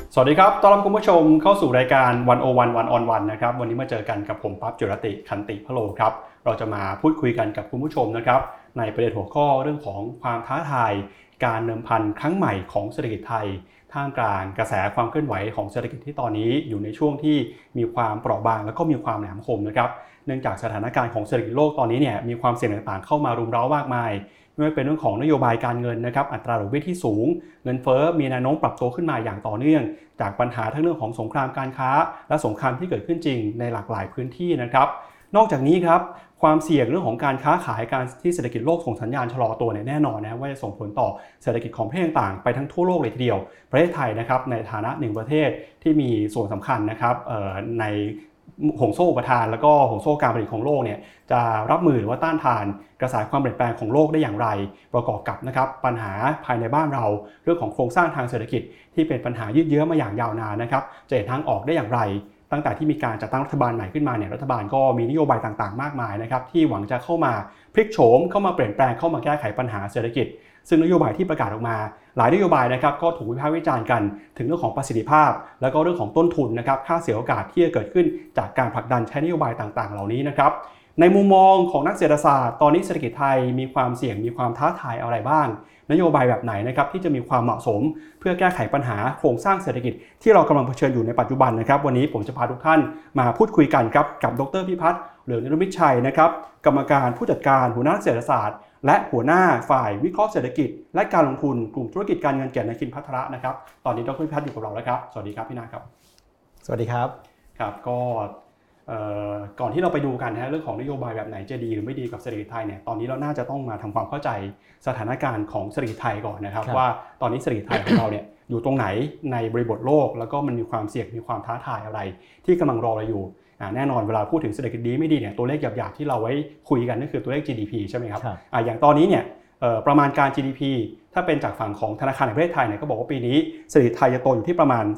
สวัสดีครับต้อนรับคุณผู้ชมเข้าสู่รายการ101 One on One นะครับวันนี้มาเจอกันกับผมปั๊บจุรติคันติพโลครับเราจะมาพูดคุยกันกับคุณผู้ชมนะครับในประเด็นหัวข้อเรื่องของความท้าทายการเดิมพันครั้งใหม่ของเศรษฐกิจไทยท่ามกลางกระแสความเคลื่อนไหวของเศรษฐกิจที่ตอนนี้อยู่ในช่วงที่มีความเปราะบางแล้วก็มีความแหลมคมนะครับเนื่องจากสถานการณ์ของเศรษฐกิจโลกตอนนี้เนี่ยมีความเสี่ยงต่างๆเข้ามารุมเร้ามากมายไม่ว่าเป็นเรื่องของนโยบายการเงินนะครับอัตราดอกเบี้ยที่สูงเงินเฟ้อมีแนวโน้มปรับตัวขึ้นมาอย่างต่อเนื่องจากปัญหาทั้งเรื่องของสงครามการค้าและสงครามที่เกิดขึ้นจริงในหลากหลายพื้นที่นะครับนอกจากนี้ครับความเสี่ยงเรื่องของการค้าขายการที่เศรษฐกิจโลกส่งสัญญาณชะลอตัวแน่นอนนะว่าจะส่งผลต่อเศรษฐกิจของประเทศต่างๆไปทั้งทั่วโลกเลยทีเดียวประเทศไทยนะครับในฐานะหนึ่งประเทศที่มีส่วนสำคัญนะครับในห่วงโซ่อุปทานแล้วก็ห่วงโซ่การผลิตของโลกเนี่ยจะรับมือหรือว่าต้านทานกระแสความเปลี่ยนแปลงของโลกได้อย่างไรประกอบกับนะครับปัญหาภายในบ้านเราเรื่องของโครงสร้างทางเศรษฐกิจที่เป็นปัญหายืดเยื้อมาอย่างยาวนานนะครับจะเห็นทางออกได้อย่างไรตั้งแต่ที่มีการจัดตั้งรัฐบาลใหม่ขึ้นมาเนี่ยรัฐบาลก็มีนโยบายต่างๆมากมายนะครับที่หวังจะเข้ามาพลิกโฉมเข้ามาเปลี่ยนแปลงเข้ามาแก้ไขปัญหาเศรษฐกิจซึ่งนโยบายที่ประกาศออกมาหลายนโยบายนะครับก็ถูกวิพากษ์วิจารณ์กันถึงเรื่องของประสิทธิภาพแล้วก็เรื่องของต้นทุนนะครับค่าเสียโอกาสที่จะเกิดขึ้นจากการผลักดันใช้นโยบายต่างๆเหล่านี้นะครับในมุมมองของนักเศรษฐศาสตร์ตอนนี้เศรษฐกิจไทยมีความเสี่ยงมีความท้าทายอะไรบ้างนโยบายแบบไหนนะครับที่จะมีความเหมาะสมเพื่อแก้ไขปัญหาโครงสร้างเศรษฐกิจที่เรากำลังเผชิญอยู่ในปัจจุบันนะครับวันนี้ผมจะพาทุกท่านมาพูดคุยกันครับกับดร.พิพัฒน์เหลืองนฤมิตชัยนะครับกรรมการผู้จัดการหัวหน้าเศรษฐศาสตร์และหัวหน้าฝ่ายวิเคราะห์เศรษฐกิจและการลงทุนกลุ่มธุรกิจการเงินเกียรตินาคินภัทระนะครับตอนนี้ดร.พิพัฒน์อยู่กับเราแล้วครับสวัสดีครับพี่นาครับสวัสดีครับครับก็ก่อนที่เราไปดูกันนะเรื่องของนโยบายแบบไหนจะดีหรือไม่ดีกับเศรษฐกิจไทยเนี่ยตอนนี้เราน่าจะต้องมาทำความเข้าใจสถานการณ์ของเศรษฐกิจไทยก่อนนะครับว่าตอนนี้เศรษฐกิจไทยของเราเนี่ยอยู่ตรงไหนในบริบทโลกแล้วก็มันมีความเสี่ยงมีความท้าทายอะไรที่กำลังรอเราอยู่แน่นอนเวลาพูดถึงเศรษฐกิจดีไม่ดีเนี่ยตัวเลขหยาบๆที่เราไว้คุยกันนั่นคือตัวเลข GDP ใช่ไหมครับอย่างตอนนี้เนี่ยประมาณการ GDP ถ้าเป็นจากฝั่งของธนาคารแห่งประเทศไทยเนี่ยก็บอกว่าปีนี้เศรษฐกิจไทยจะโตอยู่ที่ประมาณ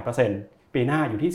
2.8%ปีหน้าอยู่ที่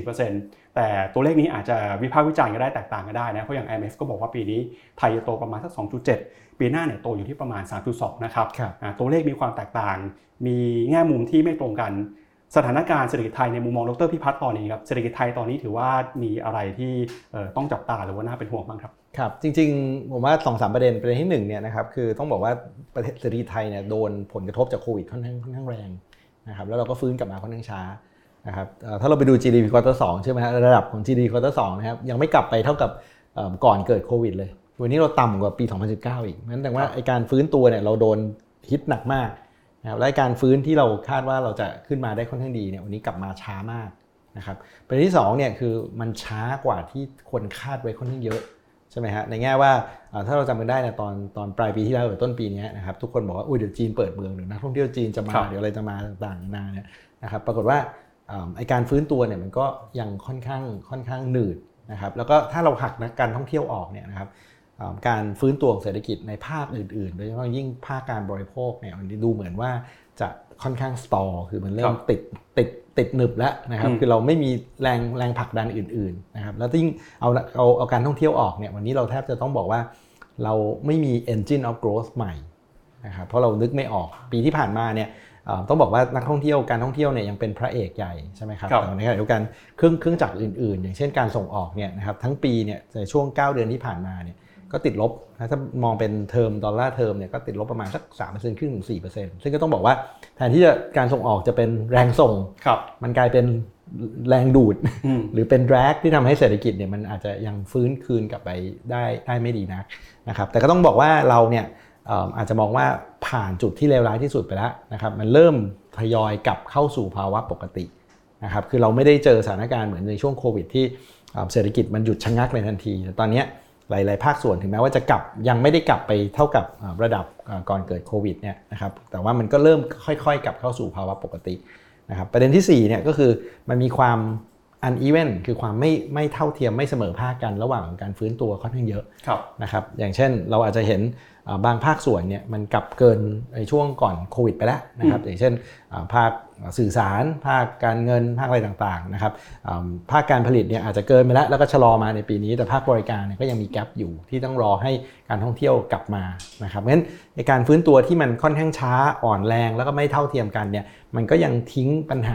4.4% แต่ตัวเลขนี้อาจจะวิพากษ์วิจารณ์กันได้แตกต่างกันได้นะเพราะอย่าง IMF ก็บอกว่าปีนี้ไทยจะโตประมาณสัก 2.7 ปีหน้าเนี่ยโตอยู่ที่ประมาณ 3.2 นะครับตัวเลขมีความแตกต่างมีแง่มุมที่ไม่ตรงกันสถานการณ์เศรษฐกิจไทยในมุมมองดร.พิพัฒน์ตอนนี้ครับเศรษฐกิจไทยตอนนี้ถือว่ามีอะไรที่ต้องจับตาหรือว่าน่าเป็นห่วงบ้างครับครับจริงๆผมว่า 2-3 ประเด็นที่1เนี่ยนะครับคือต้องบอกว่าประเทศเศรษฐกิจไทยเนี่ยโดนผลกระทบจากโควิดค่อนข้างแรงนะครับแล้วเราก็ฟื้นกลับมาค่อนข้างช้านะครับถ้าเราไปดู GDP Quarter 2ใช่ไหมฮะระดับของ GDP Quarter 2นะครับยังไม่กลับไปเท่ากับก่อนเกิดโควิดเลยวันนี้เราต่ำกว่าปี 2019 อีกนั่นแปลว่าไอ้การฟื้นตัวเนี่ยเราโดนฮิตหนักมากนะครับและการฟื้นที่เราคาดว่าเราจะขึ้นมาได้ค่อนข้างดีเนี่ยวันนี้กลับมาช้ามากนะครับประเด็นที่2เนี่ยคือมันช้ากว่าที่คนคาดไว้ค่อนข้างเยอะใช่ไหมฮะในแง่ว่าถ้าเราจำกันได้นะตอนปลายปีที่แล้วหรือต้นปีนี้นะครับทุกคนบอกว่าเดี๋ยวจีนเปิดเมืองหรือนักท่องเที่ยวจีนจะมาเดี๋ยวอะไรจะมาต่างๆนานาเนี่ยนะครับปรากฏว่าไอการฟื้นตัวเนี่ยมันก็ยังค่อนข้างหนืดนะครับแล้วก็ถ้าเราหักการท่องเที่ยวออกเนี่ยนะครับการฟื้นตัวของเศรษฐกิจในภาคอื่นๆโดยเฉพาะยิ่งภาคการบริโภคเนี่ยมันดูเหมือนว่าจะค่อนข้างสตอร์คือมันเริ่มติดหนึบแล้วนะครับคือเราไม่มีแรงผลักดันอื่นๆนะครับแล้วยิ่งเอาการท่องเที่ยวออกเนี่ยวันนี้เราแทบจะต้องบอกว่าเราไม่มี engine of growth ใหม่นะครับเพราะเรานึกไม่ออกปีที่ผ่านมาเนี่ยต้องบอกว่านักท่องเที่ยวการท่องเที่ยวเนี่ยยังเป็นพระเอกใหญ่ใช่ไหมครับแต่ในขณะเดียวกันเครื่องจักรอื่นๆอย่างเช่นการส่งออกเนี่ยนะครับทั้งปีเนี่ยในช่วง9เดือนที่ผ่านมาเนี่ยก็ติดลบถ้ามองเป็นเทอมดอลลาร์เทอมเนี่ยก็ติดลบประมาณสัก 3% ครึ่งถึง 4% ซึ่งก็ต้องบอกว่าแทนที่จะการส่งออกจะเป็นแรงส่งมันกลายเป็นแรงดูดหรือเป็นแดรกที่ทำให้เศรษฐกิจเนี่ยมันอาจจะยังฟื้นคืนกลับไปได้ไม่ดีนะครับแต่ก็ต้องบอกว่าเราเนี่ยอาจจะมองว่าผ่านจุดที่เลวร้ายที่สุดไปแล้วนะครับมันเริ่มทยอยกลับเข้าสู่ภาวะปกตินะครับคือเราไม่ได้เจอสถานการณ์เหมือนในช่วงโควิดที่เศรษฐกิจมันหยุดชะงักในทันทีแต่ตอนนี้หลายๆภาคส่วนถึงแม้ว่าจะยังไม่ได้กลับไปเท่ากับระดับก่อนเกิดโควิดเนี่ยนะครับแต่ว่ามันก็เริ่มค่อยๆกลับเข้าสู่ภาวะปกตินะครับประเด็นที่4เนี่ยก็คือมันมีความ uneven คือความไม่เท่าเทียมไม่เสมอภาคกันระหว่างการฟื้นตัวค่อนข้างเยอะนะครับอย่างเช่นเราอาจจะเห็นบางภาคส่วนเนี่ยมันกลับเกินในช่วงก่อนโควิดไปแล้วนะครับอย่างเช่นภาคสื่อสารภาคการเงินภาคอะไรต่างๆนะครับภาคการผลิตเนี่ยอาจจะเกินไปแล้วก็ชะลอมาในปีนี้แต่ภาคบริการเนี่ยก็ยังมีแกปอยู่ที่ต้องรอให้การท่องเที่ยวกลับมานะครับเพราะฉะนั้นในการฟื้นตัวที่มันค่อนข้างช้าอ่อนแรงแล้วก็ไม่เท่าเทียมกันเนี่ยมันก็ยังทิ้งปัญหา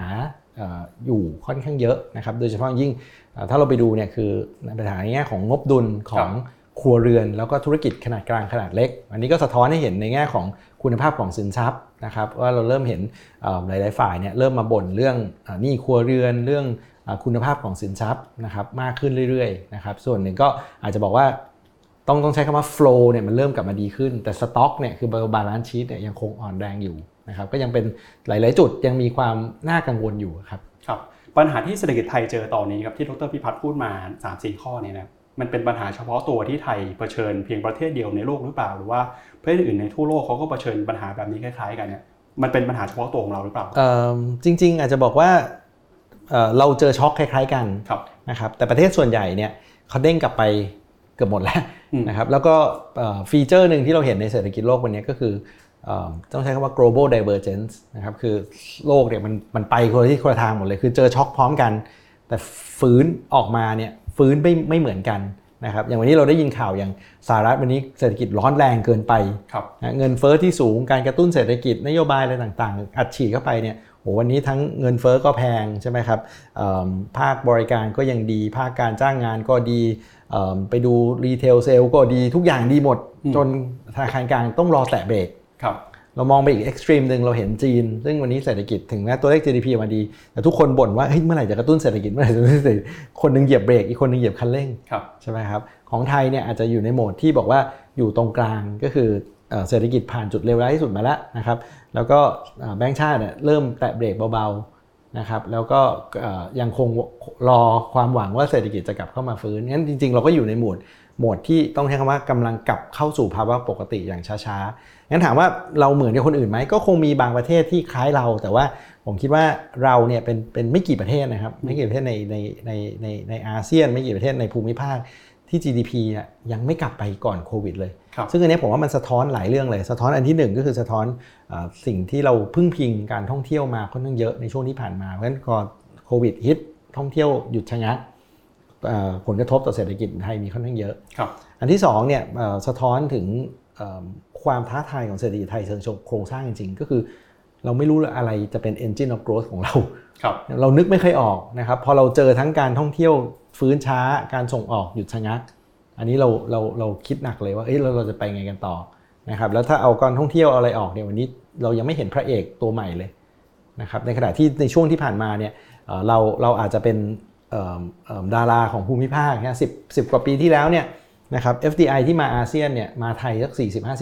อยู่ค่อนข้างเยอะนะครับโดยเฉพาะยิ่งถ้าเราไปดูเนี่ยคือในปัญหาในแง่ของงบดุลของครัวเรือนแล้วก็ธุรกิจขนาดกลางขนาดเล็กอันนี้ก็สะท้อนให้เห็นในแง่ของคุณภาพของสินทรัพย์นะครับว่าเราเริ่มเห็นหลายๆฝ่ายเนี่ยเริ่มมาบ่นเรื่องหนี้ครัวเรือนเรื่องคุณภาพของสินทรัพย์นะครับมากขึ้นเรื่อยๆนะครับส่วนหนึ่งก็อาจจะบอกว่าต้องใช้คำว่า flow เนี่ยมันเริ่มกลับมาดีขึ้นแต่สต็อกเนี่ยคือ balance sheet เนี่ยยังคงอ่อนแรงอยู่นะครับก็ยังเป็นหลายๆจุดยังมีความน่ากังวลอยู่ครับปัญหาที่เศรษฐกิจไทยเจอตอนนี้ครับที่ดร.พิพัฒน์พูดมา 3-4 ข้อนี้นะมันเป็นปัญหาเฉพาะตัวที่ไทยเผชิญเพียงประเทศเดียวในโลกหรือเปล่าหรือว่าประเทศอื่นในทั่วโลกเขาก็เผชิญปัญหาแบบนี้คล้ายๆกันเนี่ยมันเป็นปัญหาเฉพาะตัวของเราหรือเปล่าจริงๆอาจจะบอกว่าเราเจอช็อคคล้ายๆกันนะครับแต่ประเทศส่วนใหญ่เนี่ยเขาเด้งกลับไปเกือบหมดแล้วนะครับแล้วก็ฟีเจอร์หนึ่งที่เราเห็นในเศรษฐกิจโลกวันนี้ก็คือต้องใช้คำว่า global divergence นะครับคือโลกเนี่ยมันไปคนละที่คนละทางหมดเลยคือเจอช็อคพร้อมกันแต่ฟื้นออกมาเนี่ยฟื้นไม่เหมือนกันนะครับอย่างวันนี้เราได้ยินข่าวอย่างสหรัฐวันนี้เศรษฐกิจร้อนแรงเกินไปนะเงินเฟ้อที่สูงการกระตุ้นเศรษฐกิจนโยบายอะไรต่างๆอัดฉีดเข้าไปเนี่ยโหวันนี้ทั้งเงินเฟ้อก็แพงใช่ไหมครับภาคบริการก็ยังดีภาคการจ้างงานก็ดีไปดูรีเทลเซลก็ดีทุกอย่างดีหมดจนธนาคารกลางต้องรอแตะเบรกเรามองไปอีกเอ็กซ์ตรีมนึงเราเห็นจีนซึ่งวันนี้เศรษฐกิจถึงแม้ตัวเลข GDP มาดีแต่ทุกคนบ่นว่าเฮ้ยเมื่อไหร่จะกระตุ้นเศรษฐกิจเมื่อไหร่จะกระตุ้นเศรษฐกิจคนนึงเหยียบเบรกอีกคนนึงเหยียบคันเร่งใช่ไหมครับของไทยเนี่ยอาจจะอยู่ในโหมดที่บอกว่าอยู่ตรงกลางก็คือเศรษฐกิจผ่านจุดเลวร้ายที่สุดมาแล้วนะครับแล้วก็แบงก์ชาติเนี่ยเริ่มแตะเบรกเบาๆนะครับแล้วก็ยังคงรอความหวังว่าเศรษฐกิจจะกลับเข้ามาฟื้นงั้นจริงๆเราก็อยู่ในโหมดที่ต้องใช้คำว่ากำลังกลับเข้าสู่ภาวะปกติอย่างช้าๆงั้นถามว่าเราเหมือนกับคนอื่นไหมก็คงมีบางประเทศที่คล้ายเราแต่ว่าผมคิดว่าเราเนี่ยเป็นไม่กี่ประเทศนะครับไม่กี่ประเทศในอาเซียนไม่กี่ประเทศในภูมิภาคที่ GDP ยังไม่กลับไปก่อนโควิดเลยซึ่งอันนี้ผมว่ามันสะท้อนหลายเรื่องเลยสะท้อนอันที่1ก็คือสะท้อนสิ่งที่เราพึ่งพิงการท่องเที่ยวมาค่อนข้างเยอะในช่วงที่ผ่านมาเพราะฉะนั้นพอโควิดฮิตท่องเที่ยวหยุดชะงักผลกระทบต่อเศรษฐกิจไทยมีค่อนข้างเยอะอันที่2เนี่ยสะท้อนถึงความท้าทายของเศรษฐกิจไทยเชิงโครงสร้างจริงๆก็คือเราไม่รู้อะไรจะเป็น engine of growth ของเรานึกไม่เคยออกนะครับพอเราเจอทั้งการท่องเที่ยวฟื้นช้าการส่งออกหยุดชะงักอันนี้เราคิดหนักเลยว่าเราจะไปไงกันต่อนะครับแล้วถ้าเอาการท่องเที่ยวอะไรออกเนี่ยวันนี้เรายังไม่เห็นพระเอกตัวใหม่เลยนะครับในขณะที่ในช่วงที่ผ่านมาเนี่ยเราอาจจะเป็นดาราของภูมิภาคนะ10 กว่าปีที่แล้วเนี่ยนะครับ FDI ที่มาอาเซียนเนี่ยมาไทยสัก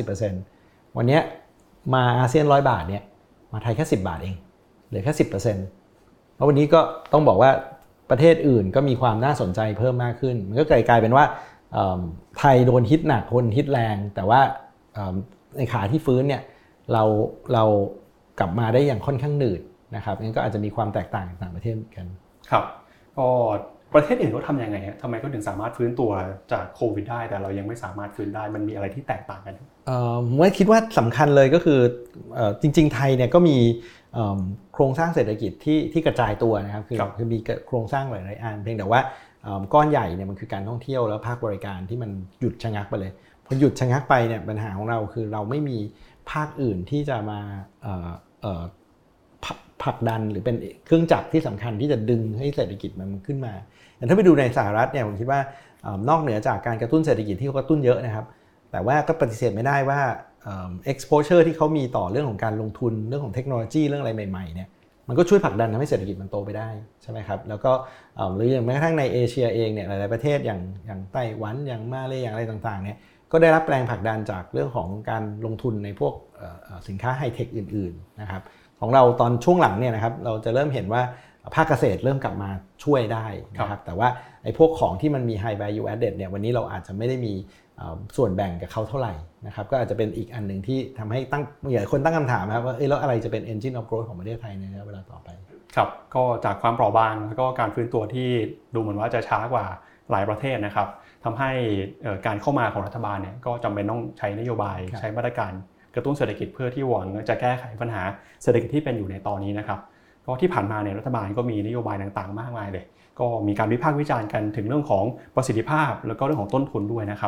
40-50% วันนี้มาอาเซียน100 บาทเนี่ยมาไทยแค่10 บาทเองเหลือแค่ 10% เพราะวันนี้ก็ต้องบอกว่าประเทศอื่นก็มีความน่าสนใจเพิ่มมากขึ้นมันก็กลายเป็นว่าไทยโดนฮิตหนักคนฮิตแรงแต่ว่าในขาที่ฟื้นเนี่ยเรากลับมาได้อย่างค่อนข้างหนืดนะครับงั้นก็อาจจะมีความแตกต่างต่างประเทศกันครับก็ประเทศอื่นเขาทำยังไงทำไมเขาถึงสามารถฟื้นตัวจากโควิดได้แต่เรายังไม่สามารถฟื้นได้มันมีอะไรที่แตกต่างกันผมคิดว่าสำคัญเลยก็คือจริงๆไทยเนี่ยก็มีโครงสร้างเศรษฐกิจที่กระจายตัวนะครับคือมีโครงสร้างหลายๆอันเพียงแต่ว่าก้อนใหญ่เนี่ยมันคือการท่องเที่ยวแล้วภาคบริการที่มันหยุดชะงักไปเลยพอหยุดชะงักไปเนี่ยปัญหาของเราคือเราไม่มีภาคอื่นที่จะมาผลักดันหรือเป็นเครื่องจักรที่สำคัญที่จะดึงให้เศรษฐกิจมันขึ้นมาแต่ถ้าไปดูในสหรัฐเนี่ยผมคิดว่านอกเหนือจากการกระตุ้นเศรษฐกิจที่เขากระตุ้นเยอะนะครับแต่ว่าก็ปฏิเสธไม่ได้ว่าexposure ที่เขามีต่อเรื่องของการลงทุนเรื่องของเทคโนโลยีเรื่องอะไรใหม่ๆเนี่ยมันก็ช่วยผลักดันทำให้เศรษฐกิจมันโตไปได้ใช่ไหมครับแล้วก็หรืออย่างแม้กระทั่งในเอเชียเองเนี่ยหลายๆประเทศอย่างไต้หวันอย่างมาเลย์อย่างอะไรต่างๆเนี่ยก็ได้รับแรงผลักดันจากเรื่องของการลงทุนในพวกสินค้าไฮเทคอื่นๆนะครับของเราตอนช่วงหลังเนี่ยนะครับเราจะเริ่มเห็นว่าภาคเกษตรเริ่มกลับมาช่วยได้นะครับแต่ว่าไอ้พวกของที่มันมี high value added เนี่ยวันนี้เราอาจจะไม่ได้มีส่วนแบ่งกับเขาเท่าไหร่นะครับก็อาจจะเป็นอีกอันหนึ่งที่ทำให้หลายคนตั้งคำถามครับว่าแล้วอะไรจะเป็น engine of growth ของประเทศไทยในเวลาต่อไปครับก็จากความเปราะบางแล้วก็การฟื้นตัวที่ดูเหมือนว่าจะช้ากว่าหลายประเทศนะครับทำให้การเข้ามาของรัฐบาลเนี่ยก็จำเป็นต้องใช้นโยบายใช้มาตรการกระตุ้นเศรษฐกิจเพื่อที่หวังจะแก้ไขปัญหาเศรษฐกิจที่เป็นอยู่ในตอนนี้นะครับก็ที่ผ่านมาเนี่ยรัฐบาลก็มีนโยบายต่างๆมากมายเลยก็มีการวิพากษ์วิจารณ์กันถึงเรื่องของประสิทธิภาพแล้วก็เรื่องของต้นทุนด้วยนะครับ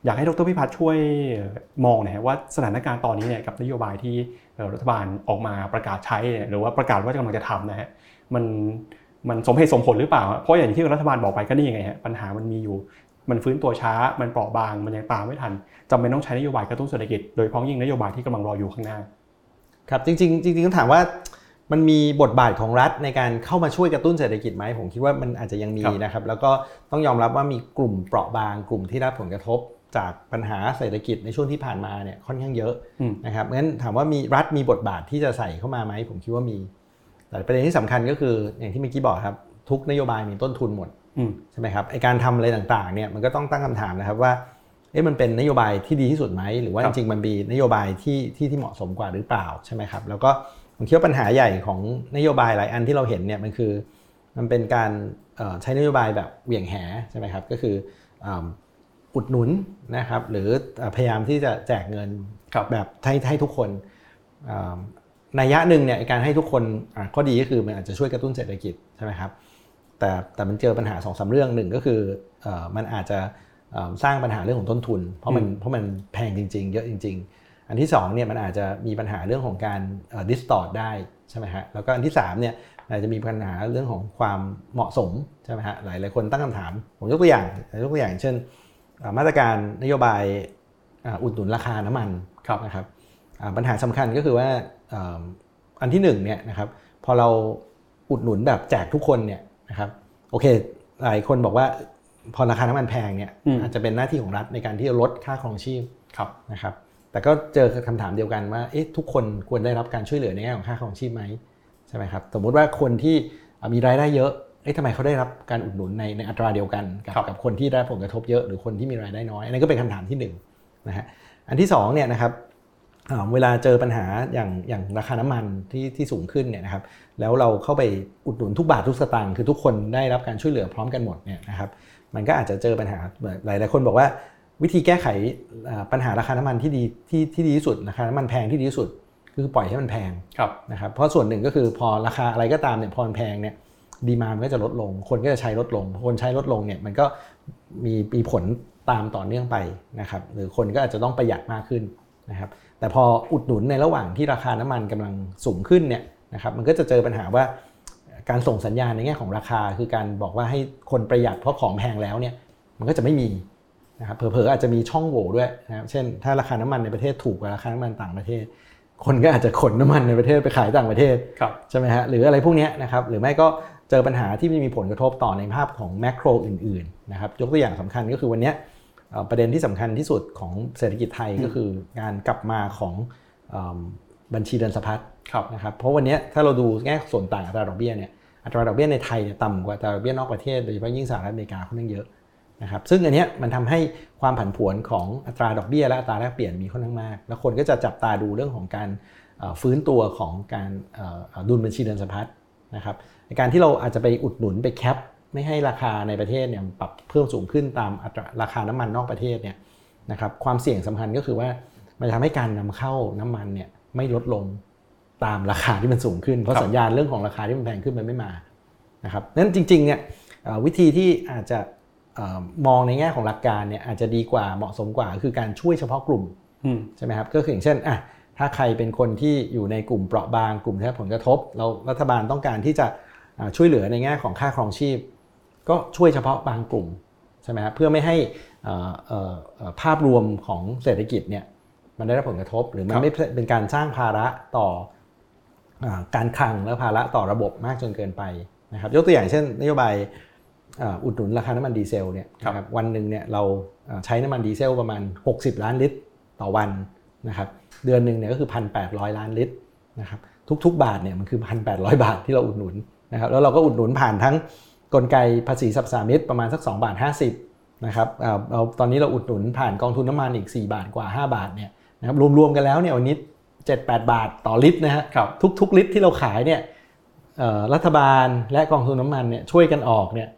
อยากให้ดร.พิพัฒน์ช่วยมองหน่อยว่าสถานการณ์ตอนนี้เนี่ยกับนโยบายที่รัฐบาลออกมาประกาศใช้หรือว่าประกาศว่ากำลังจะทำนะฮะมันสมเหตุสมผลหรือเปล่าเพราะอย่างที่รัฐบาลบอกไปก็นี่ยังไงฮะปัญหามันมีอยู่มันฟื้นตัวช้ามันเปราะบางมันยังตามไม่ทันจำเป็นต้องใช้นโยบายกระตุ้นเศรษฐกิจโดยเฉพาะยิ่งนโยบายที่กำลังรออยู่ข้างหน้าครับจริงต้องถามว่ามันมีบทบาทของรัฐในการเข้ามาช่วยกระตุ้นเศรษฐกิจไหมผมคิดว่ามันอาจจะยังมีนะครับแล้วก็ต้องยอมรับว่ามีกลุ่มเปราะบางกลุ่มที่รับผลกระทบจากปัญหาเศรษฐกิจในช่วงที่ผ่านมาเนี่ยค่อนข้างเยอะนะครับงั้นถามว่ามีรัฐมีบทบาทที่จะใส่เข้ามาไหมผมคิดว่ามีแต่ประเด็นที่สำคัญก็คืออย่างที่เมื่อกี้บอกครับทุกนโยบายมีต้นทุนหมดใช่ไหมครับไอการทำอะไรต่างๆเนี่ยมันก็ต้องตั้งคำถามนะครับว่ามันเป็นนโยบายที่ดีที่สุดไหมหรือว่าจริงๆมันมีนโยบายที่เหมาะสมกว่าหรือเปล่าใช่ไหมครับแล้วก็ผมคิดว่าปัญหาใหญ่ของนโยบายหลายอันที่เราเห็นเนี่ยมันเป็นการใช้นโยบายแบบเหวี่ยงแหใช่ไหมครับก็คืออุดหนุนนะครับหรือพยายามที่จะแจกเงินแบบให้ทุกคนนัยยะหนึ่งเนี่ยการให้ทุกคนข้อดีก็คือมันอาจจะช่วยกระตุ้นเศรษฐกิจใช่ไหมครับแต่มันเจอปัญหา 2-3 เรื่องหนึ่งก็คือมันอาจจะสร้างปัญหาเรื่องของต้นทุนเพราะมันแพงจริงๆเยอะจริงๆอันที่2เนี่ยมันอาจจะมีปัญหาเรื่องของการdistort ได้ใช่ไหมฮะแล้วก็อันที่3เนี่ยอาจจะมีปัญหาเรื่องของความเหมาะสมใช่ไหมฮะหลายคนตั้งคำถามผมยกตัวอย่างเช่นมาตรการนโยบายอุดหนุนราคาน้ำมันนะครับปัญหาสำคัญก็คือว่าอันที่1เนี่ยนะครับพอเราอุดหนุนแบบแจกทุกคนเนี่ยนะครับโอเคหลายคนบอกว่าพอราคาน้ำมันแพงเนี่ยอาจจะเป็นหน้าที่ของรัฐในการที่จะลดค่าครองชีพนะครับแต่ก็เจอคำถามเดียวกันว่าทุกคนควรได้รับการช่วยเหลือในแง่ของค่าครองชีพไหมใช่ไหมครับสมมติว่าคนที่มีรายได้เยอะทำไมเขาได้รับการอุดหนุนในอัตราเดียวกันกับคนที่ได้ผลกระทบเยอะหรือคนที่มีรายได้น้อยอันนั้นก็เป็นคำถามที่1นะฮะอันที่2เนี่ยนะครับเวลาเจอปัญหาอย่างราคาน้ำมันที่สูงขึ้นเนี่ยนะครับแล้วเราเข้าไปอุดหนุนทุกบาททุกสตางค์คือทุกคนได้รับการช่วยเหลือพร้อมกันหมดเนี่ยนะครับมันก็อาจจะเจอปัญหาหลายคนบอกว่าวิธีแก้ไขปัญหาราคาน้ำมันที่ดีที่สุดราคาน้ำมันแพงที่ดีที่สุดคือปล่อยให้มันแพงนะครับเพราะส่วนหนึ่งก็คือพอราคาอะไรก็ตามเนี่ยพอมันแพงเนี่ยดีมานด์ก็จะลดลงคนก็จะใช้ลดลงคนใช้ลดลงเนี่ยมันก็มีผลตามต่อเนื่องไปนะครับหรือคนก็อาจจะต้องประหยัดมากขึ้นนะครับแต่พออุดหนุนในระหว่างที่ราคาน้ำมันกำลังสูงขึ้นเนี่ยนะครับมันก็จะเจอปัญหาว่าการส่งสัญญาณในแง่ของราคาคือการบอกว่าให้คนประหยัดเพราะของแพงแล้วเนี่ยมันก็จะไม่มีนะครับเผลอๆอาจจะมีช่องโหว่ด้วยนะครับเช่นถ้าราคาน้ำมันในประเทศถูกกว่าราคาน้ำมันต่างประเทศคนก็อาจจะขนน้ำมันในประเทศไปขายต่างประเทศใช่ไหมฮะหรืออะไรพวกนี้นะครับหรือไม่ก็เจอปัญหาที่มีผลกระทบต่อในภาพของแมกโรอื่นๆนะครับยกตัวอย่างสำคัญก็คือวันนี้ประเด็นที่สำคัญที่สุดของเศรษฐกิจไทยก็คือการกลับมาของบัญชีเดินสะพัดนะครับเพราะวันนี้ถ้าเราดูแง่ส่วนต่างอัตราดอกเบี้ยเนี่ยอัตราดอกเบี้ยในไทยเนี่ยต่ำกว่าอัตราดอกเบี้ยนอกประเทศโดยเฉพาะยิ่งสหรัฐอเมริกาค่อนข้างเยอะนะครับซึ่งอันนี้มันทำให้ความผันผวนของอัตราดอกเบี้ยและอัตราแลกเปลี่ยนมีค่อนข้างมากแล้วคนก็จะจับตาดูเรื่องของการฟื้นตัวของการดุลบัญชีเดินสะพัดนะครับในการที่เราอาจจะไปอุดหนุนไปแคปไม่ให้ราคาในประเทศเนี่ยปรับเพิ่มสูงขึ้นตามอัตราราคาน้ำมันนอกประเทศเนี่ยนะครับความเสี่ยงสำคัญก็คือว่ามันจะทำให้การนำเข้าน้ำมันเนี่ยไม่ลดลงตามราคาที่มันสูงขึ้นเพราะสัญญาณเรื่องของราคาที่มันแพงขึ้นมันไม่มานะครับนั้นจริงๆเนี่ยวิธีที่อาจจะมองในแง่ของหลักการเนี่ยอาจจะดีกว่าเหมาะสมกว่าคือการช่วยเฉพาะกลุ่มใช่ไหมครับก็คืออย่างเช่นถ้าใครเป็นคนที่อยู่ในกลุ่มเปราะบางกลุ่มที่รับผลกระทบแล้วรัฐบาลต้องการที่จะช่วยเหลือในแง่ของค่าครองชีพก็ช่วยเฉพาะบางกลุ่มใช่ไหมครับเพื่อไม่ให้ภาพรวมของเศรษฐกิจเนี่ยมันได้รับผลกระทบหรือมันไม่เป็นการสร้างภาระต่อการคลังและภาระต่อระบบมากจนเกินไปนะครับยกตัวอย่างเช่นนโยบายอุดหนุนราคาน้ำมันดีเซลเนี่ยนะครับวันหนึ่งเนี่ยเราใช้น้ำมันดีเซลประมาณ60ล้านลิตรต่อวันนะครับเดือนหนึ่งเนี่ยก็คือ 1,800 ล้านลิตรนะครับทุกๆบาทเนี่ยมันคือ 1,800 บาทที่เราอุดหนุนนะครับแล้วเราก็อุดหนุนผ่านทั้งกลไกภาษีสรรพสามิตประมาณสัก2.50 บาทนะครับตอนนี้เราอุดหนุนผ่านกองทุนน้ำมันอีก4 บาทกว่า5 บาทเนี่ยนะครับรวมๆกันแล้วเนี่ยวันนี้ 7-8 บาทต่อลิตรนะฮะทุกลิตรที่เราขายเนี่ยรัฐบาลและกองทุนน้ำมันเนี่ยช่วยกันออกเนี่ย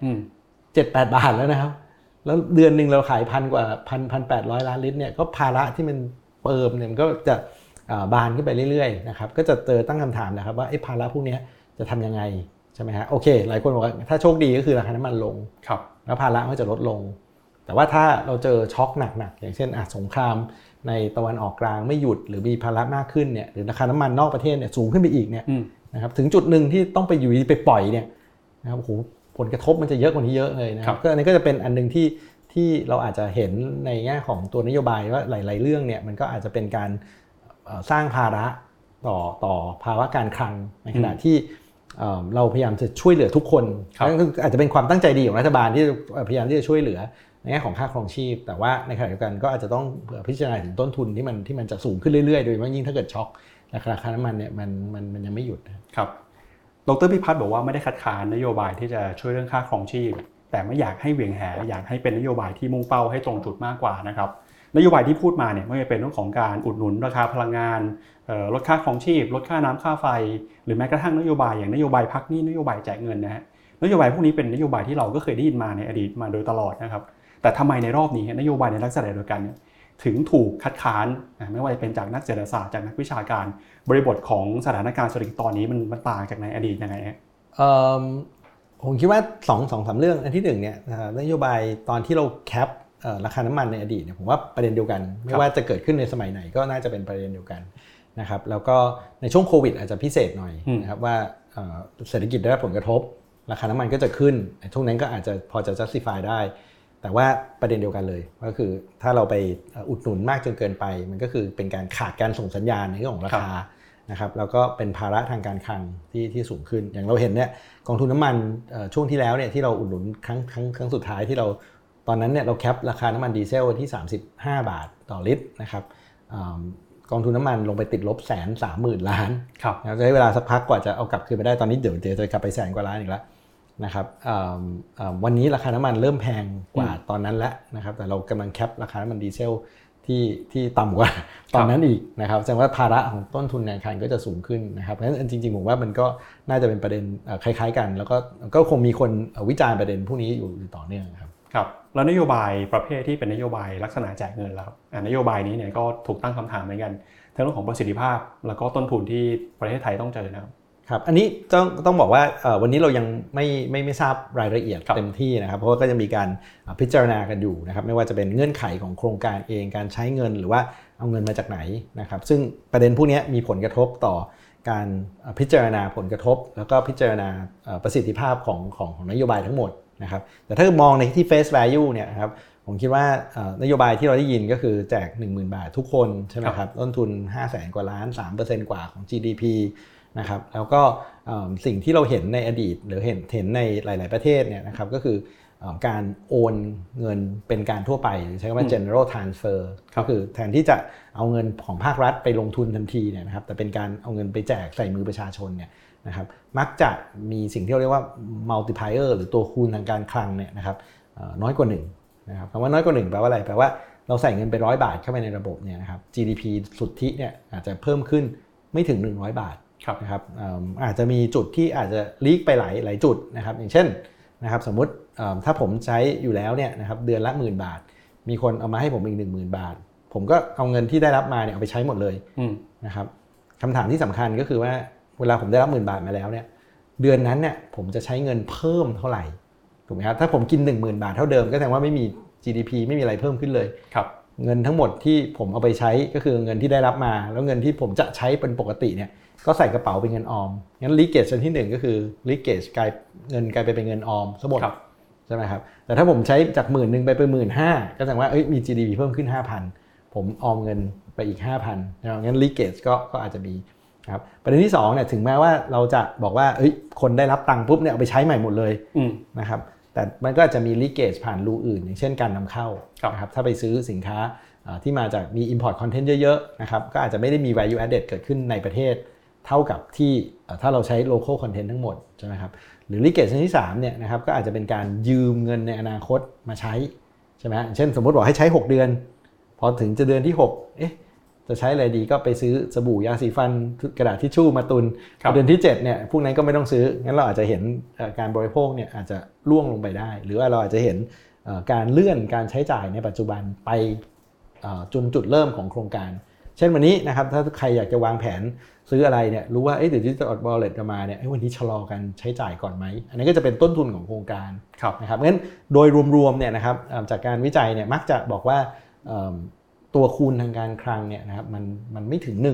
7-8 บาทแล้วนะครับแล้วเดือนหนึ่งเราขายกว่า 1,800 ล้านลิตรเนี่ยก็ภาระที่มันเปิมเนี่ยมันก็จะบานขึ้นไปเรื่อยๆนะครับก็จะตั้งคำถามนะครับว่าภาระพวกนี้จะทำยังไงใช่ไหมฮะโอเคหลายคนบอกว่าถ้าโชคดีก็คือราคาน้ำมันลงแล้วภาระก็จะลดลงแต่ว่าถ้าเราเจอช็อคหนักๆอย่างเช่นสงครามในตะวันออกกลางไม่หยุดหรือมีภาระมากขึ้นเนี่ยหรือราคาน้ำมันนอกประเทศเนี่ยสูงขึ้นไปอีกเนี่ยนะครับถึงจุดหนึ่งที่ต้องไปอยู่ดีไปปล่อยเนี่ยนะครับโอ้โหผลกระทบมันจะเยอะกว่านี้เยอะเลยนะครับก็อันนี้ก็จะเป็นอันนึงที่เราอาจจะเห็นในแง่ของตัวนโยบายว่าหลายๆเรื่องเนี่ยมันก็อาจจะเป็นการสร้างภาระต่อภาวะการคลังในขณะที่เราพยายามจะช่วยเหลือทุกคนอาจจะเป็นความตั้งใจดีของรัฐบาลที่พยายามที่จะช่วยเหลือในแง่ของค่าครองชีพแต่ว่าในขณะเดียวกันก็อาจจะต้องพิจารณาถึงต้นทุนที่มันจะสูงขึ้นเรื่อยๆโดยเฉพาะยิ่งถ้าเกิดช็อคราคาน้ำมันเนี่ยมันยังไม่หยุดครับดร.พิพัฒน์บอกว่าไม่ได้คัดค้านนโยบายที่จะช่วยเรื่องค่าครองชีพแต่ไม่อยากให้เหวี่ยงแหอยากให้เป็นนโยบายที่มุ่งเป้าให้ตรงจุดมากกว่านะครับนโยบายที่พูดมาเนี่ยไม่ว่าเป็นเรื่องของการอุดหนุนราคาพลังงานลดค่าครองชีพลดค่าน้ำค่าไฟหรือแม้กระทั่งนโยบายอย่างนโยบายพักหนี้นโยบายแจกเงินนะฮะนโยบายพวกนี้เป็นนโยบายที่เราก็เคยได้ยินมาในอดีตมาโดยตลอดนะครับแต่ทำไมในรอบนี้นโยบายในลักษณะเดียวกันถึงถูกคัดค้านไม่ว่าจะเป็นจากนักเศรษฐศาสตร์จากนักวิชาการบริบทของสถานการณ์เศรษฐกิจตอนนี้มันต่างจากในอดีตยังไงฮะผมคิดว่า2-3 เรื่องอันที่1เนี่ยนโยบายตอนที่เราแคปราคาน้ำมันในอดีตเนี่ยผมว่าประเด็นเดียวกันไม่ว่าจะเกิดขึ้นในสมัยไหนก็น่าจะเป็นประเด็นเดียวกันนะครับแล้วก็ในช่วงโควิดอาจจะพิเศษหน่อยนะครับว่าเศรษฐกิจได้รับผลกระทบราคาน้ำมันก็จะขึ้นช่วงนั้นก็อาจจะพอจะ justify ได้แต่ว่าประเด็นเดียวกันเลยก็คือถ้าเราไปอุดหนุนมากจนเกินไปมันก็คือเป็นการขาดการส่งสัญญาณในเรื่องของราคานะครับแล้วก็เป็นภาระทางการคลังที่สูงขึ้นอย่างเราเห็นเนี่ยกองทุนน้ำมันช่วงที่แล้วเนี่ยที่เราอุดหนุนครั้งสุดท้ายที่เราตอนนั้นเนี่ยเราแคปราคาน้ำมันดีเซลที่35 บาทต่อลิตรนะครับกองทุนน้ำมันลงไปติดลบ130,000 ล้านจะใช้เวลาสักพักกว่าจะเอากลับคืนไปได้ตอนนี้เดี๋ยวจะกลับไป100,000 กว่าล้านอีกแล้วนะครับวันนี้ราคาน้ำมันเริ่มแพงกว่าตอนนั้นแล้วนะครับแต่เรากำลังแคปราคาน้ำมันดีเซลที่ต่ำกว่าตอนนั้นอีกนะครับแสดงว่าภาระของต้นทุนการคลังก็จะสูงขึ้นนะครับเพราะฉะนั้นจริงๆผมว่ามันก็น่าจะเป็นประเด็นคล้ายๆกันแล้วก็คงมีคนวิจารณ์ประเด็นพวกนี้อยู่ต่อเนื่องครับครับแล้วนโยบายประเภทที่เป็นนโยบายลักษณะแจกเงินแล้วนโยบายนี้เนี่ยก็ถูกตั้งคำถามเหมือนกันทั้งเรื่องของประสิทธิภาพแล้วก็ต้นทุนที่ประเทศไทยต้องเจอนะครับครับอันนี้ต้องบอกว่าวันนี้เรายังไม่ทราบรายละเอียดเต็มที่นะครับเพราะว่าก็จะมีการพิจารณากันอยู่นะครับไม่ว่าจะเป็นเงื่อนไขของโครงการเองการใช้เงินหรือว่าเอาเงินมาจากไหนนะครับซึ่งประเด็นพวกนี้มีผลกระทบต่อการพิจารณาผลกระทบแล้วก็พิจารณาประสิทธิภาพของนโยบายทั้งหมดนะครับแต่ถ้ามองในที่ face value เนี่ยครับผมคิดว่านโยบายที่เราได้ยินก็คือแจก 10,000 บาททุกคนใช่ไหมครับต้นทุน 500,000 กว่าล้าน 3% กว่าของ GDPนะครับแล้วก็สิ่งที่เราเห็นในอดีตหรือเห็นในหลายๆประเทศเนี่ยนะครับก็คือการโอนเงินเป็นการทั่วไปหรือใช้คำว่า general transfer ก็คือแทนที่จะเอาเงินของภาครัฐไปลงทุนทันทีเนี่ยนะครับแต่เป็นการเอาเงินไปแจกใส่มือประชาชนเนี่ยนะครับมักจะมีสิ่งที่เราเรียกว่า multiplier หรือตัวคูณทางการคลังเนี่ยนะครับน้อยกว่า1นะครับคำว่าน้อยกว่า1แปลว่าอะไรแปลว่าเราใส่เงินไป100 บาทเข้าไปในระบบเนี่ยนะครับ GDP สุทธิเนี่ยอาจจะเพิ่มขึ้นไม่ถึง100 บาทนะครับอาจจะมีจุดที่อาจจะลีกไปหลายจุดนะครับอย่างเช่นนะครับสมมุติถ้าผมใช้อยู่แล้วเนี่ยนะครับเดือนละ10,000 บาทมีคนเอามาให้ผมอีก 10,000 บาทผมก็เอาเงินที่ได้รับมาเนี่ยเอาไปใช้หมดเลยนะครับคำถามที่สำคัญก็คือว่าเวลาผมได้รับ10,000 บาทมาแล้วเนี่ยเดือนนั้นเนี่ยผมจะใช้เงินเพิ่มเท่าไหร่ถูกไหมครับถ้าผมกิน 10,000 บาทเท่าเดิมก็แสดงว่าไม่มี GDP ไม่มีอะไรเพิ่มขึ้นเลยเงินทั้งหมดที่ผมเอาไปใช้ก็คือเงินที่ได้รับมาแล้วเงินที่ผมจะใช้เป็นปกติเนี่ยก็ใส่กระเป๋าเป็นเงินออมงั้น leakage อันที่1ก็คือ leakage เงินกลายไปเป็นเงินออมทั้งหมดใช่ไหมครับแต่ถ้าผมใช้จาก 10,000 ไปเป็น 15,000 ก็แสดงว่ามี GDP เพิ่มขึ้น 5,000 ผมออมเงินไปอีก 5,000 งั้น leakage ก็อาจจะมีครับประเด็นที่2เนี่ยถึงแม้ว่าเราจะบอกว่าคนได้รับตังค์ปุ๊บเนี่ยเอาไปใช้ใหม่หมดเลยนะครับแต่มันก็อาจจะมี leakage ผ่านรูอื่นอย่างเช่นการนำเข้านะครับถ้าไปซื้อสินค้าที่มาจากมี import content เยอะๆนะครับก็อาจจะไม่ได้มี value added เกิดขึ้นในประเทศเท่ากับที่ถ้าเราใช้ local content ทั้งหมดใช่ไหมครับหรือ leakage ชนิดที่3เนี่ยนะครับก็อาจจะเป็นการยืมเงินในอนาคตมาใช้ใช่ไหมเช่นสมมติบอกให้ใช้6 เดือนพอถึงจะเดือนที่6จะใช้อะไรดีก็ไปซื้อสบู่ยาสีฟันกระดาษทิชชู่มาตุนเดือนที่7เนี่ยพวกนั้นก็ไม่ต้องซื้องั้นเราอาจจะเห็นการบริโภคเนี่ยอาจจะร่วงลงไปได้หรือว่าเราอาจจะเห็นการเลื่อนการใช้จ่ายในปัจจุบันไปจนจุดเริ่มของโครงการเช่นวันนี้นะครับถ้าใครอยากจะวางแผนซื้ออะไรเนี่ยรู้ว่าเดี๋ยว Digital Wallet จะมาเนี่ยวันนี้ชะลอกันใช้จ่ายก่อนไหมอันนี้ก็จะเป็นต้นทุนของโครงการนะครับงั้นโดยรวมๆเนี่ยนะครับจากการวิจัยเนี่ยมักจะบอกว่าตัวคูณทางการคลังเนี่ยนะครับมันไม่ถึง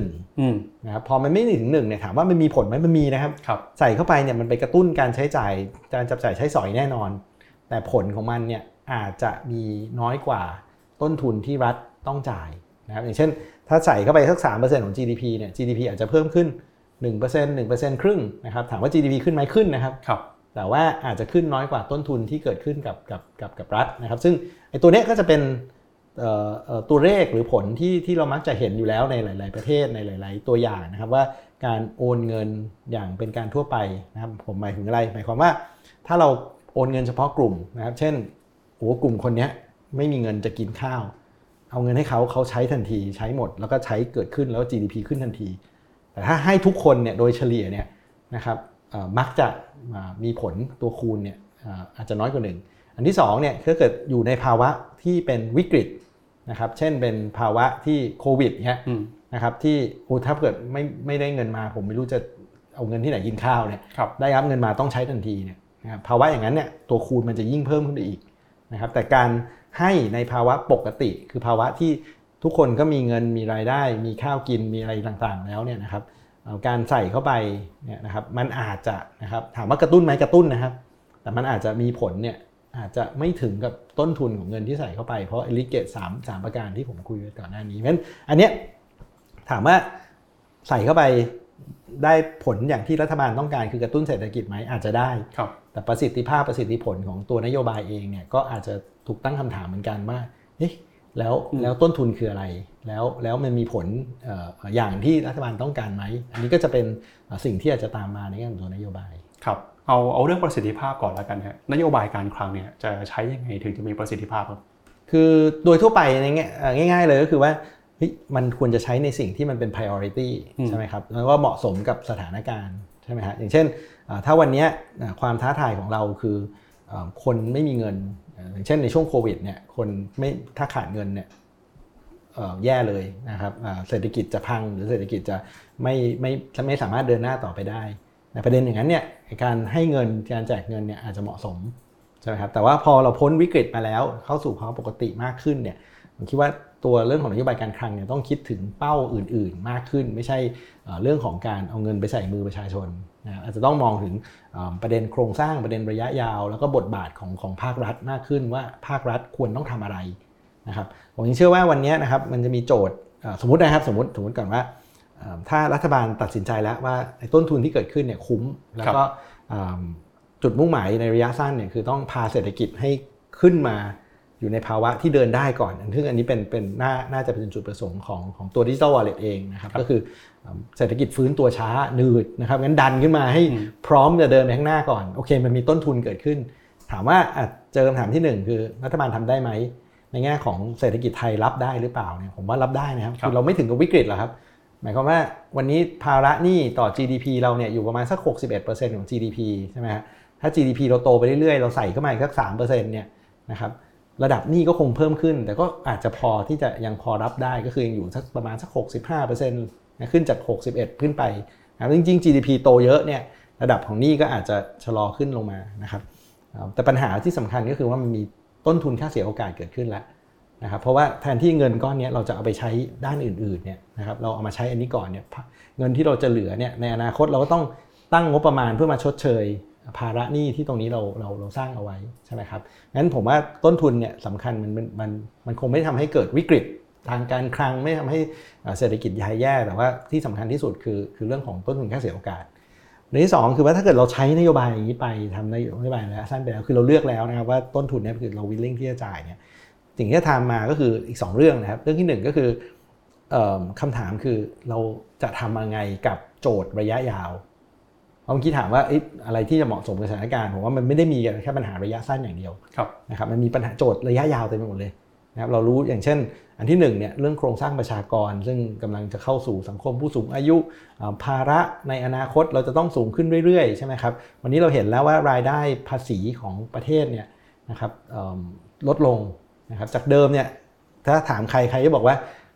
1นะครับพอมันไม่ถึง1เนี่ยถามว่ามันมีผลไหมมันมีนะครับใส่เข้าไปเนี่ยมันไปกระตุ้นการใช้จ่ายการจับจ่ายใช้สอยแน่นอนแต่ผลของมันเนี่ยอาจจะมีน้อยกว่าต้นทุนที่รัฐต้องจ่ายนะครับอย่างเช่นถ้าใส่เข้าไปสัก 3% ของ GDP เนี่ย GDP อาจจะเพิ่มขึ้น 1% ครึ่งนะครับถามว่า GDP ขึ้นไหมขึ้นนะครับแต่ว่าอาจจะขึ้นน้อยกว่าต้นทุนที่เกิดขึ้นกับรัฐนะครับซึ่งไอ้ตัวนี้ก็จะเป็นตัวเลขหรือผลที่เรามักจะเห็นอยู่แล้วในหลายๆประเทศในหลายๆตัวอย่างนะครับว่าการโอนเงินอย่างเป็นการทั่วไปนะครับผมหมายถึงอะไรหมายความว่าถ้าเราโอนเงินเฉพาะกลุ่มนะครับเช่นกลุ่มคนนี้ไม่มีเงินจะกินข้าวเอาเงินให้เขาใช้ทันทีใช้หมดแล้วก็ใช้เกิดขึ้นแล้ว GDP ขึ้นทันทีแต่ถ้าให้ทุกคนเนี่ยโดยเฉลี่ยเนี่ยนะครับมักจะมีผลตัวคูณเนี่ยอาจจะน้อยกว่า1อันที่2เนี่ยถ้าเกิดอยู่ในภาวะที่เป็นวิกฤตนะครับเช่นเป็นภาวะที่โควิดเนี่ยนะครับที่ถ้าเกิดไม่ได้เงินมาผมไม่รู้จะเอาเงินที่ไหนกินข้าวเนี่ยได้รับเงินมาต้องใช้ทันทีเนี่ยนะครับภาวะอย่างนั้นเนี่ยตัวคูณมันจะยิ่งเพิ่มขึ้นไปอีกนะครับแต่การให้ในภาวะปกติคือภาวะที่ทุกคนก็มีเงินมีรายได้มีข้าวกินมีอะไรต่างๆแล้วเนี่ยนะครับการใส่เข้าไปเนี่ยนะครับมันอาจจะนะครับถามว่ากระตุ้นไหมกระตุ้นนะครับแต่มันอาจจะมีผลเนี่ยอาจจะไม่ถึงกับต้นทุนของเงินที่ใส่เข้าไปเพราะลิเกต3ประการที่ผมคุยไว้ก่อนหน้านี้เพราะฉะนั้นอันเนี้ยถามว่าใส่เข้าไปได้ผลอย่างที่รัฐบาลต้องการคือกระตุ้นเศรษฐกิจไหมอาจจะได้แต่ประสิทธิผลของตัวนโยบายเองเนี่ยก็อาจจะถูกตั้งคำถามเหมือนกันว่าแล้วต้นทุนคืออะไรแล้วมันมีผลอย่างที่รัฐบาลต้องการไหมอันนี้ก็จะเป็นสิ่งที่อาจจะตามมาในแง่ของตัวนโยบายครับเอาเรื่องประสิทธิภาพก่อนแล้วกันฮะนโยบายการคลังเนี่ยจะใช้ยังไงถึงจะมีประสิทธิภาพครับคือโดยทั่วไปในง่ายๆเลยก็คือว่ามันควรจะใช้ในสิ่งที่มันเป็น priority ใช่ไหมครับแล้วก็เหมาะสมกับสถานการณ์ใช่ไหมฮะอย่างเช่นถ้าวันนี้ความท้าทายของเราคือคนไม่มีเงินอย่างเช่นในช่วงโควิดเนี่ยคนถ้าขาดเงินเนี่ยแย่เลยนะครับเศรษฐกิจจะพังหรือเศรษฐกิจจะไม่สามารถเดินหน้าต่อไปได้ในประเด็นอย่างนั้นเนี่ยการให้เงินการแจกเงินเนี่ยอาจจะเหมาะสมใช่ไหมครับแต่ว่าพอเราพ้นวิกฤตมาแล้วเข้าสู่ภาวะปกติมากขึ้นเนี่ยผมคิดว่าตัวเรื่องของนโยบายการคลังเนี่ยต้องคิดถึงเป้าอื่นๆมากขึ้นไม่ใช่เรื่องของการเอาเงินไปใส่มือประชาชนนะอาจจะต้องมองถึงประเด็นโครงสร้างประเด็นระยะยาวแล้วก็บทบาทของภาครัฐมากขึ้นว่าภาครัฐควรต้องทำอะไรนะครับผมยังเชื่อว่าวันนี้นะครับมันจะมีโจทย์สมมติก่อนว่าถ้ารัฐบาลตัดสินใจแล้วว่าต้นทุนที่เกิดขึ้นเนี่ยคุ้มแล้วก็จุดมุ่งหมายในระยะสั้นเนี่ยคือต้องพาเศรษฐกิจให้ขึ้นมาอยู่ในภาวะที่เดินได้ก่อนซึ่งอันนี้เป็นน่าจะเป็นจุดประสงค์ของตัว Digital Wallet เองนะครับก็คือเศรษฐกิจฟื้นตัวช้าหนืดนะครับงั้นดันขึ้นมาให้พร้อมจะเดินไปข้างหน้าก่อนโอเคมันมีต้นทุนเกิดขึ้นถามว่าเจอคำถามที่1คือรัฐบาลทำได้ไหมในแง่ของเศรษฐกิจไทยรับได้หรือเปล่าเนี่ยผมว่ารับได้นะครับคือเราไม่ถึงกับวิกฤตหรอกครับหมายความว่าวันนี้ภาระหนี้ต่อ GDP เราเนี่ยอยู่ประมาณสัก 61% ของ GDP ใช่ไหมฮะถ้า GDP เราโตไปเรื่อยๆเราใส่เข้ามาอีกสัก 3% เนี่ยนะครับระดับหนี้ก็คงเพิ่มขึ้นแต่ก็อาจจะพอที่จะยังพอรับได้ก็คือยังอยู่สักประมาณสัก 65% นะขึ้นจาก 61 ขึ้นไปนะจริงๆ GDP โตเยอะเนี่ยระดับของหนี้ก็อาจจะชะลอขึ้นลงมานะครับแต่ปัญหาที่สำคัญก็คือว่ามันมีต้นทุนค่าเสียโอกาสเกิดขึ้นแล้วนะครับเพราะว่าแทนที่เงินก้อนนี้เราจะเอาไปใช้ด้านอื่นๆเนี่ยนะครับเราเอามาใช้อันนี้ก่อนเนี่ยเงินที่เราจะเหลือเนี่ยในอนาคตเราก็ต้องตั้งงบประมาณเพื่อมาชดเชยภาระหนี้ที่ตรงนี้เราสร้างเอาไว้ใช่ไหมครับงั้นผมว่าต้นทุนเนี่ยสำคัญมันคงไม่ทำให้เกิดวิกฤตทางการคลังไม่ทำให้เศรษฐกิจแย่แต่ว่าที่สำคัญที่สุดคือเรื่องของต้นทุนค่าเสียโอกาสในที่2คือว่าถ้าเกิดเราใช้นโยบายอย่างนี้ไปทำนโยบายระยะสั้นไปแล้วคือเราเลือกแล้วนะครับว่าต้นทุนเนี่ยคือเรา willing ที่จะจ่ายเนี่ยสิ่งที่จะทำมาก็คืออีก2เรื่องนะครับเรื่องที่1ก็คือคำถามคือเราจะทำยังไงกับโจทย์ระยะยาวเมื่อกี้ถามว่าอะไรที่จะเหมาะสมกับสถานการณ์ผมว่ามันไม่ได้มีแค่ปัญหาระยะสั้นอย่างเดียวนะครับมันมีปัญหาโจทย์ระยะยาวเต็มไปหมดเลยนะครับเรารู้อย่างเช่นอันที่1เนี่ยเรื่องโครงสร้างประชากรซึ่งกำลังจะเข้าสู่สังคมผู้สูงอายุภาระในอนาคตเราจะต้องสูงขึ้นเรื่อยๆใช่ไหมครับวันนี้เราเห็นแล้วว่ารายได้ภาษีของประเทศเนี่ยนะครับลดลงนะครับจากเดิมเนี่ยถ้าถามใครจะบอกว่า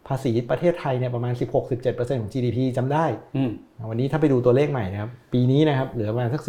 ภาษีประเทศไทยเนี่ยประมาณ 16-17% ของ GDP จำได้วันนี้ถ้าไปดูตัวเลขใหม่นะครับปีนี้นะครับเหลือประมาณสัก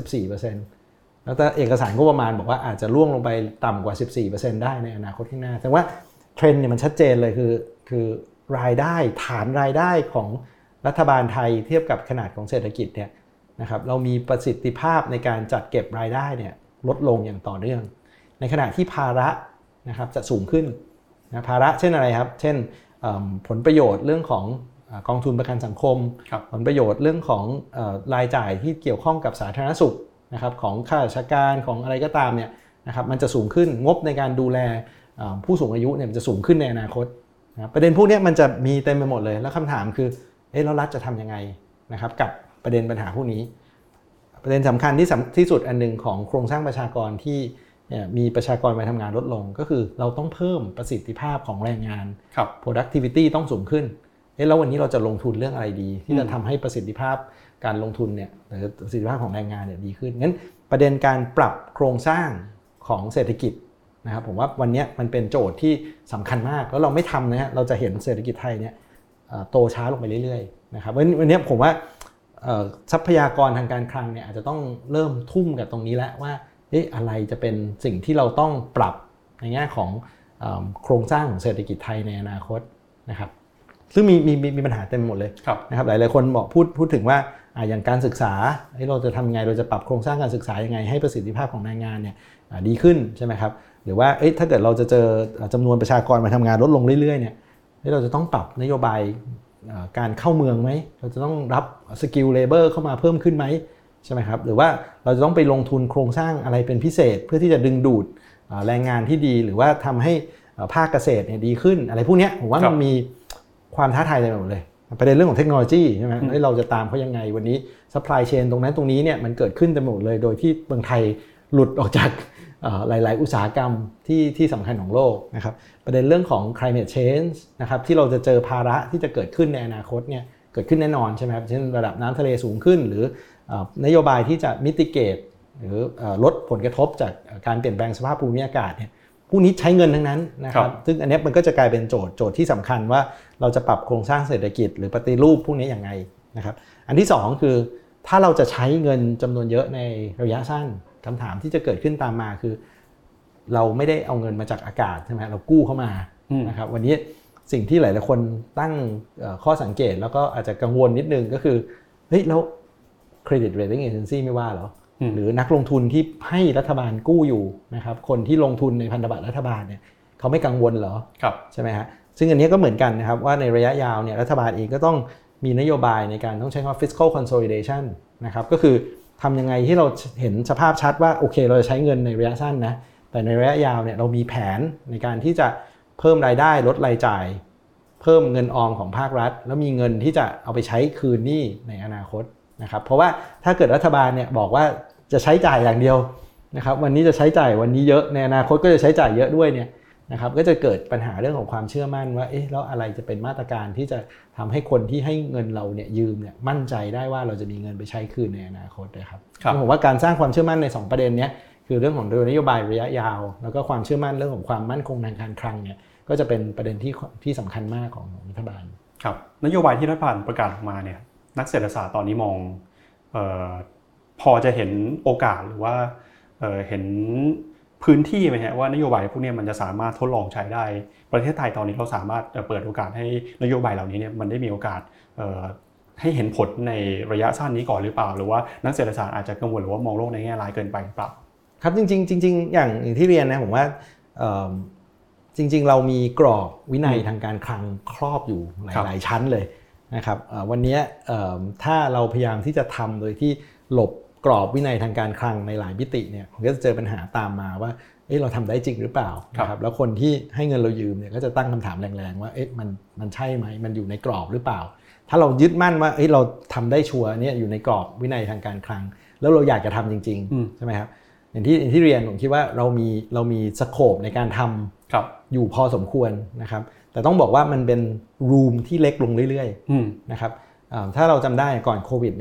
14%แล้วแต่เอกสารงบประมาณบอกว่าอาจจะล่วงลงไปต่ำกว่า 14% ได้ในอนาคตข้างหน้าแต่ว่าเทรนด์เนี่ยมันชัดเจนเลยคือรายได้ฐานรายได้ของรัฐบาลไทยเทียบกับขนาดของเศรษฐกิจเนี่ยนะครับเรามีประสิทธิภาพในการจัดเก็บรายได้เนี่ยลดลงอย่างต่อเนื่องในขณะที่ภาระนะครับจะสูงขึ้นนะภาระเช่นอะไรครับเช่นผลประโยชน์เรื่องของกองทุนประกันสังคมผลประโยชน์เรื่องของรายจ่ายที่เกี่ยวข้องกับสาธารณสุขนะครับของข้าราชการของอะไรก็ตามเนี่ยนะครับมันจะสูงขึ้นงบในการดูแลผู้สูงอายุเนี่ยมันจะสูงขึ้นในอนาคตนะประเด็นพวกนี้มันจะมีเต็มไปหมดเลยแล้วคำถามคือแล้วรัฐจะทำยังไงนะครับกับประเด็นปัญหาพวกนี้ประเด็นสำคัญที่สุดอันนึงของโครงสร้างประชากรที่มีประชากรไปทำงานลดลงก็คือเราต้องเพิ่มประสิทธิภาพของแรงงาน productivity ต้องสูงขึ้นแล้ววันนี้เราจะลงทุนเรื่องอะไรดีที่จะทำให้ประสิทธิภาพการลงทุนเนี่ยหรือประสิทธิภาพของแรงงานเนี่ยดีขึ้นงั้นประเด็นการปรับโครงสร้างของเศรษฐกิจนะครับผมว่าวันนี้มันเป็นโจทย์ที่สำคัญมากแล้วเราไม่ทำนะฮะเราจะเห็นเศรษฐกิจไทยเนี่ยโตช้าลงไปเรื่อยๆนะครับวันนี้ผมว่าทรัพยากรทางการคลังเนี่ยอาจจะต้องเริ่มทุ่มกับตรงนี้แล้วว่าอะไรจะเป็นสิ่งที่เราต้องปรับในแง่ของโครงสร้างของเศรษฐกิจไทยในอนาคตนะครับซึ่งมีปัญหาเต็มหมดเลยนะครับหลายๆคนบอกพูดถึงว่าอย่างการศึกษาเราจะทำไงเราจะปรับโครงสร้างการศึกษายังไงให้ประสิทธิภาพของแรงงานเนี่ยดีขึ้นใช่ไหมครับหรือว่าถ้าเกิดเราจะเจอจำนวนประชากรมาทำงานลดลงเรื่อยๆเนี่ยเราจะต้องปรับนโยบายการเข้าเมืองไหมเราจะต้องรับสกิลเลเบอร์เข้ามาเพิ่มขึ้นไหมใช่ไหมครับหรือว่าเราจะต้องไปลงทุนโครงสร้างอะไรเป็นพิเศษเพื่อที่จะดึงดูดแรงงานที่ดีหรือว่าทำให้ภาคเกษตรเนี่ยดีขึ้นอะไรพวกนี้ผมว่ามันมีความท้าทายเต็มไปหมดเลยประเด็นเรื่องของเทคโนโลยีใช่ไหมเราจะตามเขายังไงวันนี้ซัพพลายเชนตรงนั้นตรงนี้เนี่ยมันเกิดขึ้นเต็มไปหมดเลยโดยที่เมืองไทยหลุดออกจากหลายๆอุตสาหกรรมที่สำคัญของโลกนะครับประเด็นเรื่องของ climate change นะครับที่เราจะเจอภาระที่จะเกิดขึ้นในอนาคตเนี่ยเกิดขึ้นแน่นอนใช่ไหมครับเช่นระดับน้ำทะเลสูงขึ้นหรือนโยบายที่จะ mitigate หรือลดผลกระทบจากการเปลี่ยนแปลงสภาพภูมิอากาศเนี่ยพวกนี้ใช้เงินทั้งนั้นนะครับซึ่งอันนี้มันก็จะกลายเป็นโจทย์ที่สำคัญว่าเราจะปรับโครงสร้างเศรษฐกิจหรือปฏิรูปพวกนี้อย่างไรนะครับอันที่2คือถ้าเราจะใช้เงินจำนวนเยอะในระยะสั้นคำถามที่จะเกิดขึ้นตามมาคือเราไม่ได้เอาเงินมาจากอากาศใช่ไหมเรากู้เข้ามานะครับวันนี้สิ่งที่หลายๆคนตั้งข้อสังเกตแล้วก็อาจจะกังวลนิดนึงก็คือแล้ว credit rating agency ไม่ว่าหรอหรือนักลงทุนที่ให้รัฐบาลกู้อยู่นะครับคนที่ลงทุนในพันธบัตรรัฐบาลเนี่ยเขาไม่กังวลเหรอใช่ไหมฮะซึ่งอันนี้ก็เหมือนกันนะครับว่าในระยะยาวเนี่ยรัฐบาลเองก็ต้องมีนโยบายในการต้องใช้คำว่า fiscal consolidation นะครับก็คือทำยังไงที่เราเห็นสภาพชัดว่าโอเคเราจะใช้เงินในระยะสั้นนะแต่ในระยะยาวเนี่ยเรามีแผนในการที่จะเพิ่มรายได้ลดรายจ่ายเพิ่มเงินออมของภาครัฐแล้วมีเงินที่จะเอาไปใช้คืนหนี้ในอนาคตนะครับเพราะว่าถ้าเกิดรัฐบาลเนี่ยบอกว่าจะใช้จ่ายอย่างเดียวนะครับวันนี้จะใช้จ่ายวันนี้เยอะในอนาคตก็จะใช้จ่ายเยอะด้วยเนี่ยนะครับก็จะเกิดปัญหาเรื่องของความเชื่อมั่นว่าแล้วอะไรจะเป็นมาตรการที่จะทำให้คนที่ให้เงินเราเนี่ยยืมเนี่ยมั่นใจได้ว่าเราจะมีเงินไปใช้คืนในอนาคตนะครับผมว่าการสร้างความเชื่อมั่นใน2ประเด็นนี้คือเรื่องของนโยบายระยะยาวแล้วก็ความเชื่อมั่นเรื่องของความมั่นคงทางการคลังเนี่ยก็จะเป็นประเด็นที่สำคัญมากของรัฐบาลครับนโยบายที่รัฐบาลประกาศออกมาเนี่ยนักเศรษฐศาสตร์ตอนนี้มองพอจะเห็นโอกาสหรือว่าเห็นพื้นที่ไหมฮะว่านโยบายพวกนี้มันจะสามารถทดลองใช้ได้ประเทศไทยตอนนี้เราสามารถเปิดโอกาสให้นโยบายเหล่านี้เนี่ยมันได้มีโอกาสให้เห็นผลในระยะสั้นนี้ก่อนหรือเปล่าหรือว่านักเศรษฐศาสตร์อาจจะกังวลหรือว่ามองโลกในแง่ร้ายเกินไปหรือเปล่าครับจริงอย่างที่เรียนนะผมว่าจริงเรามีกรอบวินัยทางการคลังครอบอยู่หลายชั้นเลยนะครับวันนี้ถ้าเราพยายามที่จะทำโดยที่หลบกรอบวินัยทางการคลังในหลายมิติเนี่ยมันก็จะเจอปัญหาตามมาว่าเราทำได้จริงหรือเปล่านะครับแล้วคนที่ให้เงินเรายืมเนี่ยก็จะตั้งคำถามแรงๆว่ามันใช่ไหมมันอยู่ในกรอบหรือเปล่าถ้าเรายึดมั่นว่าเราทำได้ชัวร์เนี่ยอยู่ในกรอบวินัยทางการคลังแล้วเราอยากจะทำจริงๆใช่ไหมครับอย่างที่เรียนผมคิดว่าเรามีสโคปในการทำอยู่พอสมควรนะครับแต่ต้องบอกว่ามันเป็นรูมที่เล็กลงเรื่อยๆนะครับถ้าเราจำได้ก่อนโควิดเนี่ย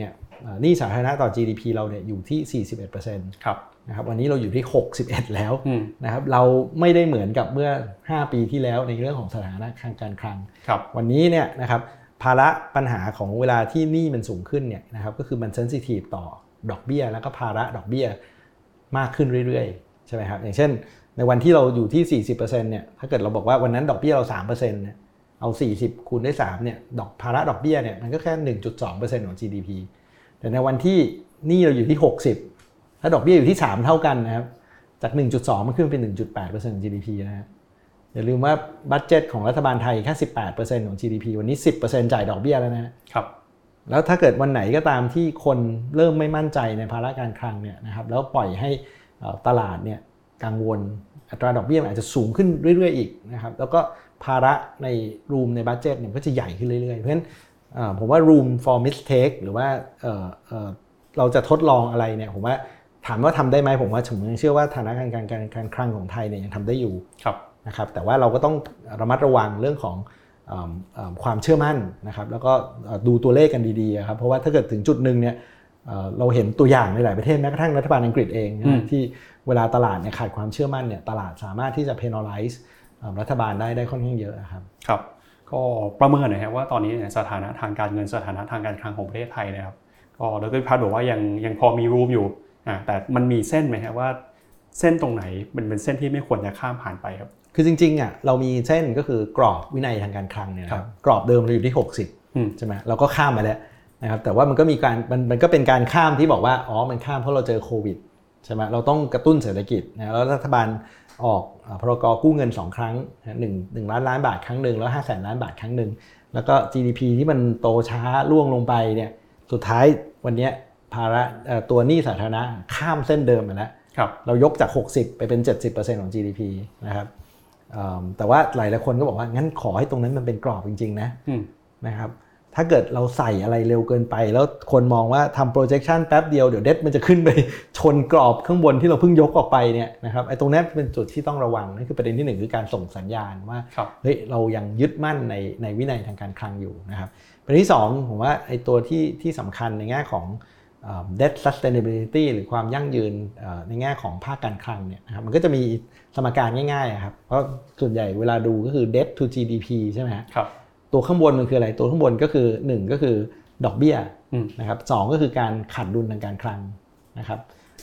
หนี้สาธารณะต่อ GDP เราเนี่ยอยู่ที่ 41% ครับนะครับวันนี้เราอยู่ที่ 61 แล้วนะครับเราไม่ได้เหมือนกับเมื่อ5ปีที่แล้วในเรื่องของสถานะทางการคลังวันนี้เนี่ยนะครับภาระปัญหาของเวลาที่หนี้มันสูงขึ้นเนี่ยนะครับก็คือมันเซนซิทีฟต่อดอกเบี้ยแล้วก็ภาระดอกเบี้ยมากขึ้นเรื่อยๆใช่ไหมครับอย่างเช่นในวันที่เราอยู่ที่ 40% เนี่ยถ้าเกิดเราบอกว่าวันนั้นดอกเบี้ยเรา 3% เนี่ยเอา40คูณด้วย3เนี่ยภาระดอกเบี้ยเนี่ยมันก็แค่ 1.2% ของ GDP แต่ในวันที่หนี้เราอยู่ที่60ถ้าดอกเบี้ยอยู่ที่3เท่ากันนะครับจาก 1.2 มันขึ้นเป็น 1.8% ของ GDP นะฮะอย่าลืมว่าบัดเจ็ตของรัฐบาลไทยแค่ 18% ของ GDP วันนี้ 10% จ่ายดอกเบี้ยแล้วนะครับแล้วถ้าเกิดวันไหนก็ตามที่คนเริ่มไม่มั่นใจในภาระการคลังเนี่ยนะครับแล้วปล่อยให้ตลาดเนี่ยกังวลอัตราดอกเบี้ยอาจจะสูงขึ้นเรื่อยๆอีกนะครับแล้วก็ภาระในรูมในบัดเจ็ตเนี่ยก็จะใหญ่ขึ้นเรื่อยๆเพราะฉะนั้นผมว่า room for mistake หรือว่าเราจะทดลองอะไรเนี่ยผมว่าถามว่าทำได้ไหมผมว่าผมยังเชื่อว่าฐานะการคลังของไทยเนี่ยยังทำได้อยู่นะครับแต่ว่าเราก็ต้องระมัดระวังเรื่องของความเชื่อมั่นนะครับแล้วก็ดูตัวเลขกันดีๆครับเพราะว่าถ้าเกิดถึงจุดหนึ่งเนี่ยเราเห็นตัวอย่างในหลายประเทศแม้กระทั่งรัฐบาลอังกฤษเองที่เวลาตลาดเนี่ยขาดความเชื่อมั่นเนี่ยตลาดสามารถที่จะ penalize รัฐบาลได้ค่อนข้างเยอะครับครับก็ประเมินหน่อยครับว่าตอนนี้สถานะทางการเงินสถานะทางการคลังของประเทศไทยนะครับก็ดร.พิพัฒน์บอกว่ายังพอมีรูมอยู่แต่มันมีเส้นไหมครับว่าเส้นตรงไหนเป็นเส้นที่ไม่ควรจะข้ามผ่านไปครับคือจริงๆอ่ะเรามีเส้นก็คือกรอบวินัยทางการคลังเนี่ยครับกรอบเดิมเราอยู่ที่60ใช่ไหมเราก็ข้ามมาแล้วนะครับแต่ว่ามันก็มีการมันก็เป็นการข้ามที่บอกว่าอ๋อมันข้ามเพราะเราเจอโควิดใช่ไหมเราต้องกระตุ้นเศรษฐกิจนะแล้วรัฐบาลออกพรก.กู้เงิน2ครั้ง1ล้านล้านบาทครั้งนึงแล้ว500,000 ล้านบาทครั้งนึงแล้วก็ GDP ที่มันโตช้าร่วงลงไปเนี่ยสุดท้ายวันนี้ภาระตัวหนี้สาธารณะข้ามเส้นเดิมมาแล้วเรายกจาก60ไปเป็น 70% ของ GDP นะครับแต่ว่าหลายคนก็บอกว่างั้นขอให้ตรงนั้นมันเป็นกรอบจริงๆนะครับถ้าเกิดเราใส่อะไรเร็วเกินไปแล้วคนมองว่าทำ projection แป๊บเดียวเดี๋ยวเดทมันจะขึ้นไปชนกรอบข้างบนที่เราเพิ่งยกออกไปเนี่ยนะครับไอ้ตรงนี้เป็นจุดที่ต้องระวังนั่นคือประเด็นที่1คือการส่งสัญญาณว่าเฮ้ยเรายังยึดมั่นในวินัยทางการคลังอยู่นะครับประเด็นที่2ผมว่าไอ้ตัวที่สำคัญในแง่ของdebt sustainability หรือความยั่งยืนในแง่ของภาคการคลังเนี่ยนะครับมันก็จะมีสมการง่ายๆครับเพราะส่วนใหญ่เวลาดูก็คือ debt to GDP ใช่ไหมครับตัวข้างบนมันคืออะไรตัวข้างบนก็คือ1ก็คือดอกเบี้ยนะครับ2ก็คือการขาดดุลทางการคลังนะครับ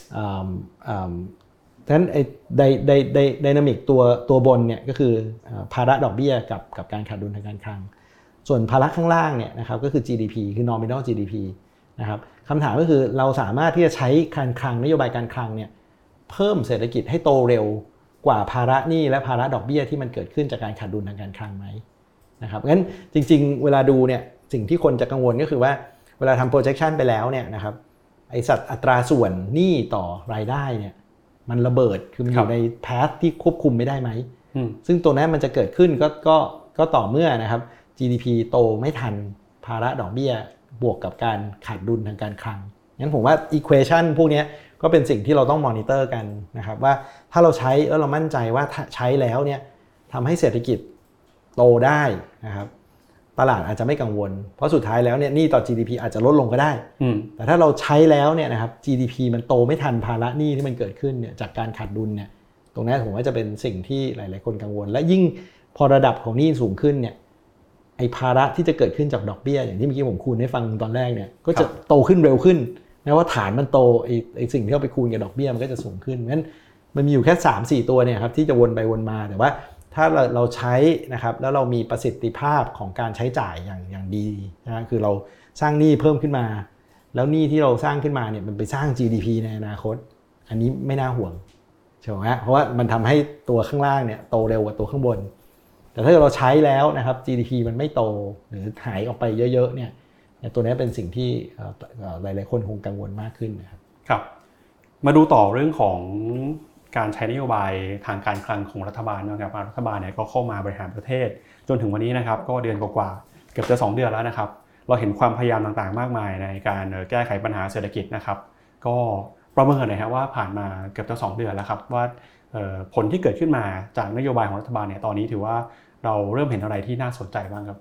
ฉะนั้นไดนามิกตัวบนเนี่ยก็คือภาระดอกเบี้ยกับการขาดดุลทางการคลังส่วนภาระข้างล่างเนี่ยนะครับก็คือ GDP คือ nominal GDP นะครับคำถามก็คือเราสามารถที่จะใช้การคลังนโยบายการคลังเนี่ยเพิ่มเศรษฐกิจให้โตเร็วกว่าภาระหนี้และภาระดอกเบี้ยที่มันเกิดขึ้นจากการขาดดุลทางการคลังไหมนะครับงั้นจริงๆเวลาดูเนี่ยสิ่งที่คนจะกังวลก็คือว่าเวลาทำ projection ไปแล้วเนี่ยนะครับไอสัดอัตราส่วนหนี้ต่อรายได้เนี่ยมันระเบิดคือมันอยู่ใน path ที่ควบคุมไม่ได้ไหมซึ่งตัวนั้นมันจะเกิดขึ้นก็ต่อเมื่อนะครับ GDP โตไม่ทันภาระดอกเบี้ยบวกกับการขาดดุลทางการคลังงั้นผมว่า equation พวกนี้ก็เป็นสิ่งที่เราต้องมอนิเตอร์กันนะครับว่าถ้าเราใช้แล้วเรามั่นใจว่าใช้แล้วเนี่ยทำให้เศรษฐกิจโตได้นะครับตลาดอาจจะไม่กังวลเพราะสุดท้ายแล้วเนี่ยหนี้ต่อ GDP อาจจะลดลงก็ได้แต่ถ้าเราใช้แล้วเนี่ยนะครับ GDP มันโตไม่ทันภาระหนี้ที่มันเกิดขึ้นเนี่ยจากการขาดดุลเนี่ยตรงนี้ผมว่าจะเป็นสิ่งที่หลายๆคนกังวลและยิ่งพอระดับของหนี้สูงขึ้นเนี่ยไอ้ภาระที่จะเกิดขึ้นจากดอกเบี้ยอย่างที่เมื่อกี้ผมคูณให้ฟังตอนแรกเนี่ยก็จะโตขึ้นเร็วขึ้นนะว่าฐานมันโตไอ้สิ่งที่เราไปคูณกับดอกเบี้ยมันก็จะสูงขึ้นงั้นมันมีอยู่แค่ 3-4 ตัวเนี่ยครับที่จะวนไปวนมาแต่ว่าถ้าเราใช้นะครับแล้วเรามีประสิทธิภาพของการใช้จ่ายอย่างดีนะคือเราสร้างหนี้เพิ่มขึ้นมาแล้วหนี้ที่เราสร้างขึ้นมาเนี่ยมันไปสร้าง GDP ในอนาคตอันนี้ไม่น่าห่วงใช่ไหมเพราะว่ามันทำให้ตัวข้างล่างเนี่ยโตเร็วกว่าตัวข้างบนแต่ถ้าเราใช้แล้วนะครับ GDP มันไม่โตหรือหายออกไปเยอะๆเนี่ยตัวนี้เป็นสิ่งที่หลายๆคนคงกังวลมากขึ้นนะครับครับมาดูต่อเรื่องของการใช้นโยบายทางการคลังของรัฐบาลนะครับรัฐบาลเนี่ยก็เข้ามาบริหารประเทศจนถึงวันนี้นะครับก็เดือนกว่าๆเกือบจะ2 เดือนแล้วนะครับเราเห็นความพยายามต่างๆมากมายในการแก้ไขปัญหาเศรษฐกิจนะครับก็ประเมินหน่อยครับว่าผ่านมาเกือบจะ2 เดือนแล้วครับว่าผลที่เกิดขึ้นมาจากนโยบายของรัฐบาลเนี่ยตอนนี้ถือว่าเราเริ่มเห็นอะไรที่น่าสนใจบ้างครับ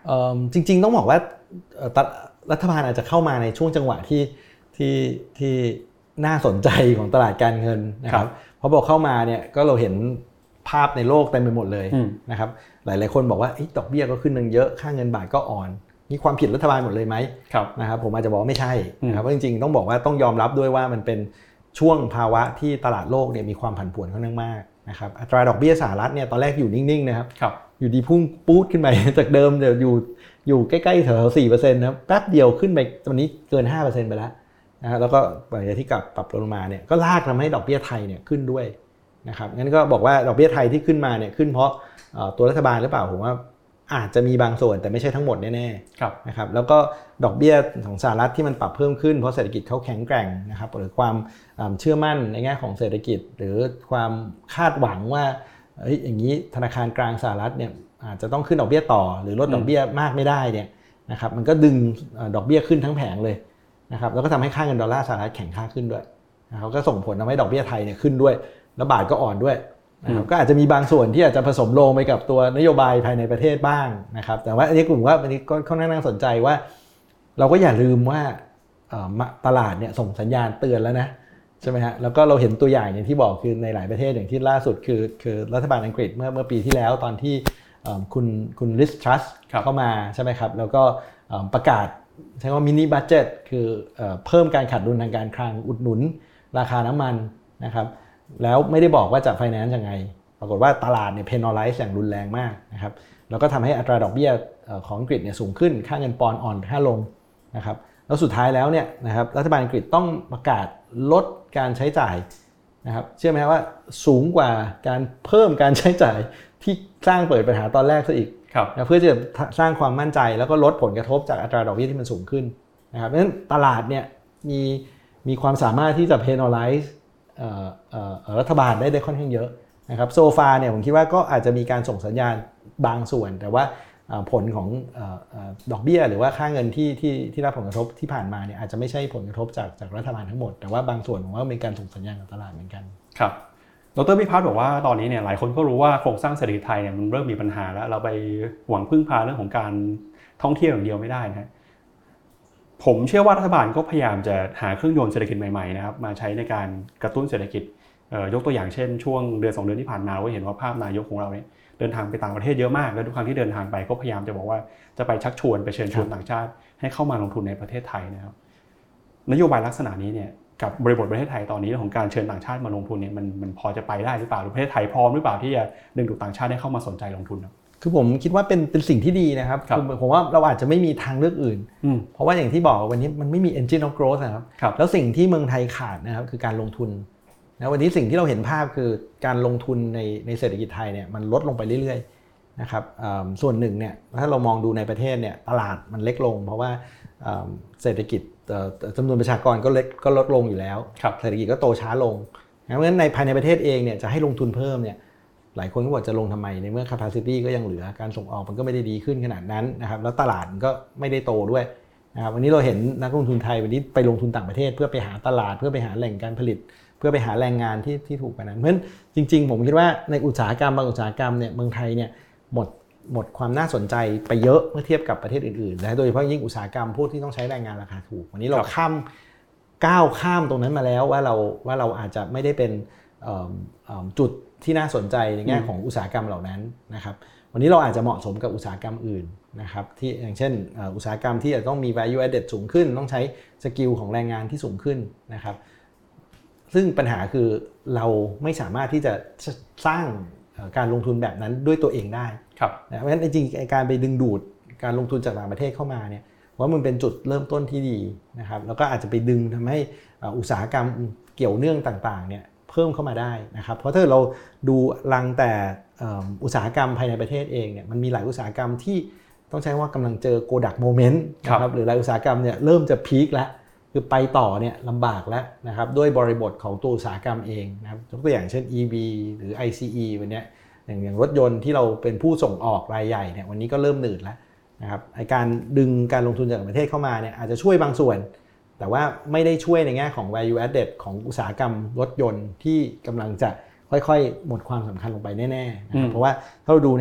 จริงๆต้องบอกว่ารัฐบาลอาจจะเข้ามาในช่วงจังหวะที่น่าสนใจของตลาดการเงินนะครับเพราะบอกเข้ามาเนี่ยก็เราเห็นภาพในโลกเต็มไปหมดเลยนะครับหลายๆคนบอกว่าดอกเบี้ยก็ขึ้นเยอะค่าเงินบาทก็อ่อนมีความผิดรัฐบาลหมดเลยไหมนะครับผมอาจจะบอกว่าไม่ใช่นะครับเพราะจริงๆต้องบอกว่าต้องยอมรับด้วยว่ามันเป็นช่วงภาวะที่ตลาดโลกเนี่ยมีความผันผวนค่อนข้างมากนะครับอัตราดอกเบี้ยสหรัฐเนี่ยตอนแรกอยู่นิ่งๆนะครับอยู่ดีพุ่งปู๊ดขึ้นไปจากเดิมเดี๋ยวอยู่ใกล้ๆแถว 4% นะแป๊บเดียวขึ้นไปตอนนี้เกิน 5% ไปแล้วนะแล้วก็หลังจากที่ปรับลงมาเนี่ยก็ลากทำให้ดอกเบี้ยไทยเนี่ยขึ้นด้วยนะครับงั้นก็บอกว่าดอกเบี้ยไทยที่ขึ้นมาเนี่ยขึ้นเพราะตัวรัฐบาลหรือเปล่าผมว่าอาจจะมีบางส่วนแต่ไม่ใช่ทั้งหมดแน่ๆนะครับแล้วก็ดอกเบี้ยของสหรัฐที่มันปรับเพิ่มขึ้นเพราะเศรษฐกิจเขาแข็งแกร่งนะครับหรือความเชื่อมั่นในแง่ของเศรษฐกิจหรือความคาดหวังว่าอย่างนี้ธนาคารกลางสหรัฐเนี่ยอาจจะต้องขึ้นดอกเบี้ยต่อหรือลดดอกเบี้ยมากไม่ได้เนี่ยนะครับมันก็ดึงดอกเบี้ยขึ้นทั้งแผงเลยนะครับแล้วก็ทำให้ค่าเงินดอลลาร์สหรัฐแข็งค่าขึ้นด้วยนะครับก็ส่งผลทำให้ดอกเบี้ยไทยเนี่ยขึ้นด้วยแล้วบาทก็อ่อนด้วยนะครับก็อาจจะมีบางส่วนที่อาจจะผสมลงไปกับตัวนโยบายภายในประเทศบ้างนะครับแต่ว่าอันนี้ผมว่าอันนี้ก็ค่อนข้างน่าสนใจว่าเราก็อย่าลืมว่าตลาดเนี่ยส่งสัญญาณเตือนแล้วนะใช่ไหมฮะแล้วก็เราเห็นตัวอย่างอย่างที่บอกคือในหลายประเทศอย่างที่ล่าสุดคือรัฐบาลอังกฤษเมื่อปีที่แล้วตอนที่คุณลิสทรัสเข้ามาใช่ไหมครับแล้วก็ประกาศใช้ว่ามินิบัดเจ็ตคือเพิ่มการขาดดุลทางการคลังอุดหนุนราคาน้ำมันนะครับแล้วไม่ได้บอกว่าจะไฟแนนซ์ยังไงปรากฏว่าตลาดเนี่ยเพนอลไลซ์อย่างรุนแรงมากนะครับแล้วก็ทำให้อัตราดอกเบี้ยของอังกฤษเนี่ยสูงขึ้นค่าเงินปอนด์อ่อนค่าลงนะครับแล้วสุดท้ายแล้วเนี่ยนะครับรัฐบาลอังกฤษต้องประกาศลดการใช้จ่ายนะครับเชื่อไหมว่าสูงกว่าการเพิ่มการใช้จ่ายที่สร้างเปิดปัญหาตอนแรกซะอีกนะเพื่อจะสร้างความมั่นใจแล้วก็ลดผลกระทบจากอัตราดอกเบี้ยที่มันสูงขึ้นนะครับเพราะฉะนั้นตลาดเนี่ยมีความสามารถที่จะ penalize รัฐบาลได้ค่อนข้างเยอะนะครับโซฟาเนี่ยผมคิดว่าก็อาจจะมีการส่งสัญญาณบางส่วนแต่ว่าผลของดอกเบี้ยหรือว่าค่าเงินที่รับผลกระทบที่ผ่านมาเนี่ยอาจจะไม่ใช่ผลกระทบจากรัฐบาลทั้งหมดแต่ว่าบางส่วนผมว่ามีการส่งสัญญาณกับตลาดเหมือนกันครับดร.พิพัฒน์บอกว่าตอนนี้เนี่ยหลายคนก็รู้ว่าโครงสร้างเศรษฐกิจไทยเนี่ยมันเริ่มมีปัญหาแล้วเราไปหวังพึ่งพาเรื่องของการท่องเที่ยวอย่างเดียวไม่ได้นะผมเชื่อว่ารัฐบาลก็พยายามจะหาเครื่องยนต์เศรษฐกิจใหม่ๆนะครับมาใช้ในการกระตุ้นเศรษฐกิจยกตัวอย่างเช่นช่วงเดือน2 เดือนที่ผ่านมาเราเห็นว่าภาพนายกของเราเนี่ยเดินทางไปต่างประเทศเยอะมากแล้วทุกครั้งที่เดินทางไปก็พยายามจะบอกว่าจะไปชักชวนไปเชิญชวนต่างชาติให้เข้ามาลงทุนในประเทศไทยนะครับนโยบายลักษณะนี้เนี่ยกับบริบทประเทศไทยตอนนี้ของการเชิญต่างชาติมาลงทุนเนี่ยมันพอจะไปได้หรือเปล่าหรือประเทศไทยพร้อมหรือเปล่าที่จะดึงดูดต่างชาติให้เข้ามาสนใจลงทุนคือผมคิดว่าเป็นสิ่งที่ดีนะครับคือผมว่าเราอาจจะไม่มีทางเลือกอื่นเพราะว่าอย่างที่บอกวันนี้มันไม่มี engine of growth นะครับแล้วสิ่งที่เมืองไทยขาดนะครับคือการลงทุนนะวันนี้สิ่งที่เราเห็นภาพคือการลงทุนในเศรษฐกิจไทยเนี่ยมันลดลงไปเรื่อยๆนะครับส่วนหนึ่งเนี่ยถ้าเรามองดูในประเทศเนี่ยตลาดมันเล็กลงเพราะว่าเศรษฐกิจจำนวนประชากรก็ลดลงอยู่แล้วเศรษฐกิจก็โตช้าลงเพราะฉะนั้นภายในประเทศเองเนี่ยจะให้ลงทุนเพิ่มเนี่ยหลายคนก็บอกจะลงทำไมในเมื่อ capacity ก็ยังเหลือการส่งออกมันก็ไม่ได้ดีขึ้นขนาดนั้นนะครับแล้วตลาดก็ไม่ได้โตด้วยนะครับวันนี้เราเห็นนักลงทุนไทยวันนี้ไปลงทุนต่างประเทศเพื่อไปหาตลาดเพื่อไปหาแหล่งการผลิตเพื่อไปหาแรงงานที่ถูกกว่านั้นเพราะฉะนั้นจริงๆผมคิดว่าในอุตสาหกรรมบางอุตสาหกรรมเนี่ยเมืองไทยเนี่ยหมดความน่าสนใจไปเยอะเมื่อเทียบกับประเทศอื่นๆและโดยเฉพาะยิ่งอุตสาหกรรมพวกที่ต้องใช้แรงงานราคาถูกวันนี้เราก้าวข้ามตรงนั้นมาแล้วว่าเราอาจจะไม่ได้เป็นจุดที่น่าสนใจในแง่ของอุตสาหกรรมเหล่านั้นนะครับวันนี้เราอาจจะเหมาะสมกับอุตสาหกรรมอื่นนะครับที่อย่างเช่นอุตสาหกรรมที่จะต้องมี value added สูงขึ้นต้องใช้สกิลของแรงงานที่สูงขึ้นนะครับซึ่งปัญหาคือเราไม่สามารถที่จะสร้างการลงทุนแบบนั้นด้วยตัวเองได้เพราะฉะนั้นจริงๆการไปดึงดูดการลงทุนจากต่างประเทศเข้ามาเนี่ยว่ามันเป็นจุดเริ่มต้นที่ดีนะครับแล้วก็อาจจะไปดึงทำให้อุตสาหกรรมเกี่ยวเนื่องต่างๆเนี่ยเพิ่มเข้ามาได้นะครับเพราะถ้าเราดูรังแต่อุตสาหกรรมภายในประเทศเองเนี่ยมันมีหลายอุตสาหกรรมที่ต้องใช้ว่ากำลังเจอโกดักโมเมนต์นะครับหรือหลายอุตสาหกรรมเนี่ยเริ่มจะพีคแล้วคือไปต่อเนี่ยลำบากแล้วนะครับด้วยบริบทของตัวอุตสาหกรรมเองนะครับยกตัวอย่างเช่น EV หรือ ICE วันนี้อย่างรถยนต์ที่เราเป็นผู้ส่งออกรายใหญ่เนี่ยวันนี้ก็เริ่มหนืดแล้วนะครับการดึงการลงทุนจากต่างประเทศเข้ามาเนี่ยอาจจะช่วยบางส่วนแต่ว่าไม่ได้ช่วยในแง่ของ value added ของอุตสาหกรรมรถยนต์ที่กำลังจะค่อยๆหมดความสำคัญลงไปแน่ๆนะครับเพราะว่าถ้าเราดูเนี่ย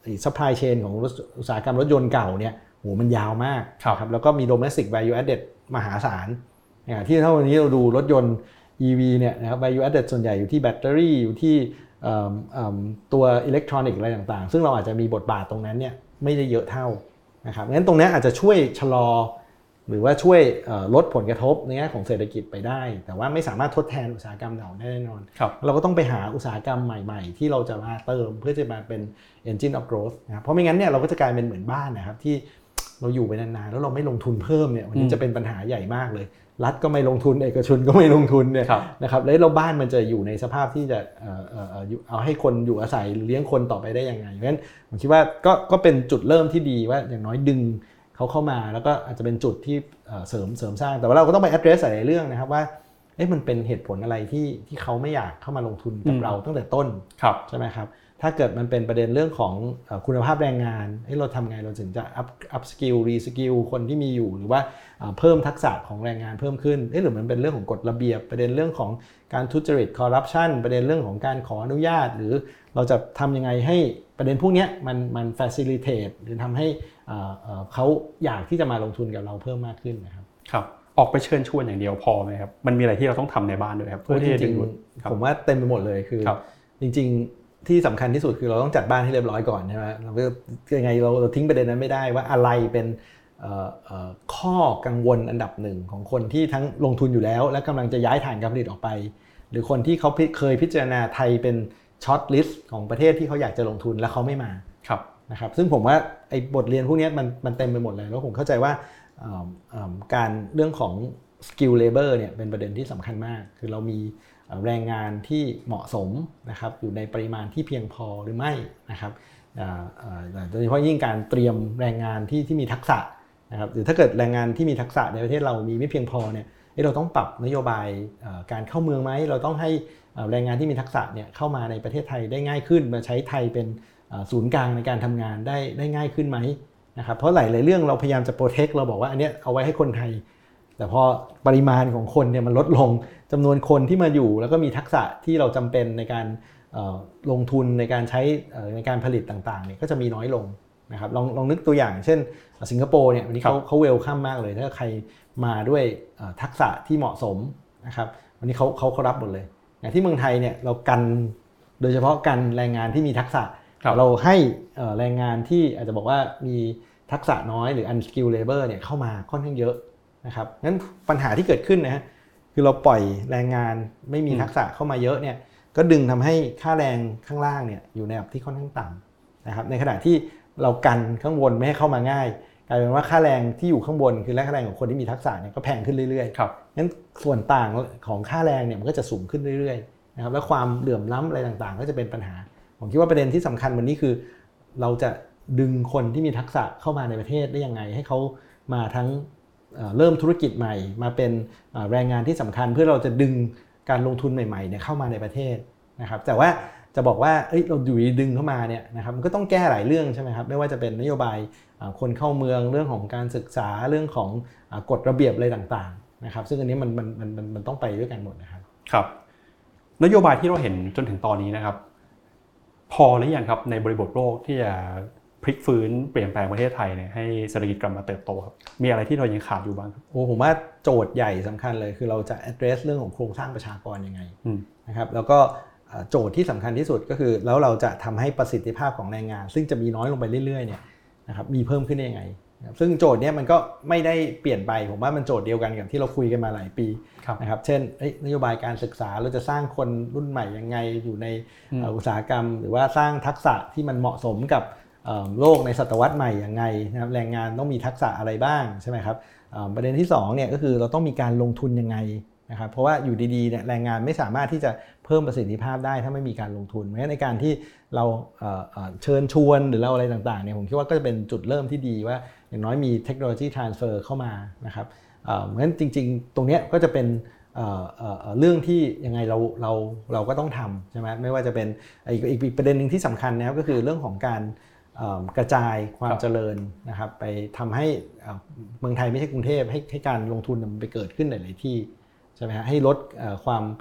supply chain ของอุตสาหกรรมรถยนต์เก่าเนี่ยโหมันยาวมากครับแล้วก็มี domestic value added มหาศาลที่ถ้าวันนี้เราดูรถยนต์ EV เนี่ยนะครับ value added ส่วนใหญ่อยู่ที่แบตเตอรี่อยู่ที่ตัวอิเล็กทรอนิกส์อะไรต่างๆซึ่งเราอาจจะมีบทบาทตรงนั้นเนี่ยไม่ได้เยอะเท่านะครับงั้นตรงนี้อาจจะช่วยชะลอหรือว่าช่วยลดผลกระทบในแง่ของเศรษฐกิจไปได้แต่ว่าไม่สามารถทดแทนอุตสาหกรรมเก่าได้แน่นอนเราก็ต้องไปหาอุตสาหกรรมใหม่ๆที่เราจะมาเติมเพื่อจะมาเป็น engine of growth นะครับเพราะไม่งั้นเนี่ยเราก็จะกลายเป็นเหมือนบ้านนะครับที่เราอยู่ไปนานๆแล้วเราไม่ลงทุนเพิ่มเนี่ยวันนี้จะเป็นปัญหาใหญ่มากเลยรัฐก็ไม่ลงทุนเอกชนก็ไม่ลงทุนเนี่ยนะครับแล้วเราบ้านมันจะอยู่ในสภาพที่จะเอาให้คนอยู่อาศัยเลี้ยงคนต่อไปได้ยังไงเพราะฉะนั้นผมคิดว่าก็เป็นจุดเริ่มที่ดีว่าอย่างน้อยดึงเขาเข้ามาแล้วก็อาจจะเป็นจุดที่เสริมสร้างแต่ว่าเราก็ต้องไป address หลายเรื่องนะครับว่ามันเป็นเหตุผลอะไรที่เขาไม่อยากเข้ามาลงทุนกับเราตั้งแต่ต้นใช่ไหมครับถ้าเกิดมันเป็นประเด็นเรื่องของคุณภาพแรงงานเราทำไงเราถึงจะ up skill re skill คนที่มีอยู่หรือว่าเพิ่มทักษะของแรงงานเพิ่มขึ้นหรือมันเป็นเรื่องของกฎระเบียบประเด็นเรื่องของการทุจริต corruption ประเด็นเรื่องของการขออนุญาตหรือเราจะทำยังไงให้ประเด็นพวกนี้มัน facilitate หรือทำให้เขาอยากที่จะมาลงทุนกับเราเพิ่มมากขึ้นนะครับครับออกไปเชิญชวนอย่างเดียวพอไหมครับมันมีอะไรที่เราต้องทำในบ้านด้วยครับจริงๆผมว่าเต็มไปหมดเลยคือจริงๆที่สำคัญที่สุดคือเราต้องจัดบ้านให้เรียบร้อยก่อนใช่ไหมเราก็ยังไงเราทิ้งประเด็นนั้นไม่ได้ว่าอะไรเป็นข้อกังวลอันดับหนึ่งของคนที่ทั้งลงทุนอยู่แล้วและกำลังจะย้ายฐานการผลิตออกไปหรือคนที่เขาเคยพิจารณาไทยเป็นช็อตลิสต์ของประเทศที่เขาอยากจะลงทุนแล้วเขาไม่มานะครับซึ่งผมว่าไอ้บทเรียนพวกนี้มันเต็มไปหมดเลยแล้วผมเข้าใจว่าการเรื่องของ skill labor เนี่ยเป็นประเด็นที่สำคัญมากคือเรามีแรงงานที่เหมาะสมนะครับอยู่ในปริมาณที่เพียงพอหรือไม่นะครับโดยเฉพาะยิ่งการเตรียมแรงงานที่มีทักษะนะครับหรือถ้าเกิดแรงงานที่มีทักษะในประเทศเรามีไม่เพียงพอเนี่ยเราต้องปรับนโยบายการเข้าเมืองไหมเราต้องให้แรงงานที่มีทักษะเนี่ยเข้ามาในประเทศไทยได้ง่ายขึ้นมาใช้ไทยเป็นศูนย์กลางในการทำงานได้ง่ายขึ้นไหมนะครับเพราะหลายเรื่องเราพยายามจะโปรเทคเราบอกว่าอันนี้เอาไว้ให้คนไทยแต่พอปริมาณของคนเนี่ยมันลดลงจำนวนคนที่มาอยู่แล้วก็มีทักษะที่เราจำเป็นในการลงทุนในการใช้ในการผลิตต่างๆเนี่ยก็จะมีน้อยลงนะครับลองนึกตัวอย่างเช่นสิงคโปร์เนี่ยวันนี้เขาเวลคัมมากเลยถ้าใครมาด้วยทักษะที่เหมาะสมนะครับวันนี้เขารับหมดเลยอย่างที่เมืองไทยเนี่ยเรากันโดยเฉพาะกันแรงงานที่มีทักษะเราให้แรงงานที่อาจจะบอกว่ามีทักษะน้อยหรือ unskilled labor เนี่ยเข้ามาค่อนข้างเยอะนะครับงั้นปัญหาที่เกิดขึ้นนะฮะคือเราปล่อยแรงงานไม่มีทักษะเข้ามาเยอะเนี่ยก็ดึงทำให้ค่าแรงข้างล่างเนี่ยอยู่ในระดับที่ค่อนข้างต่ำนะครับในขณะที่เรากันข้างบนไม่ให้เข้ามาง่ายกลายเป็นว่าค่าแรงที่อยู่ข้างบนคือค่าแรงของคนที่มีทักษะเนี่ยก็แพงขึ้นเรื่อยๆงั้นส่วนต่างของค่าแรงเนี่ยมันก็จะสูงขึ้นเรื่อยๆนะครับแล้วความเหลื่อมล้ำอะไรต่างๆก็จะเป็นปัญหาผมคิดว่าประเด็นที่สำคัญวันนี้คือเราจะดึงคนที่มีทักษะเข้ามาในประเทศได้ยังไงให้เขามาทั้งเริ่มธุรกิจใหม่มาเป็นแรงงานที่สำคัญเพื่อเราจะดึงการลงทุนใหม่ๆเนี่ยเข้ามาในประเทศนะครับแต่ว่าจะบอกว่าเราอยู่ดึงเข้ามาเนี่ยนะครับมันก็ต้องแก้หลายเรื่องใช่ไหมครับไม่ว่าจะเป็นนโยบายคนเข้าเมืองเรื่องของการศึกษาเรื่องของกฎระเบียบอะไรต่างๆนะครับซึ่งอันนี้มันต้องไปด้วยกันหมดนะครับครับนโยบายที่เราเห็นจนถึงตอนนี้นะครับพอหรือยังครับในบริบทโลกที่จะพลิกฟื้นเปลี่ยนแปลงประเทศไทยเนี่ยให้เศรษฐกิจกลับมาเติบโตครับมีอะไรที่เรายังขาดอยู่บ้างครับผมว่าโจทย์ใหญ่สำคัญเลยคือเราจะ address เรื่องของโครงสร้างประชากรยังไงนะครับแล้วก็โจทย์ที่สำคัญที่สุดก็คือแล้วเราจะทำให้ประสิทธิภาพของแรงงานซึ่งจะมีน้อยลงไปเรื่อยๆเนี่ยนะครับมีเพิ่มขึ้นได้ยังไงซึ่งโจทย์นี้มันก็ไม่ได้เปลี่ยนไปผมว่ามันโจทย์เดียวกันกับที่เราคุยกันมาหลายปีนะครับเช่นนโยบายการศึกษาเราจะสร้างคนรุ่นใหม่ยังไงอยู่ในอุตสาหกรรมหรือว่าสร้างทักษะที่มันเหมาะสมกับโลกในศตวรรษใหม่ยังไงนะครับแรงงานต้องมีทักษะอะไรบ้างใช่ไหมครับประเด็นที่2เนี่ยก็คือเราต้องมีการลงทุนยังไงนะครับเพราะว่าอยู่ดีๆเนี่ยแรงงานไม่สามารถที่จะเพิ่มประสิทธิภาพได้ถ้าไม่มีการลงทุนเพราะฉะนั้นในการที่เราเชิญชวนหรือเราอะไรต่างๆเนี่ยผมคิดว่าก็จะเป็นจุดเริ่มที่ดีว่าอย่างน้อยมีเทคโนโลยีทรานสเฟอร์เข้ามานะครับเพราะฉะนั้นจริงๆตรงนี้ก็จะเป็นเรื่องที่ยังไงเราก็ต้องทำใช่ไหมไม่ว่าจะเป็นอีกประเด็นหนึ่งที่สำคัญนะครับก็คือเรื่องของการกระจายความเจริญนะครับไปทำให้เมืองไทยไม่ใช่กรุงเทพให้การลงทุนมันไปเกิดขึ้นหลายๆที่ใช่ไหมฮะให้ลดความ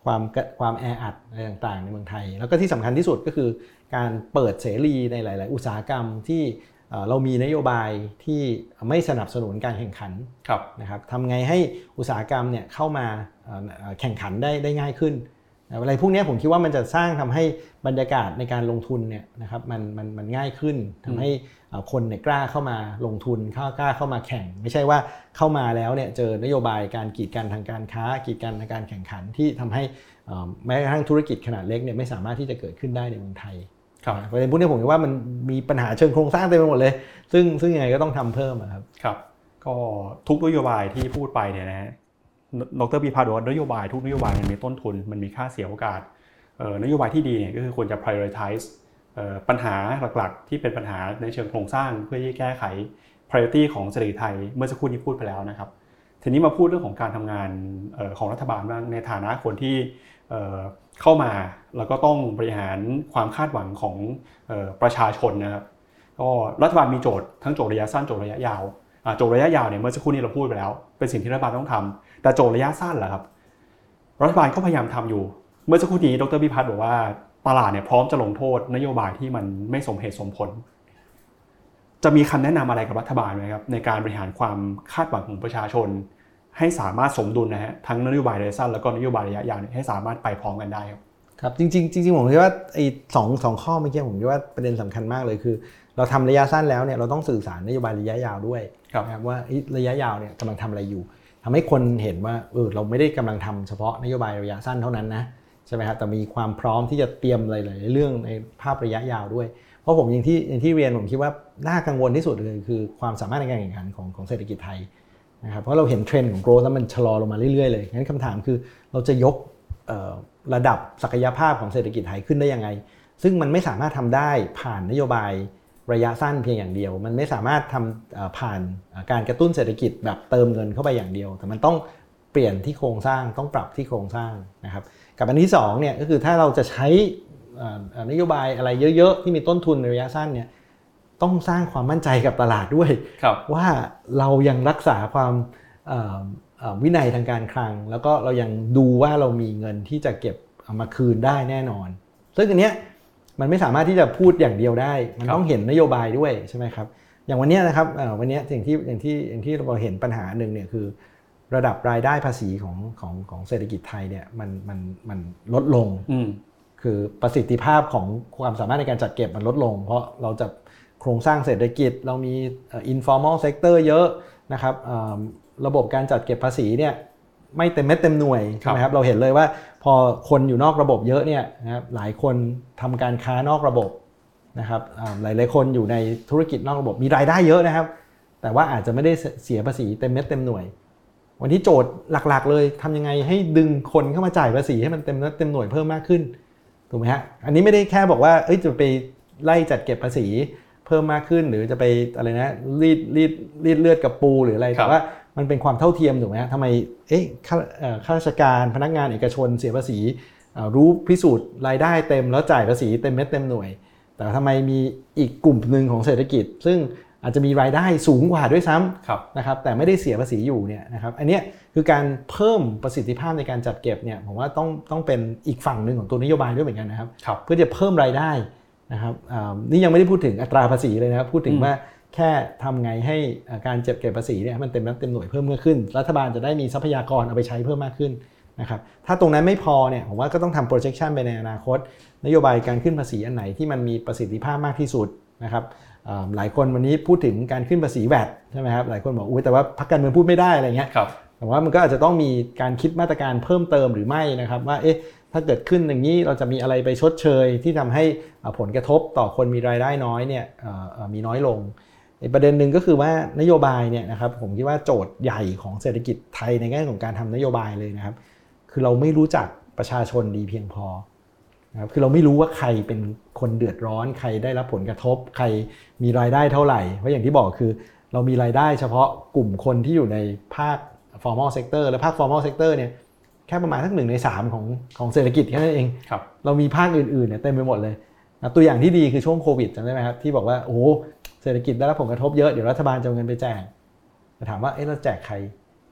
ความแออัดอะไรต่างๆในเมืองไทยแล้วก็ที่สำคัญที่สุดก็คือการเปิดเสรีในหลายๆอุตสาหกรรมที่เรามีนโยบายที่ไม่สนับสนุนการแข่งขันนะครับทำไงให้อุตสาหกรรมเนี่ยเข้ามาแข่งขันได้ง่ายขึ้นอะไรพวกนี้ผมคิดว่ามันจะสร้างทำให้บรรยากาศในการลงทุนเนี่ยนะครับมันง่ายขึ้นทำให้คนเนี่ยกล้าเข้ามาลงทุนกล้าเข้ามาแข่งไม่ใช่ว่าเข้ามาแล้วเนี่ยเจอนโยบายการกีดกันทางการค้ากีดกันทางการแข่งขันที่ทำให้แม้กระทั่งธุรกิจขนาดเล็กเนี่ยไม่สามารถที่จะเกิดขึ้นได้ในเมืองไทยประเด็นพวกนี้ผมคิดว่ามันมีปัญหาเชิงโครงสร้างเต็มไปหมดเลยซึ่งยังไงก็ต้องทำเพิ่มครับครับก็ทุกนโยบายที่พูดไปเนี่ยนะดร.พิพัฒน์บอกว่านโยบายทุกนโยบายมันมีต้นทุนมันมีค่าเสียโอกาสนโยบายที่ดีเนี่ยก็คือควรจะ prioritize ปัญหาหลักๆที่เป็นปัญหาในเชิงโครงสร้างเพื่อที่แก้ไข priority ของเศรษฐกิจไทยเมื่อสักครู่นี้พูดไปแล้วนะครับทีนี้มาพูดเรื่องของการทำงานของรัฐบาลบ้างในฐานะคนที่เข้ามาแล้วก็ต้องบริหารความคาดหวังของประชาชนนะครับก็รัฐบาลมีโจทย์ทั้งโจทย์ระยะสั้นโจทย์ระยะยาวโจทย์ระยะยาวเนี่ยเมื่อสักครู่นี้เราพูดไปแล้วเป็นสิ่งที่รัฐบาลต้องทำแต่โจทย์ระยะสั้นล่ะครับรัฐบาลก็พยายามทำอยู่เมื่อสักครู่นี้ดร.พิพัฒน์บอกว่าตลาดเนี่ยพร้อมจะลงโทษนโยบายที่มันไม่สมเหตุสมผลจะมีคำแนะนำอะไรกับรัฐบาลไหมครับในการบริหารความคาดหวังของประชาชนให้สามารถสมดุลนะฮะทั้งนโยบายระยะสั้นแล้วก็นโยบายระยะยาวให้สามารถไปพร้อมกันได้ครับจริงผมคิดว่าไอ้สองข้อเมื่อกี้ผมคิดว่าประเด็นสำคัญมากเลยคือเราทำระยะสั้นแล้วเนี่ยเราต้องสื่อสารนโยบายระยะยาวด้วยนะครับว่าระยะยาวเนี่ยกำลังทำอะไรอยู่ทำให้คนเห็นว่าเราไม่ได้กำลังทำเฉพาะนโยบายระยะสั้นเท่านั้นนะใช่ไหมครับแต่มีความพร้อมที่จะเตรียมหลายๆเรื่องในภาพระยะยาวด้วยเพราะผมอย่างที่เรียนผมคิดว่าน่ากังวลที่สุดเลยคือความสามารถในการแข่งขันของเศรษฐกิจไทยนะครับเพราะเราเห็นเทรนด์ของ growth แล้วมันชะลอลงมาเรื่อยๆเลยงั้นคำถามคือเราจะยกระดับศักยภาพของเศรษฐกิจไทยขึ้นได้ยังไงซึ่งมันไม่สามารถทำได้ผ่านนโยบายระยะสั้นเพียงอย่างเดียวมันไม่สามารถทำผ่านการกระตุ้นเศรษฐกิจแบบเติมเงินเข้าไปอย่างเดียวแต่มันต้องเปลี่ยนที่โครงสร้างต้องปรับที่โครงสร้างนะครับกับอันที่2เนี่ยก็คือถ้าเราจะใช้นโยบายอะไรเยอะๆที่มีต้นทุนในระยะสั้นเนี่ยต้องสร้างความมั่นใจกับตลาดด้วยว่าเรายังรักษาความวินัยทางการคลังแล้วก็เรายังดูว่าเรามีเงินที่จะเก็บเอามาคืนได้แน่นอนซึ่งอันเนี้ยมันไม่สามารถที่จะพูดอย่างเดียวได้มันต้องเห็นนโยบายด้วยใช่ไหมครับอย่างวันนี้นะครับวันนี้สิ่งที่เราเห็นปัญหาหนึ่งเนี่ยคือระดับรายได้ภาษีของเศรษฐกิจไทยเนี่ยมันลดลงคือประสิทธิภาพของความสามารถในการจัดเก็บมันลดลงเพราะเราจะโครงสร้างเศรษฐกิจเรามี informal sector เยอะนะครับระบบการจัดเก็บภาษีเนี่ยไม่เต็มเม็ดเต็มหน่วยใช่ไหมครับเราเห็นเลยว่าพอคนอยู่นอกระบบเยอะเนี่ยนะครับหลายคนทำการค้านอกระบบนะครับหลายคนอยู่ในธุรกิจนอกระบบมีรายได้เยอะนะครับแต่ว่าอาจจะไม่ได้เสียภาษีเต็มเม็ดเต็มหน่วยวันที่โจทย์หลักๆเลยทำยังไงให้ดึงคนเข้ามาจ่ายภาษีให้มันเต็มเม็ดเต็มหน่วยเพิ่มมากขึ้นถูกไหมฮะอันนี้ไม่ได้แค่บอกว่าจะไปไล่จัดเก็บภาษีเพิ่มมากขึ้นหรือจะไปอะไรนะรีดเลือดกับปูหรืออะไรแต่ว่ามันเป็นความเท่าเทียมถูกไหมฮะทำไมข้าราชการพนักงานเอกชนเสียภาษีรู้พิสูจน์รายได้เต็มแล้วจ่ายภาษีเต็มเม็ดเต็มหน่วยแต่ทำไมมีอีกกลุ่มหนึ่งของเศรษฐกิจซึ่งอาจจะมีรายได้สูงกว่าด้วยซ้ำนะครับแต่ไม่ได้เสียภาษีอยู่เนี่ยนะครับอันนี้คือการเพิ่มประสิทธิภาพในการจัดเก็บเนี่ยผมว่าต้องเป็นอีกฝั่งหนึ่งของตัวนโยบายด้วยเหมือนกันนะครับเพื่อจะเพิ่มรายได้นะครับนี่ยังไม่ได้พูดถึงอัตราภาษีเลยนะครับพูดถึงว่าแค่ทำไงให้การเก็บภาษีเนี่ยมันเต็มหน่วยเพิ่มมากขึ้นรัฐบาลจะได้มีทรัพยากรเอาไปใช้เพิ่มมากขึ้นนะครับถ้าตรงนั้นไม่พอเนี่ยผมว่าก็ต้องทำ projection ไปในอนาคตนโยบายการขึ้นภาษีอันไหนที่มันมีประสิทธิภาพมากที่สุดนะครับหลายคนวันนี้พูดถึงการขึ้นภาษีแวตใช่ไหมครับหลายคนบอกแต่ว่าพรรคการเมืองพูดไม่ได้อะไรเงี้ยแต่ว่ามันก็อาจจะต้องมีการคิดมาตรการเพิ่มเติมหรือไม่นะครับว่าถ้าเกิดขึ้นอย่างนี้เราจะมีอะไรไปชดเชยที่ทำให้ผลกระทบต่อคนมีรายได้น้อยเนี่ยมีน้อยลงอีกประเด็นหนึ่งก็คือว่านโยบายเนี่ยนะครับผมคิดว่าโจทย์ใหญ่ของเศรษฐกิจไทยในแง่ของการทำนโยบายเลยนะครับคือเราไม่รู้จักประชาชนดีเพียงพอนะครับคือเราไม่รู้ว่าใครเป็นคนเดือดร้อนใครได้รับผลกระทบใครมีรายได้เท่าไหร่เพราะอย่างที่บอกคือเรามีรายได้เฉพาะกลุ่มคนที่อยู่ในภาค formal sector และภาค formal sector เนี่ยแค่ประมาณสัก1 ใน 3ของเศรษฐกิจแค่นั้นเองเรามีภาคอื่นๆเนี่ยเต็มไปหมดเลยตัวอย่างที่ดีคือช่วงโควิดจำได้ไหมครับที่บอกว่าเศรษฐกิจได้รับผลกระทบเยอะเดี๋ยวรัฐบาลจะเอาเงินไปแจกแต่ถามว่าเราแจกใคร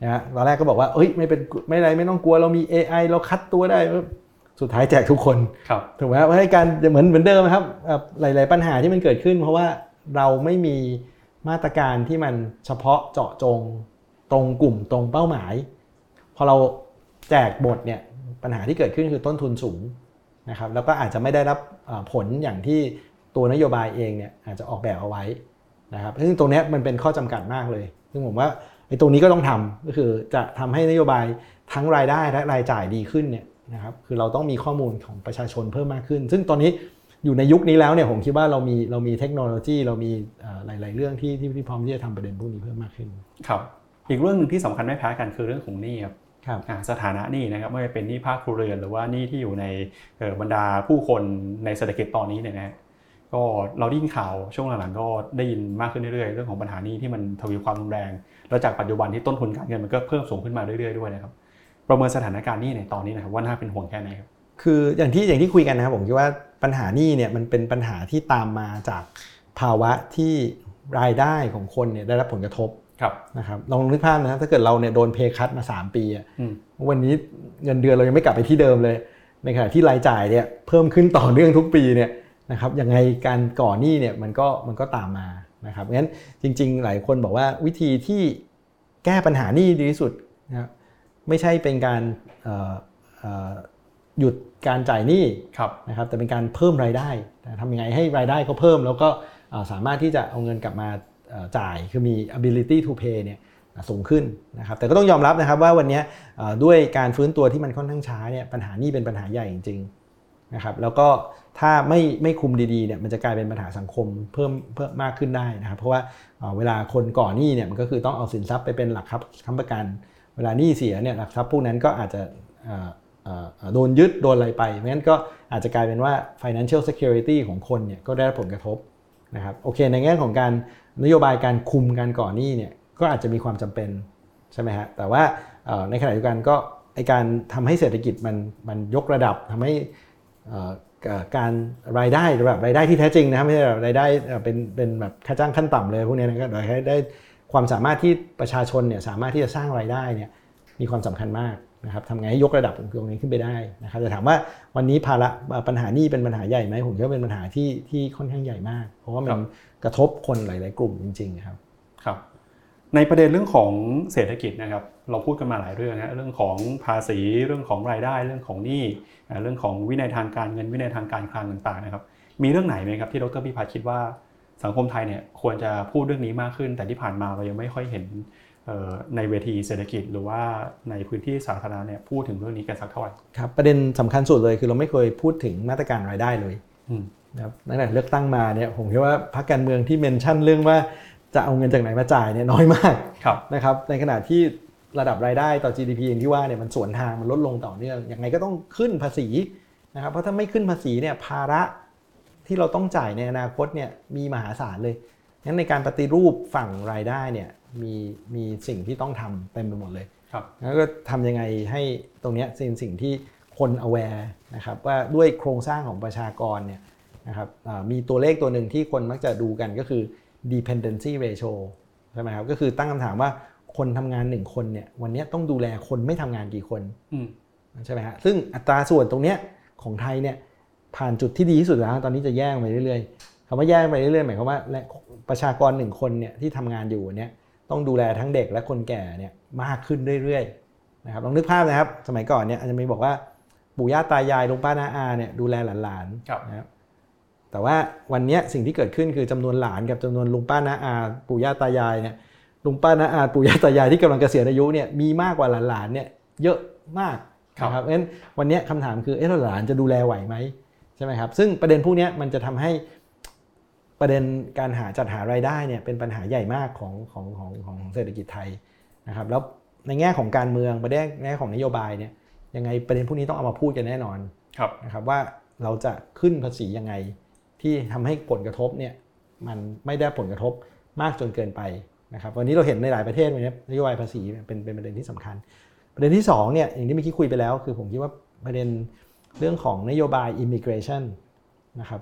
นะฮะตอนแรกก็บอกว่าเอ้ยไม่ต้องกลัวเรามี AI เราคัดตัวได้สุดท้ายแจกทุกคนถูกไหมครับให้การเหมือนเดิมครับหลายๆปัญหาที่มันเกิดขึ้นเพราะว่าเราไม่มีมาตรการที่มันเฉพาะเจาะจงตรงกลุ่มตรงเป้าหมายพอเราแจกหมดเนี่ยปัญหาที่เกิดขึ้นคือต้นทุนสูงนะครับแล้วก็อาจจะไม่ได้รับผลอย่างที่ตัวนโยบายเองเนี่ยอาจจะออกแบบเอาไว้นะครับซึ่งตรงนี้มันเป็นข้อจำกัดมากเลยซึ่งผมว่าไอ้ตรงนี้ก็ต้องทำก็คือจะทำให้นโยบายทั้งรายได้และรายจ่ายดีขึ้นเนี่ยนะครับคือเราต้องมีข้อมูลของประชาชนเพิ่มมากขึ้นซึ่งตอนนี้อยู่ในยุคนี้แล้วเนี่ยผมคิดว่าเรามีเทคโนโลยีเรามีหลายๆเรื่องที่พร้อมที่จะทำประเด็นพวกนี้เพิ่มมากขึ้นครับอีกเรื่องนึงที่สำคัญไม่แพ้กันคือเรื่องของหนี้ครับครับสถานะหนี้นะครับไม่ว่าจะเป็นหนี้ภาคครัวเรือนหรือว่าหนี้ที่อยู่ในบรรดาผู้คนในเศรษฐกิจตอนนี้เนี่ยนะก็เราได้ยินข่าวช่วงหลังๆก็ได้ยินมากขึ้นเรื่อยๆเรื่องของปัญหาหนี้ที่มันทวีความรุนแรงแล้วจากปัจจุบันที่ต้นทุนการเงินมันก็เพิ่มสูงขึ้นมาเรื่อยๆด้วยนะครับประเมินสถานการณ์หนี้ในตอนนี้นะครับว่าน่าเป็นห่วงแค่ไหนครับคืออย่างที่คุยกันนะครับผมคิดว่าปัญหาหนี้เนี่ยมันเป็นปัญหาที่ตามมาจากภาวะที่รายได้ของคนเนี่ยได้รับผลกระทบนะครับลองนึกภาพนะถ้าเกิดเราเนี่ยโดนเพย์คัทมา3ปีวันนี้เงินเดือนเรายังไม่กลับไปที่เดิมเลยในขณะที่รายจ่ายเนี่ยเพิ่มขึ้นต่อเนื่องทุกปีเนี่ยนะครับยังไงการก่อหนี้เนี่ยมันก็ตามมานะครับงั้นจริงๆหลายคนบอกว่าวิธีที่แก้ปัญหาหนี้ดีที่สุดนะครับไม่ใช่เป็นการหยุดการจ่ายหนี้นะครับแต่เป็นการเพิ่มรายได้ทำยังไงให้รายได้เขาเพิ่มแล้วก็สามารถที่จะเอาเงินกลับมาจ่ายคือมี ability to pay เนี่ยสูงขึ้นนะครับแต่ก็ต้องยอมรับนะครับว่าวันนี้ด้วยการฟื้นตัวที่มันค่อนข้างช้าเนี่ยปัญหาหนี้เป็นปัญหาใหญ่จริงๆนะครับแล้วก็ถ้าไม่คุมดีๆเนี่ยมันจะกลายเป็นปัญหาสังคมเพิ่มมากขึ้นได้นะครับเพราะว่าเวลาคนก่อหนี้เนี่ยมันก็คือต้องเอาสินทรัพย์ไปเป็นหลักทรัพย์ค้ำประกันเวลาหนี้เสียเนี่ยหลักทรัพย์พวกนั้นก็อาจจะโดนยึดโดนอะไรไปเพราะฉะนั้นก็อาจจะกลายเป็นว่า financial security ของคนเนี่ยก็ได้รับผลกระทบนะครับโอเคในแง่ของการนโยบายการคุมการก่อหนี้เนี่ยก็อาจจะมีความจำเป็นใช่ไหมฮะแต่ว่าในขณะเดียวกันก็การทำให้เศรษฐกิจมันยกระดับทำให้การรายได้ระดับรายได้ที่แท้จริงนะครับไม่ใช่รายได้เป็นแบบค่าจ้างขั้นต่ำเลยพวกนี้นะครับโดยให้ได้ความสามารถที่ประชาชนเนี่ยสามารถที่จะสร้างรายได้เนี่ยมีความสำคัญมากนะครับทำไงให้ยกระดับตรงนี้ขึ้นไปได้นะครับแต่ถามว่าวันนี้ปัญหานี้เป็นปัญหาใหญ่ไหมผมคิดว่าเป็นปัญหาที่ค่อนข้างใหญ่มากเพราะว่ามันกระทบคนหลายๆกลุ่มจริงๆครับในประเด็นเรื่องของเศรษฐกิจนะครับเราพูดกันมาหลายเรื่องนะเรื่องของภาษีเรื่องของรายได้เรื่องของหนี้เรื่องของวินัยทางการเงินวินัยทางการคลังต่างๆนะครับมีเรื่องไหนไหมครับที่ดร.พิพัฒน์คิดว่าสังคมไทยเนี่ยควรจะพูดเรื่องนี้มากขึ้นแต่ที่ผ่านมาเรายังไม่ค่อยเห็นในเวทีเศรษฐกิจหรือว่าในพื้นที่สาธารณะเนี่ยพูดถึงเรื่องนี้กันสักเท่าไหร่ครับประเด็นสำคัญสุดเลยคือเราไม่เคยพูดถึงมาตรการรายได้เลยนะครับตั้งแต่เลือกตั้งมาเนี่ยผมคิดว่าพรรคการเมืองที่เมนชั่นเรื่องว่าจะเอาเงินจากไหนมาจ่ายเนี่ยน้อยมากนะครับในขณะที่ระดับรายได้ต่อ GDP อย่างที่ว่าเนี่ยมันสวนทางมันลดลงต่อเนื่องยังไงก็ต้องขึ้นภาษีนะครับเพราะถ้าไม่ขึ้นภาษีเนี่ยภาระที่เราต้องจ่ายในอนาคตเนี่ยมีมหาศาลเลยงั้นในการปฏิรูปฝั่งรายได้เนี่ยมีสิ่งที่ต้องทำเต็มไปหมดเลยแล้วก็ทำยังไงให้ตรงนี้เป็นสิ่งที่คน aware นะครับว่าด้วยโครงสร้างของประชากรเนี่ยนะครับมีตัวเลขตัวหนึ่งที่คนมักจะดูกันก็คือ dependency ratio ใช่ไหมครับก็คือตั้งคำถามว่าคนทำงาน1คนเนี่ยวันนี้ต้องดูแลคนไม่ทำงานกี่คนใช่ไหมฮะซึ่งอัตราส่วนตรงนี้ของไทยเนี่ยผ่านจุดที่ดีที่สุดแล้วตอนนี้จะแย่งไปเรื่อยๆคำว่าแย่งไปเรื่อยๆหมายความว่าประชากร1คนเนี่ยที่ทำงานอยู่เนี่ยต้องดูแลทั้งเด็กและคนแก่เนี่ยมากขึ้นเรื่อยๆนะครับลองนึกภาพนะครับสมัยก่อนเนี่ยอาจจะมีบอกว่าปู่ย่าตายายลุงป้าน้าอาเนี่ยดูแลหลานๆนะครับแต่ว่าวันนี้สิ่งที่เกิดขึ้นคือจำนวนหลานกับจำนวนลุงป้าน้าอาปู่ย่าตายายเนี่ยลุงป้าน้าอาปู่ย่าตายายที่กำลังเกษียณอายุเนี่ยมีมากกว่าหลานๆเนี่ยเยอะมากนะครับเพราะฉะนั้นวันนี้คำถามคือแล้วหลานจะดูแลไหวไหมใช่ไหมครับซึ่งประเด็นพวกนี้มันจะทำให้ประเด็นการจัดหารายได้เนี่ยเป็นปัญหาใหญ่มากของเศรษฐกิจไทยนะครับแล้วในแง่ของการเมืองประเด็นแง่ของนโยบายเนี่ยยังไงประเด็นพวกนี้ต้องเอามาพูดกันแน่นอนนะครับว่าเราจะขึ้นภาษียังไงที่ทำให้ผลกระทบเนี่ยมันไม่ได้ผลกระทบมากจนเกินไปนะครับวันนี้เราเห็นในหลายประเทศนโยบายภาษีเป็นประเด็นที่สำคัญประเด็นที่2เนี่ยอย่างที่เมื่อกี้คุยไปแล้วคือผมคิดว่าประเด็นเรื่องของนโยบาย immigration นะครับ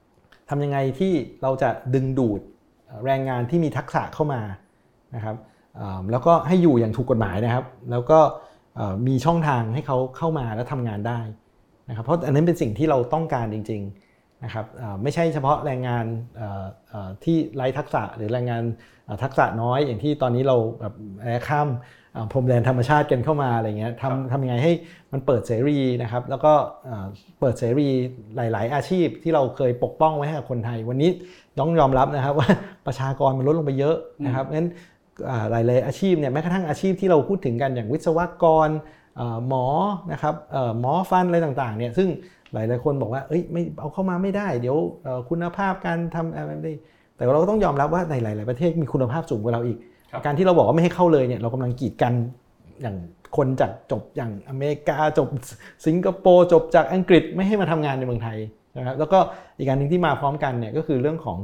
ทำยังไงที่เราจะดึงดูดแรงงานที่มีทักษะเข้ามานะครับแล้วก็ให้อยู่อย่างถูกกฎหมายนะครับแล้วก็มีช่องทางให้เขาเข้ามาแล้วทำงานได้นะครับเพราะอันนั้นเป็นสิ่งที่เราต้องการจริงๆนะครับไม่ใช่เฉพาะแรงงานที่ไร้ทักษะหรือแรงงานทักษะน้อยอย่างที่ตอนนี้เราแบบข้ามพรมแดนธรรมชาติกันเข้ามาอะไรเงี้ยทำยังไงให้มันเปิดเสรีนะครับแล้วก็เปิดเสรีหลายๆอาชีพที่เราเคยปกป้องไว้ให้กับคนไทยวันนี้ต้องยอมรับนะครับว่าประชากรมันลดลงไปเยอะนะครับงั้นหลายๆอาชีพเนี่ยแม้กระทั่งอาชีพที่เราพูดถึงกันอย่างวิศวกรหมอนะครับหมอฟันอะไรต่างๆเนี่ยซึ่งหลายๆคนบอกว่าเอ้ยไม่เอาเข้ามาไม่ได้เดี๋ยวคุณภาพการทำอะไรไม่ได้แต่เราก็ต้องยอมรับว่าในหลายๆประเทศมีคุณภาพสูงกว่าเราอีกการที่เราบอกว่าไม่ให้เข้าเลยเนี่ยเรากำลังกีดกันอย่างคนจากจบอย่างอเมริกาจบสิงคโปร์จบจากอังกฤษไม่ให้มาทำงานในเมืองไทยนะครับแล้วก็อีกการหนึ่งที่มาพร้อมกันเนี่ยก็คือเรื่องของ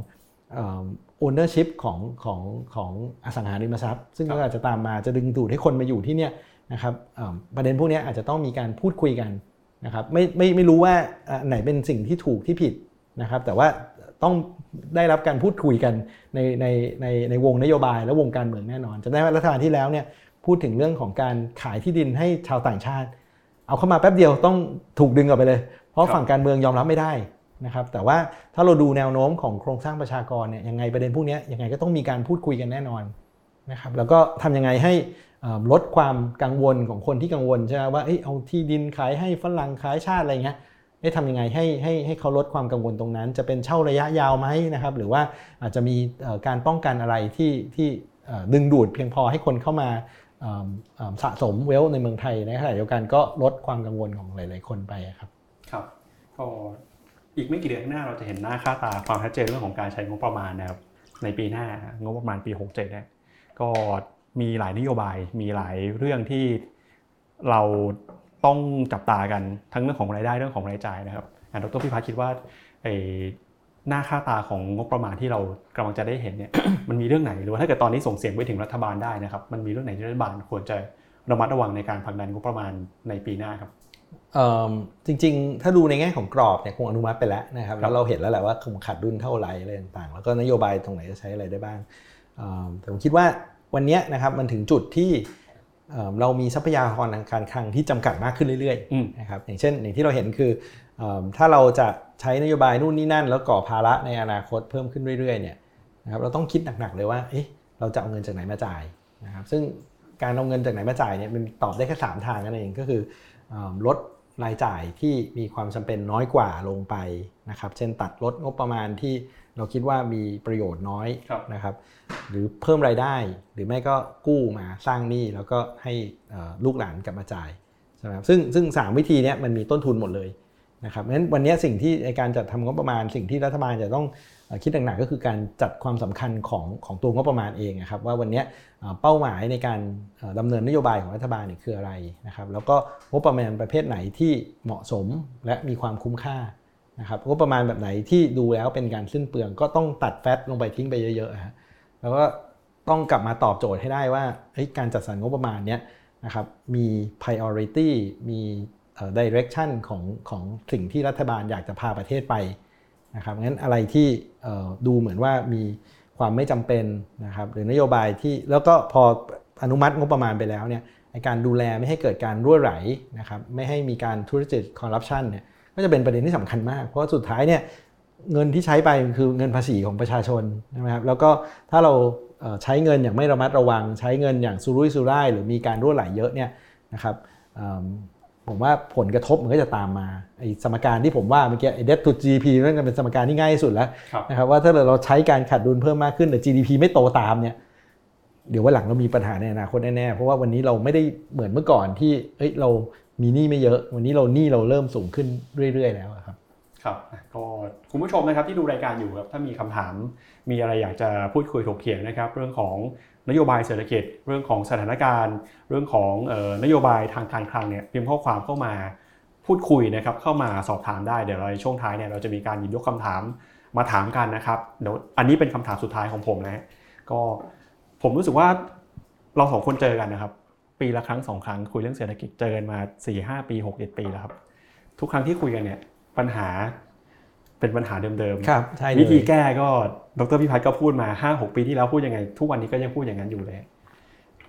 ownership ของอสังหาริมทรัพย์ซึ่งก็อาจจะตามมาจะดึงดูดให้คนมาอยู่ที่เนี่ยนะครับประเด็นพวกนี้อาจจะต้องมีการพูดคุยกันนะครับไม่รู้ว่าไหนเป็นสิ่งที่ถูกที่ผิดนะครับแต่ว่าต้องได้รับการพูดคุยกันในวงนโยบายและวงการเมืองแน่นอนจะได้ว่ารัฐบาลที่แล้วเนี่ยพูดถึงเรื่องของการขายที่ดินให้ชาวต่างชาติเอาเข้ามาแป๊บเดียวต้องถูกดึงออกไปเลยเพราะฝั่งการเมืองยอมรับไม่ได้นะครับแต่ว่าถ้าเราดูแนวโน้มของโครงสร้างประชากรเนี่ยยังไงประเด็นพวกนี้ยังไงก็ต้องมีการพูดคุยกันแน่นอนนะครับแล้วก็ทำยังไงให้ลดความกังวลของคนที่กังวลใช่ไหมว่าเอาที่ดินขายให้ฝรั่งขายชาติอะไรเงี้ยทำยังไงให้เขาลดความกังวลตรงนั้นจะเป็นเช่าระยะยาวไหมนะครับหรือว่าอาจจะมีการป้องกันอะไรที่ดึงดูดเพียงพอให้คนเข้ามาสะสมเวลในเมืองไทยในขณะเดียวกันก็ลดความกังวลของหลายๆคนไปครับครับก็อีกไม่กี่เดือนข้างหน้าเราจะเห็นหน้าค่าตาความชัดเจนเรื่องของการใช้งบประมาณนะครับในปีหน้างบประมาณปี67เนี่ยก็มีหลายนโยบายมีหลายเรื่องที่เราต้องจับตากันทั้งเรื่องของรายได้เรื่องของรายจ่ายนะครับดร.พิพัฒน์คิดว่าหน้าค่าตาของงบประมาณที่เรากำลังจะได้เห็นเนี่ย มันมีเรื่องไหนหรือว่าถ้าเกิดตอนนี้ส่งเสียงไปถึงรัฐบาลได้นะครับมันมีเรื่องไหนที่รัฐบาลควรจะระมัดระวังในการผลักดันงบประมาณในปีหน้าครับจริงๆถ้าดูในแง่ของกรอบเนี่ยคงอนุมัติไปแล้วนะครับแล้วเราเห็นแล้วแหละว่าขาดดุลเท่าไหร่อะไรต่างๆแล้วก็นโยบายตรงไหนจะใช้อะไรได้บ้างแต่ผมคิดว่าวันนี้นะครับมันถึงจุดที่เรามีทรัพยากรทางการคลังที่จำกัดมากขึ้นเรื่อยๆนะครับอย่างเช่นอย่างที่เราเห็นคือถ้าเราจะใช้นโยบายนู่นนี่นั่นแล้วก่อภาระในอนาคตเพิ่มขึ้นเรื่อยๆเนี่ยนะครับเราต้องคิดหนักๆเลยว่าเราจะเอาเงินจากไหนมาจ่ายนะครับซึ่งการเอาเงินจากไหนมาจ่ายเนี่ยมันตอบได้แค่3ทางนั่นเองก็คือลดรายจ่ายที่มีความจำเป็นน้อยกว่าลงไปนะครับเช่นตัดลดงบประมาณที่เราคิดว่ามีประโยชน์น้อยนะครับหรือเพิ่มรายได้หรือไม่ก็กู้มาสร้างหนี้แล้วก็ให้ลูกหลานกลับมาจ่ายใช่ไหมครับซึ่ง3วิธีนี้มันมีต้นทุนหมดเลยนะครับงั้นวันนี้สิ่งที่ในการจัดทำงบประมาณสิ่งที่รัฐบาลจะต้องคิดหนักๆก็คือการจัดความสำคัญของตัวงบประมาณเองนะครับว่าวันนี้เป้าหมายในการดำเนินนโยบายของรัฐบาลคืออะไรนะครับแล้วก็งบประมาณประเภทไหนที่เหมาะสมและมีความคุ้มค่านะครับงบประมาณแบบไหนที่ดูแล้วเป็นการสิ้นเปลืองก็ต้องตัดแฟตลงไปทิ้งไปเยอะๆแล้วก็ต้องกลับมาตอบโจทย์ให้ได้ว่าการจัดสรรงบประมาณนี้นะครับมี priority มีdirection ของสิ่งที่รัฐบาลอยากจะพาประเทศไปนะครับงั้นอะไรที่ดูเหมือนว่ามีความไม่จำเป็นนะครับหรือนโยบายที่แล้วก็พออนุมัติงบประมาณไปแล้วเนี่ยในการดูแลไม่ให้เกิดการรั่วไหลนะครับไม่ให้มีการทุจริตคอร์รัปชันเนี่ยก็จะเป็นประเด็นที่สำคัญมากเพราะสุดท้ายเนี่ยเงินที่ใช้ไปคือเงินภาษีของประชาชนใช่ไหมครับแล้วก็ถ้าเราใช้เงินอย่างไม่ระมัดระวังใช้เงินอย่างสุรุ่ยสุร่ายหรือมีการรั่วไหลเยอะเนี่ยนะครับผมว่าผลกระทบมันก็จะตามมาไอ้สมการที่ผมว่าเมื่อกี้ไอ้ debt to GDP นั่นก็เป็นสมการที่ง่ายที่สุดแล้วนะครับว่าถ้าเราใช้การขาดดุลเพิ่มมากขึ้นแต่ GDP ไม่โตตามเนี่ยเดี๋ยววันหลังเรามีปัญหาในอนาคตแน่ๆเพราะว่าวันนี้เราไม่ได้เหมือนเมื่อก่อนที่เรามีหนี้ไม่เยอะวันนี้หนี้เราเริ่มสูงขึ้นเรื่อยๆแล้วครับครับก็คุณผู้ชมนะครับที่ดูรายการอยู่ครับถ้ามีคำถามมีอะไรอยากจะพูดคุยถกเถียงนะครับเรื่องของนโยบายเศรษฐกิจเรื่องของสถานการณ์เรื่องของนโยบายทางการคลังเนี่ยพิมพ์ข้อความเข้ามาพูดคุยนะครับเข้ามาสอบถามได้เดี๋ยวในช่วงท้ายเนี่ยเราจะมีการหยิบยกคำถามมาถามกันนะครับเดี๋ยวอันนี้เป็นคำถามสุดท้ายของผมนะก็ผมรู้สึกว่าเรา2คนเจอกันนะครับปีละครั้ง2ครั้งคุยเรื่องเศรษฐกิจเจอกันมา 4-5 ปี 6-7 ปีแล้วครับทุกครั้งที่คุยกันเนี่ยปัญหาเป็นปัญหาเดิมๆวิธีแก้ก็ดร.พิพัฒน์ก็พูดมา 5-6 ปีที่แล้วพูดยังไงทุกวันนี้ก็ยังพูดอย่างนั้นอยู่เลย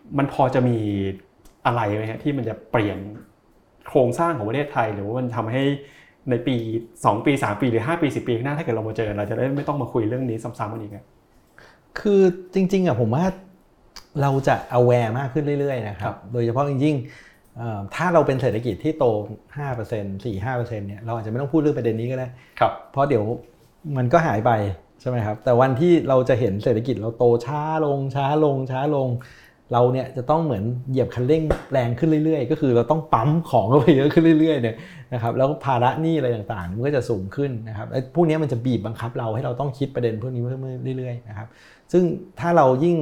มันพอจะมีอะไรไหมฮะที่มันจะเปลี่ยนโครงสร้างของประเทศไทยหรือว่ามันทำให้ในปี2ปี3ปีหรือ5ปี10ปีข้างหน้าถ้าเกิดเรามาเจอเราจะได้ไม่ต้องมาคุยเรื่องนี้ซ้ำๆกันอีกคือจริงๆผมว่าเราจะ aware มากขึ้นเรื่อยๆนะครับโดยเฉพาะจริงๆถ้าเราเป็นเศรษฐกิจที่โต 5% 4-5% เนี่ยเราอาจจะไม่ต้องพูดเรื่องประเด็นนี้ก็ได้เพราะเดี๋ยวมันก็หายไปใช่ไหมครับแต่วันที่เราจะเห็นเศรษฐกิจเราโตช้าลงเราเนี่ยจะต้องเหมือนเหยียบคันเร่งแรงขึ้นเรื่อยๆก็คือเราต้องปั๊มของเข้าไปเยอะขึ้นเรื่อยๆเนี่ยนะครับแล้วภาระหนี้อะไรต่างๆมันก็จะสูงขึ้นนะครับไอ้พวกนี้มันจะบีบบังคับเราให้เราต้องคิดประเด็นพวกนี้เรื่อยๆนะครับซึ่งถ้าเรายิ่ง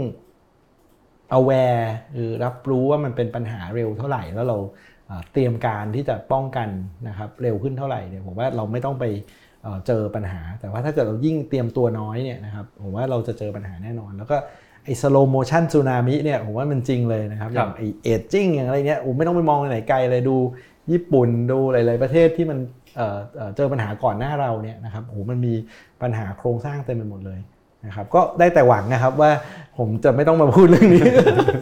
aware หรือรับรู้ว่ามันเป็นปัญหาเร็วเท่าไหร่แล้วเราเตรียมการที่จะป้องกันนะครับเร็วขึ้นเท่าไหร่เนี่ยผมว่าเราไม่ต้องไปเจอปัญหาแต่ว่าถ้าเกิดเรายิ่งเตรียมตัวน้อยเนี่ยนะครับผมว่าเราจะเจอปัญหาแน่นอนแล้วก็ไอ้ slow motion tsunami เนี่ยผมว่ามันจริงเลยนะครับอย่างไอ้ aging อย่างอะไรเงี้ยไม่ต้องไปมองไหนไกลเลยดูญี่ปุ่นดูหลายๆประเทศที่มันเจอปัญหาก่อนหน้าเราเนี่ยนะครับมันมีปัญหาโครงสร้างเต็มไปหมดเลยนะครับก็ได้แต่หวังนะครับว่าผมจะไม่ต้องมาพูดเรื่องนี้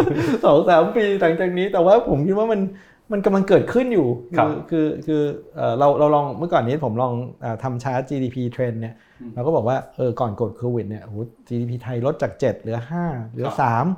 2-3 ปีหลังจากนี้แต่ว่าผมคิดว่ามันกำลังเกิดขึ้นอยู่คือเราลองเมื่อก่อนนี้ผมลองทำชาร์ต GDP trend เนี่ยเราก็บอกว่าก่อนกดโควิดเนี่ยGDP ไทยลดจาก7เหลือ5เหลือ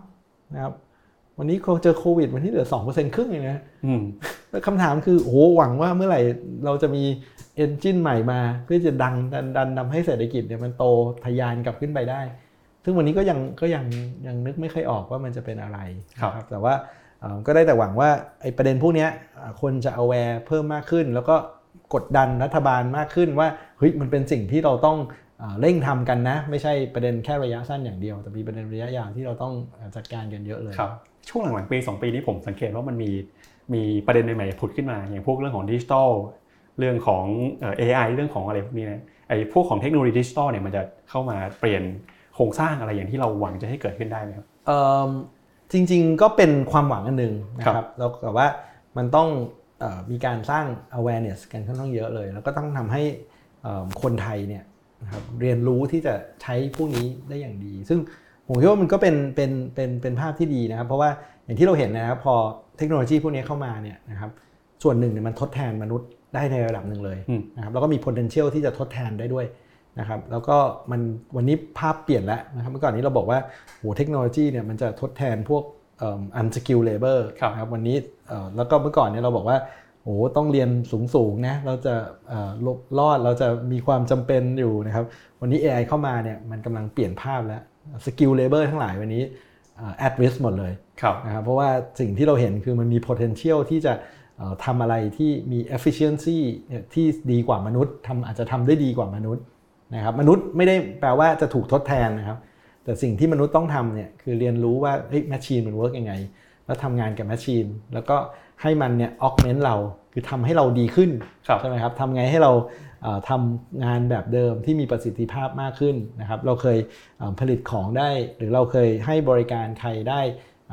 3นะครับวันนี้เขาเจอโควิดวันนี้เหลือ 2% ครึ่งเองนะแล้วคำถามคือหวังว่าเมื่อไหร่เราจะมีเอนจินใหม่มาเพื่อจะดันทำให้เศรษฐกิจเนี่ยมันโตทะยานกลับขึ้นไปได้ซึ่งวันนี้ก็ยังนึกไม่ค่อยออกว่ามันจะเป็นอะไรครับแต่ว่าก็ได้แต่หวังว่าไอ้ประเด็นพวกนี้คนจะ aware เพิ่มมากขึ้นแล้วก็กดดันรัฐบาลมากขึ้นว่าเฮ้ยมันเป็นสิ่งที่เราต้องเร่งทำกันนะไม่ใช่ประเด็นแค่ระยะสั้นอย่างเดียวแต่มีประเด็นระยะยาวที่เราต้องจัดการกันเยอะเลยครับช่วงหลังๆปี2ปีนี้ผมสังเกตว่ามันมีประเด็นใหม่ๆผุดขึ้นมาอย่างพวกเรื่องของดิจิทัลเรื่องของAI เรื่องของอะไรพวกนี้นะไอ้พวกของเทคโนโลยีดิจิทัลเนี่ยมันจะเข้ามาเปลี่ยนโครงสร้างอะไรอย่างที่เราหวังจะให้เกิดขึ้นได้ไหมครับจริงๆก็เป็นความหวังอันหนึ่งนะครับแล้วแต่ว่ามันต้องมีการสร้าง awareness กันค่อนข้างเยอะเลยแล้วก็ต้องทำให้คนไทยเนี่ยนะครับเรียนรู้ที่จะใช้พวกนี้ได้อย่างดีซึ่งผมคิดว่ามันก็เป็นภาพที่ดีนะครับเพราะว่าอย่างที่เราเห็นนะครับพอเทคโนโลยีพวกนี้เข้ามาเนี่ยนะครับส่วนหนึ่งเนี่ยมันทดแทนมนุษย์ได้ในระดับหนึ่งเลยนะครับแล้วก็มี potential ที่จะทดแทนได้ด้วยนะครับแล้วก็วันนี้ภาพเปลี่ยนแล้วนะครับเมื่อก่อนนี้เราบอกว่าเทคโนโลยีเนี่ยมันจะทดแทนพวกunskilled labor นะครับวันนี้แล้วก็เมื่อก่อนเนี่ยเราบอกว่าต้องเรียนสูงๆนะเราจะรอดเราจะมีความจำเป็นอยู่นะครับวันนี้ AI เข้ามาเนี่ยมันกำลังเปลี่ยนภาพแล้ว skill labor ทั้งหลายวันนี้at risk หมดเลยนะครับเพราะว่าสิ่งที่เราเห็นคือมันมี potential ที่จะทำอะไรที่มี efficiency ที่ดีกว่ามนุษย์อาจจะทำได้ดีกว่ามนุษย์นะครับมนุษย์ไม่ได้แปลว่าจะถูกทดแทนนะครับแต่สิ่งที่มนุษย์ต้องทำเนี่ยคือเรียนรู้ว่าแมชชีนมันเวิร์กยังไงแล้วทำงานกับแมชชีนแล้วก็ให้มันเนี่ยออกเมนต์เราคือทำให้เราดีขึ้นใช่ไหมครับทำไงให้เราทำงานแบบเดิมที่มีประสิทธิภาพมากขึ้นนะครับเราเคยผลิตของได้หรือเราเคยให้บริการใครได้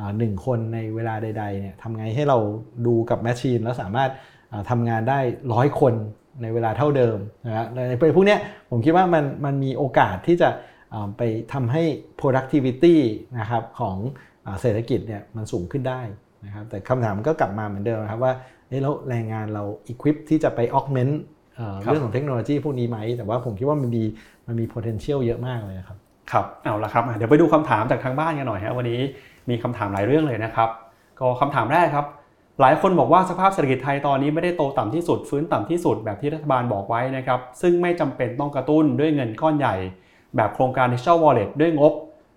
1 คนในเวลาใดๆเนี่ยทำไงให้เราดูกับแมชชีนแล้วสามารถทำงานได้100 คนในเวลาเท่าเดิมนะในพวกนี้ผมคิดว่ามันมีโอกาสที่จะไปทำให้ productivity นะครับของเศรษฐกิจเนี่ยมันสูงขึ้นได้นะครับแต่คำถามก็กลับมาเหมือนเดิมครับว่าแล้วแรงงานเรา equip ที่จะไป augment เรื่องของเทคโนโลยีพวกนี้ไหมแต่ว่าผมคิดว่ามันมี potential เยอะมากเลยครับครับเอาละครับเดี๋ยวไปดูคำถามจากทางบ้านกันหน่อยฮะวันนี้มีคำถามหลายเรื่องเลยนะครับก็คำถามแรกครับหลายคนบอกว่าสภาพเศรษฐกิจไทยตอนนี้ไม่ได้โตต่ำที่สุดฟื้นต่ำที่สุดแบบที่รัฐบาลบอกไว้นะครับซึ่งไม่จำเป็นต้องกระตุ้นด้วยเงินก้อนใหญ่แบบโครงการ Digital Wallet ด้วยงบ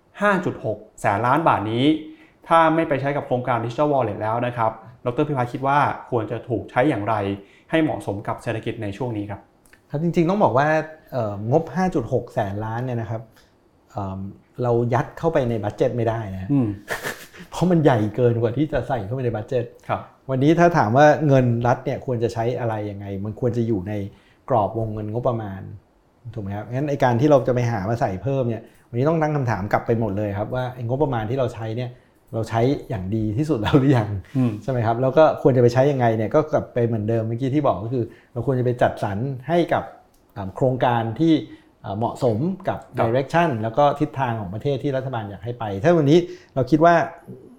5.6 แสนล้านบาทนี้ถ้าไม่ไปใช้กับโครงการ Digital Wallet แล้วนะครับดร.พิพัฒน์คิดว่าควรจะถูกใช้อย่างไรให้เหมาะสมกับเศรษฐกิจในช่วงนี้ครับครับจริงๆต้องบอกว่างบ 5.6 แสนล้านเนี่ยนะครับเรายัดเข้าไปในบัดเจ็ตไม่ได้นะเพราะมันใหญ่เกินกว่าที่จะใส่เข้าไปในบัดเจ็ตวันนี้ถ้าถามว่าเงินรัฐเนี่ยควรจะใช้อะไรยังไงมันควรจะอยู่ในกรอบวงเงินงบประมาณถูกไหมครับงั้นไอ้การที่เราจะไปหามาใส่เพิ่มเนี่ยวันนี้ต้องตั้งคำถามกลับไปหมดเลยครับว่างบประมาณที่เราใช้เนี่ยเราใช้อย่างดีที่สุดแล้วหรือยังใช่ไหมครับแล้วก็ควรจะไปใช้ยังไงเนี่ยก็กลับไปเหมือนเดิมเมื่อกี้ที่บอกก็คือเราควรจะไปจัดสรรให้กับโครงการที่เหมาะสมกับ direction แล้วก็ทิศทางของประเทศที่รัฐบาลอยากให้ไปถ้าวันนี้เราคิดว่า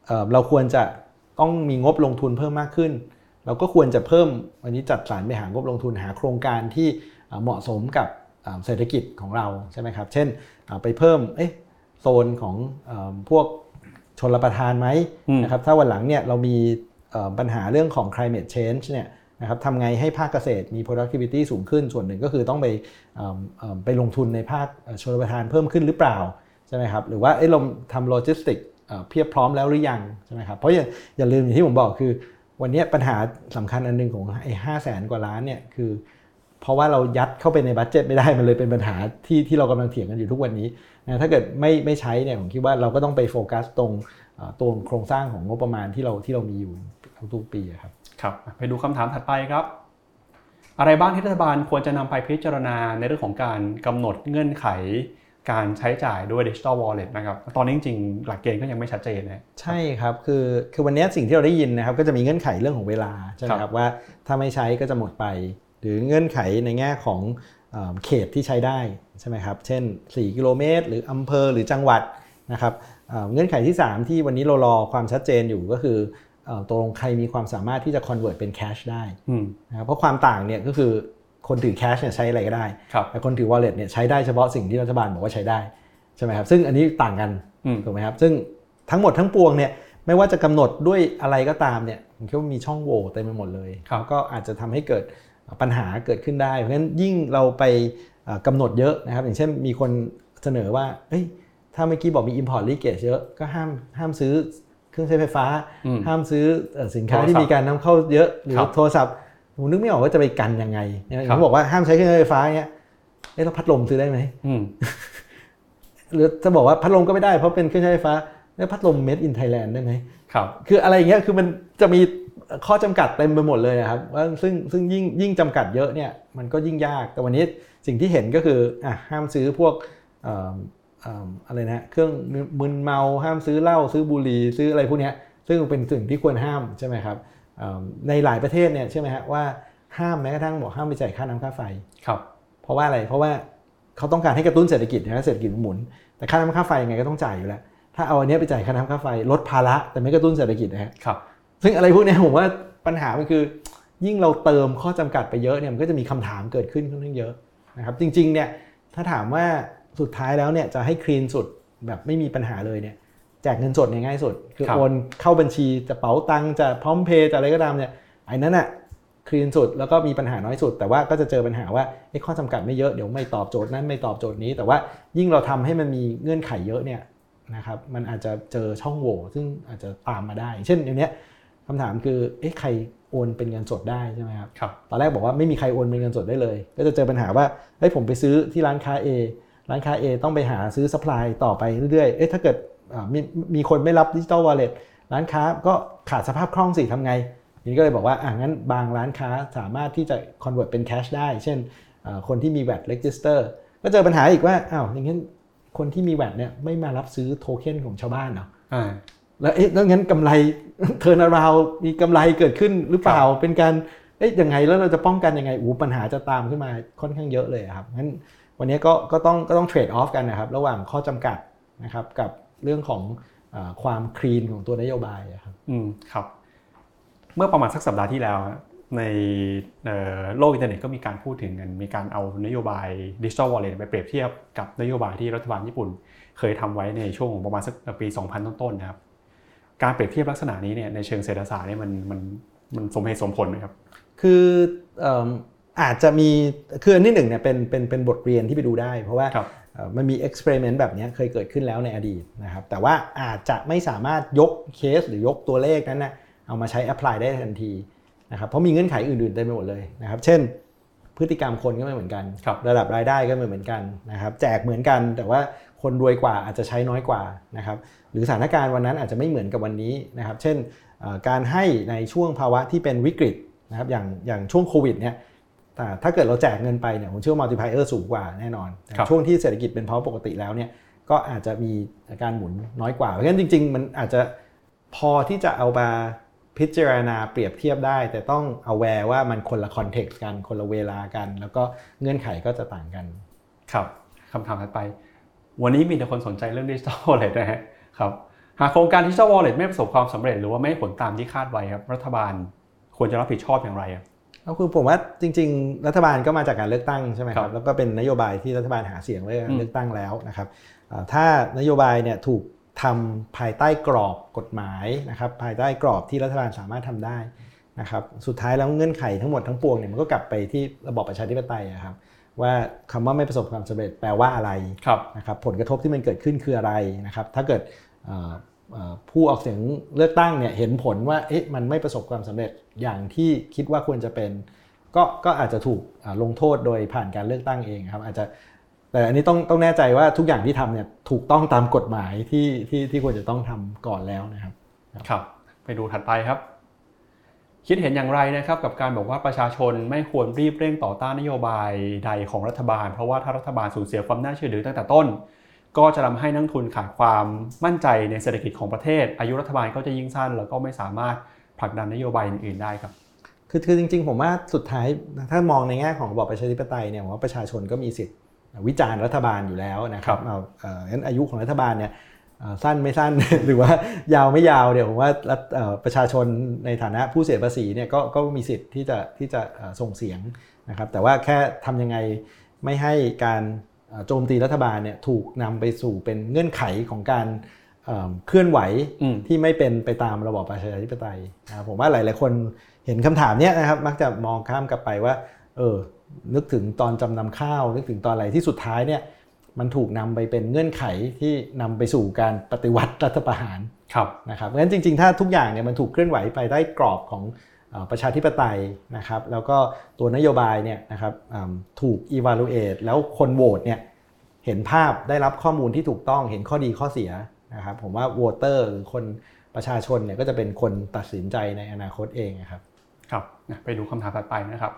เราควรจะต้องมีงบลงทุนเพิ่มมากขึ้นเราก็ควรจะเพิ่มอันนี้จัดสรรไปหางบลงทุนหาโครงการที่เหมาะสมกับเศรษฐกิจของเราใช่ไหมครับเช่นไปเพิ่มโซนของพวกชลประทานไหมนะครับถ้าวันหลังเนี่ยเรามีปัญหาเรื่องของ climate change เนี่ยนะครับทำไงให้ภาคเกษตรมี productivity สูงขึ้นส่วนหนึ่งก็คือต้องไปลงทุนในภาคชลประทานเพิ่มขึ้นหรือเปล่าใช่ไหมครับหรือว่าเราทำโลจิสติกเพียบพร้อมแล้วหรือยังใช่ไหมครับเพราะอย่าลืมอย่างที่ผมบอกคือวันนี้ปัญหาสำคัญอันนึงของ500,000 กว่าล้านเนี่ยคือเพราะว่าเรายัดเข้าไปในบัดเจ็ตไม่ได้มันเลยเป็นปัญหาที่เรากำลังเถียงกันอยู่ทุกวันนี้นะถ้าเกิดไม่ใช้เนี่ยผมคิดว่าเราก็ต้องไปโฟกัสตรงตัวโครงสร้างของงบประมาณที่เรามีอยู่ทุกปีครับครับไปดูคำถามถัดไปครับอะไรบ้างที่รัฐบาลควรจะนำไปพิจารณาในเรื่องของการกำหนดเงื่อนไขการใช้จ่ายด้วย Digital Wallet นะครับตอนนี้จริงๆหลักเกณฑ์ก็ยังไม่ชัดเจนนะใช่ครับคือวันนี้สิ่งที่เราได้ยินนะครับก็จะมีเงื่อนไขเรื่องของเวลาใช่ไหมครับว่าถ้าไม่ใช้ก็จะหมดไปหรือเงื่อนไขในแง่ของเขตที่ใช้ได้ใช่ไหมครับเช่น4 กิโลเมตรหรืออำเภอหรือจังหวัดนะครับเงื่อนไขที่3ที่วันนี้เรารอความชัดเจนอยู่ก็คือตกลงใครมีความสามารถที่จะ convert เป็น cash ได้นะครับเพราะความต่างเนี่ยก็คือคนถือ cash เนี่ยใช้อะไรก็ได้แต่คนถือ wallet เนี่ยใช้ได้เฉพาะสิ่งที่รัฐบาลบอกว่าใช้ได้ใช่ไหมครับซึ่งอันนี้ต่างกันถูกไหมครับซึ่งทั้งหมดทั้งปวงเนี่ยไม่ว่าจะกำหนดด้วยอะไรก็ตามเนี่ยผมคิดว่ามีช่องโหว่เต็มไปหมดเลยก็อาจจะทำให้เกิดปัญหาเกิดขึ้นได้เพราะฉะนั้นยิ่งเราไปกำหนดเยอะนะครับอย่างเช่นมีคนเสนอว่าถ้าเมื่อกี้บอกมี import leakage เยอะก็ห้ามซื้อเครื่องใช้ไฟฟ้าห้ามซื้อสินค้าที่มีการนำเข้าเยอะหรือโทรศัพท์ผมนึกไม่ออกว่าจะไปกันยังไงเขาบอกว่าห้ามใช้เครื่องใช้ไฟฟ้าเงี้ยแล้วพัดลมซื้อได้ไหมหรือจะบอกว่าพัดลมก็ไม่ได้เพราะเป็นเครื่องใช้ไฟฟ้าแล้วพัดลม made in Thailand ได้ไหมคืออะไรอย่างเงี้ยคือมันจะมีข้อจำกัดเต็มไปหมดเลยครับว่าซึ่งยิ่งจำกัดเยอะเนี่ยมันก็ยิ่งยากแต่วันนี้สิ่งที่เห็นก็คือห้ามซื้อพวกอะไรนะเครื่องมึนเมาห้ามซื้อเหล้าซื้อบุหรี่ซื้ออะไรพวกนี้ซึ่งเป็นสิ่งที่ควรห้ามใช่ไหมครับในหลายประเทศเนี่ยใช่ไหมฮะว่าห้ามแม้กระทั่งบอกห้ามไปจ่ายค่าน้ำค่าไฟครับเพราะว่าอะไรเพราะว่าเขาต้องการให้กระตุ้นเศรษฐกิจนะเศรษฐกิจหมุนแต่ค่าน้ำค่าไฟยังไงก็ต้องจ่ายอยู่แล้วถ้าเอาอันนี้ไปจ่ายค่าน้ำค่าไฟลดภาระแต่ไม่กระตุ้นเศรษฐกิจนะครับซึ่งอะไรพวกนี้ผมว่าปัญหามันคือยิ่งเราเติมข้อจำกัดไปเยอะเนี่ยมันก็จะมีคำถามเกิดขึ้นค่อนข้างเยอะนะครับจริงๆเนี่ยถ้าถามว่าสุดท้ายแล้วเนี่ยจะให้คลีนสุดแบบไม่มีปัญหาเลยเนี่ยแจกเงินสดเนี่ยง่ายสุดคือโอนเข้าบัญชีจะเป๋าตังค์จะพร้อมเพย์จะอะไรก็ตามเนี่ยไอ้นั้นน่ะคลีนสุดแล้วก็มีปัญหาน้อยสุดแต่ว่าก็จะเจอปัญหาว่าข้อจำกัดไม่เยอะเดี๋ยวไม่ตอบโจทย์นั้นไม่ตอบโจทย์นี้แต่ว่ายิ่งเราทำให้มันมีเงื่อนไขเยอะเนี่ยนะครับมันอาจจะเจอช่องโหว่ซึ่งอาจจะตามมาได้เช่นอย่างเนี้ยคำถามคือใครโอนเป็นเงินสดได้ใช่ไหมครับตอนแรกบอกว่าไม่มีใครโอนเป็นเงินสดได้เลยก็จะเจอปัญหาว่าผมไปซื้อที่ร้านค้า A ร้านค้า A ต้องไปหาซื้อซัพพลายต่อไปเรื่อยๆถ้าเกิดมีคนไม่รับ Digital Wallet ร้านค้าก็ขาดสภาพคล่องสิทำไงทีนี้ก็เลยบอกว่างั้นบางร้านค้าสามารถที่จะ convert เป็น cash ได้เช่นคนที่มี VAT register ก็เจอปัญหาอีกว่าอย่างนั้นคนที่มี VAT เนี่ยไม่มารับซื้อโทเค็นของชาวบ้านเนาะแล้วงั้นกำไร turn around มีกำไรเกิดขึ้นหรือเปล่าเป็นการยังไงแล้วเราจะป้องกันยังไงปัญหาจะตามขึ้นมาค่อนข้างเยอะเลยครับงั้นวันนี้ก็ต้องเทรดออฟกันนะครับระหว่างข้อจำกัดนะครับกับเรื่องของความคลีนของตัวนโยบายครับครับเมื่อประมาณสักสัปดาห์ที่แล้วในโลกอินเทอร์เน็ตก็มีการพูดถึงกันมีการเอานโยบาย Digital Wallet ไปเปรียบเทียบกับนโยบายที่รัฐบาลญี่ปุ่นเคยทำไว้ในช่วงของประมาณสักปี 2000 ต้นๆนะครับการเปรียบเทียบลักษณะนี้เนี่ยในเชิงเศรษฐศาสตร์เนี่ยมันสมเหตุสมผลไหมครับคืออาจจะมีคืออันที่หนึ่งเนี่ยเป็นบทเรียนที่ไปดูได้เพราะว่ามันมี experiment แบบนี้เคยเกิดขึ้นแล้วในอดีตนะครับแต่ว่าอาจจะไม่สามารถยกเคสหรือยกตัวเลขนั้นนะเอามาใช้ apply ได้ทันทีนะครับเพราะมีเงื่อนไขอื่นๆเต็มไปหมดเลยนะครับเช่นพฤติกรรมคนก็ไม่เหมือนกันระดับรายได้ก็ไม่เหมือนกันนะครับแจกเหมือนกันแต่ว่าคนรวยกว่าอาจจะใช้น้อยกว่านะครับหรือสถานการณ์วันนั้นอาจจะไม่เหมือนกับวันนี้นะครับเช่นการให้ในช่วงภาวะที่เป็นวิกฤตนะครับอย่างช่วงโควิดเนี่ยถ้าเกิดเราแจกเงินไปเนี่ยผมเชื่อว่า multiplier สูงกว่าแน่นอนแต่ช่วงที่เศรษฐกิจเป็นภาวะปกติแล้วเนี่ยก็อาจจะมีการหมุนน้อยกว่าเพราะฉะนั้นจริงๆมันอาจจะพอที่จะเอามาพิจารณาเปรียบเทียบได้แต่ต้อง aware ว่ามันคนละ context กันคนละเวลากันแล้วก็เงื่อนไขก็จะต่างกันครับคำถามถัดไปวันนี้มีแต่คนสนใจเรื่อง Digital Wallet นะฮะครับหากโครงการ Digital Wallet ไม่ประสบความสำเร็จหรือว่าไม่ผลตามที่คาดไว้ครับรัฐบาลควรจะรับผิดชอบอย่างไรครับก็คือผมว่าจริงๆรัฐบาลก็มาจากการเลือกตั้งใช่ไหมครับแล้วก็เป็นนโยบายที่รัฐบาลหาเสียงไว้เลือกตั้งแล้วนะครับถ้านโยบายเนี่ยถูกทำภายใต้กรอบกฎหมายนะครับภายใต้กรอบที่รัฐบาลสามารถทำได้นะครับสุดท้ายแล้วเงื่อนไขทั้งหมดทั้งปวงเนี่ยมันก็กลับไปที่ระบอบประชาธิปไตยครับว่าคำว่าไม่ประสบความสำเร็จแปลว่าอะไรนะครับผลกระทบที่มันเกิดขึ้นคืออะไรนะครับถ้าเกิดผู้ออกเสียงเลือกตั้งเนี่ยเห็นผลว่ามันไม่ประสบความสำเร็จอย่างที่คิดว่าควรจะเป็นก็อาจจะถูกลงโทษโดยผ่านการเลือกตั้งเองครับอาจจะแต่อันนี้ต้องแน่ใจว่าทุกอย่างที่ทำเนี่ยถูกต้องตามกฎหมายที่ควรจะต้องทำก่อนแล้วนะครับครับไปดูถัดไปครับคิดเห็นอย่างไรนะครับกับการบอกว่าประชาชนไม่ควรรีบเร่งต่อต้านนโยบายใดของรัฐบาลเพราะว่าถ้ารัฐบาลสูญเสียความน่าเชื่อถือตั้งแต่ต้นก็จะทำให้นักทุนขาดความมั่นใจในเศรษฐกิจของประเทศอายุรัฐบาลก็จะยิ่งสั้นแล้วก็ไม่สามารถผลักดันนโยบายอื่นๆได้ครับคือจริงๆผมว่าสุดท้ายถ้ามองในแง่ของระบอบประชาธิปไตยเนี่ยผมว่าประชาชนก็มีสิทธิ์วิจารณ์รัฐบาลอยู่แล้วนะครับงั้นอายุของรัฐบาลเนี่ยสั้นไม่สั้น หรือว่ายาวไม่ยาวเนี่ยผมว่าประชาชนในฐานะผู้เสียภาษีเนี่ยก็มีสิทธิ์ที่จะส่งเสียงนะครับแต่ว่าแค่ทำยังไงไม่ให้การโจมตีรัฐบาลเนี่ยถูกนำไปสู่เป็นเงื่อนไขของการเคลื่อนไหวที่ไม่เป็นไปตามระบอบประชาธิปไตยนะครับผมว่าหลายๆคนเห็นคำถามนี้นะครับมักจะมองข้ามกลับไปว่านึกถึงตอนจำนำข้าวนึกถึงตอนอะไรที่สุดท้ายเนี่ยมันถูกนำไปเป็นเงื่อนไขที่นำไปสู่การปฏิวัติรัฐประหารนะครับเพราะฉะนั้นจริงๆถ้าทุกอย่างเนี่ยมันถูกเคลื่อนไหวไปได้กรอบของประชาธิปไตยนะครับแล้วก็ตัวนโยบายเนี่ยนะครับถูก evaluate แล้วคนโหวตเนี่ยเห็นภาพได้รับข้อมูลที่ถูกต้องเห็นข้อดีข้อเสียนะครับผมว่าโหวตเตอร์หรือคนประชาชนเนี่ยก็จะเป็นคนตัดสินใจในอนาคตเองครับครับไปดูคำถามถัดไปนะครับ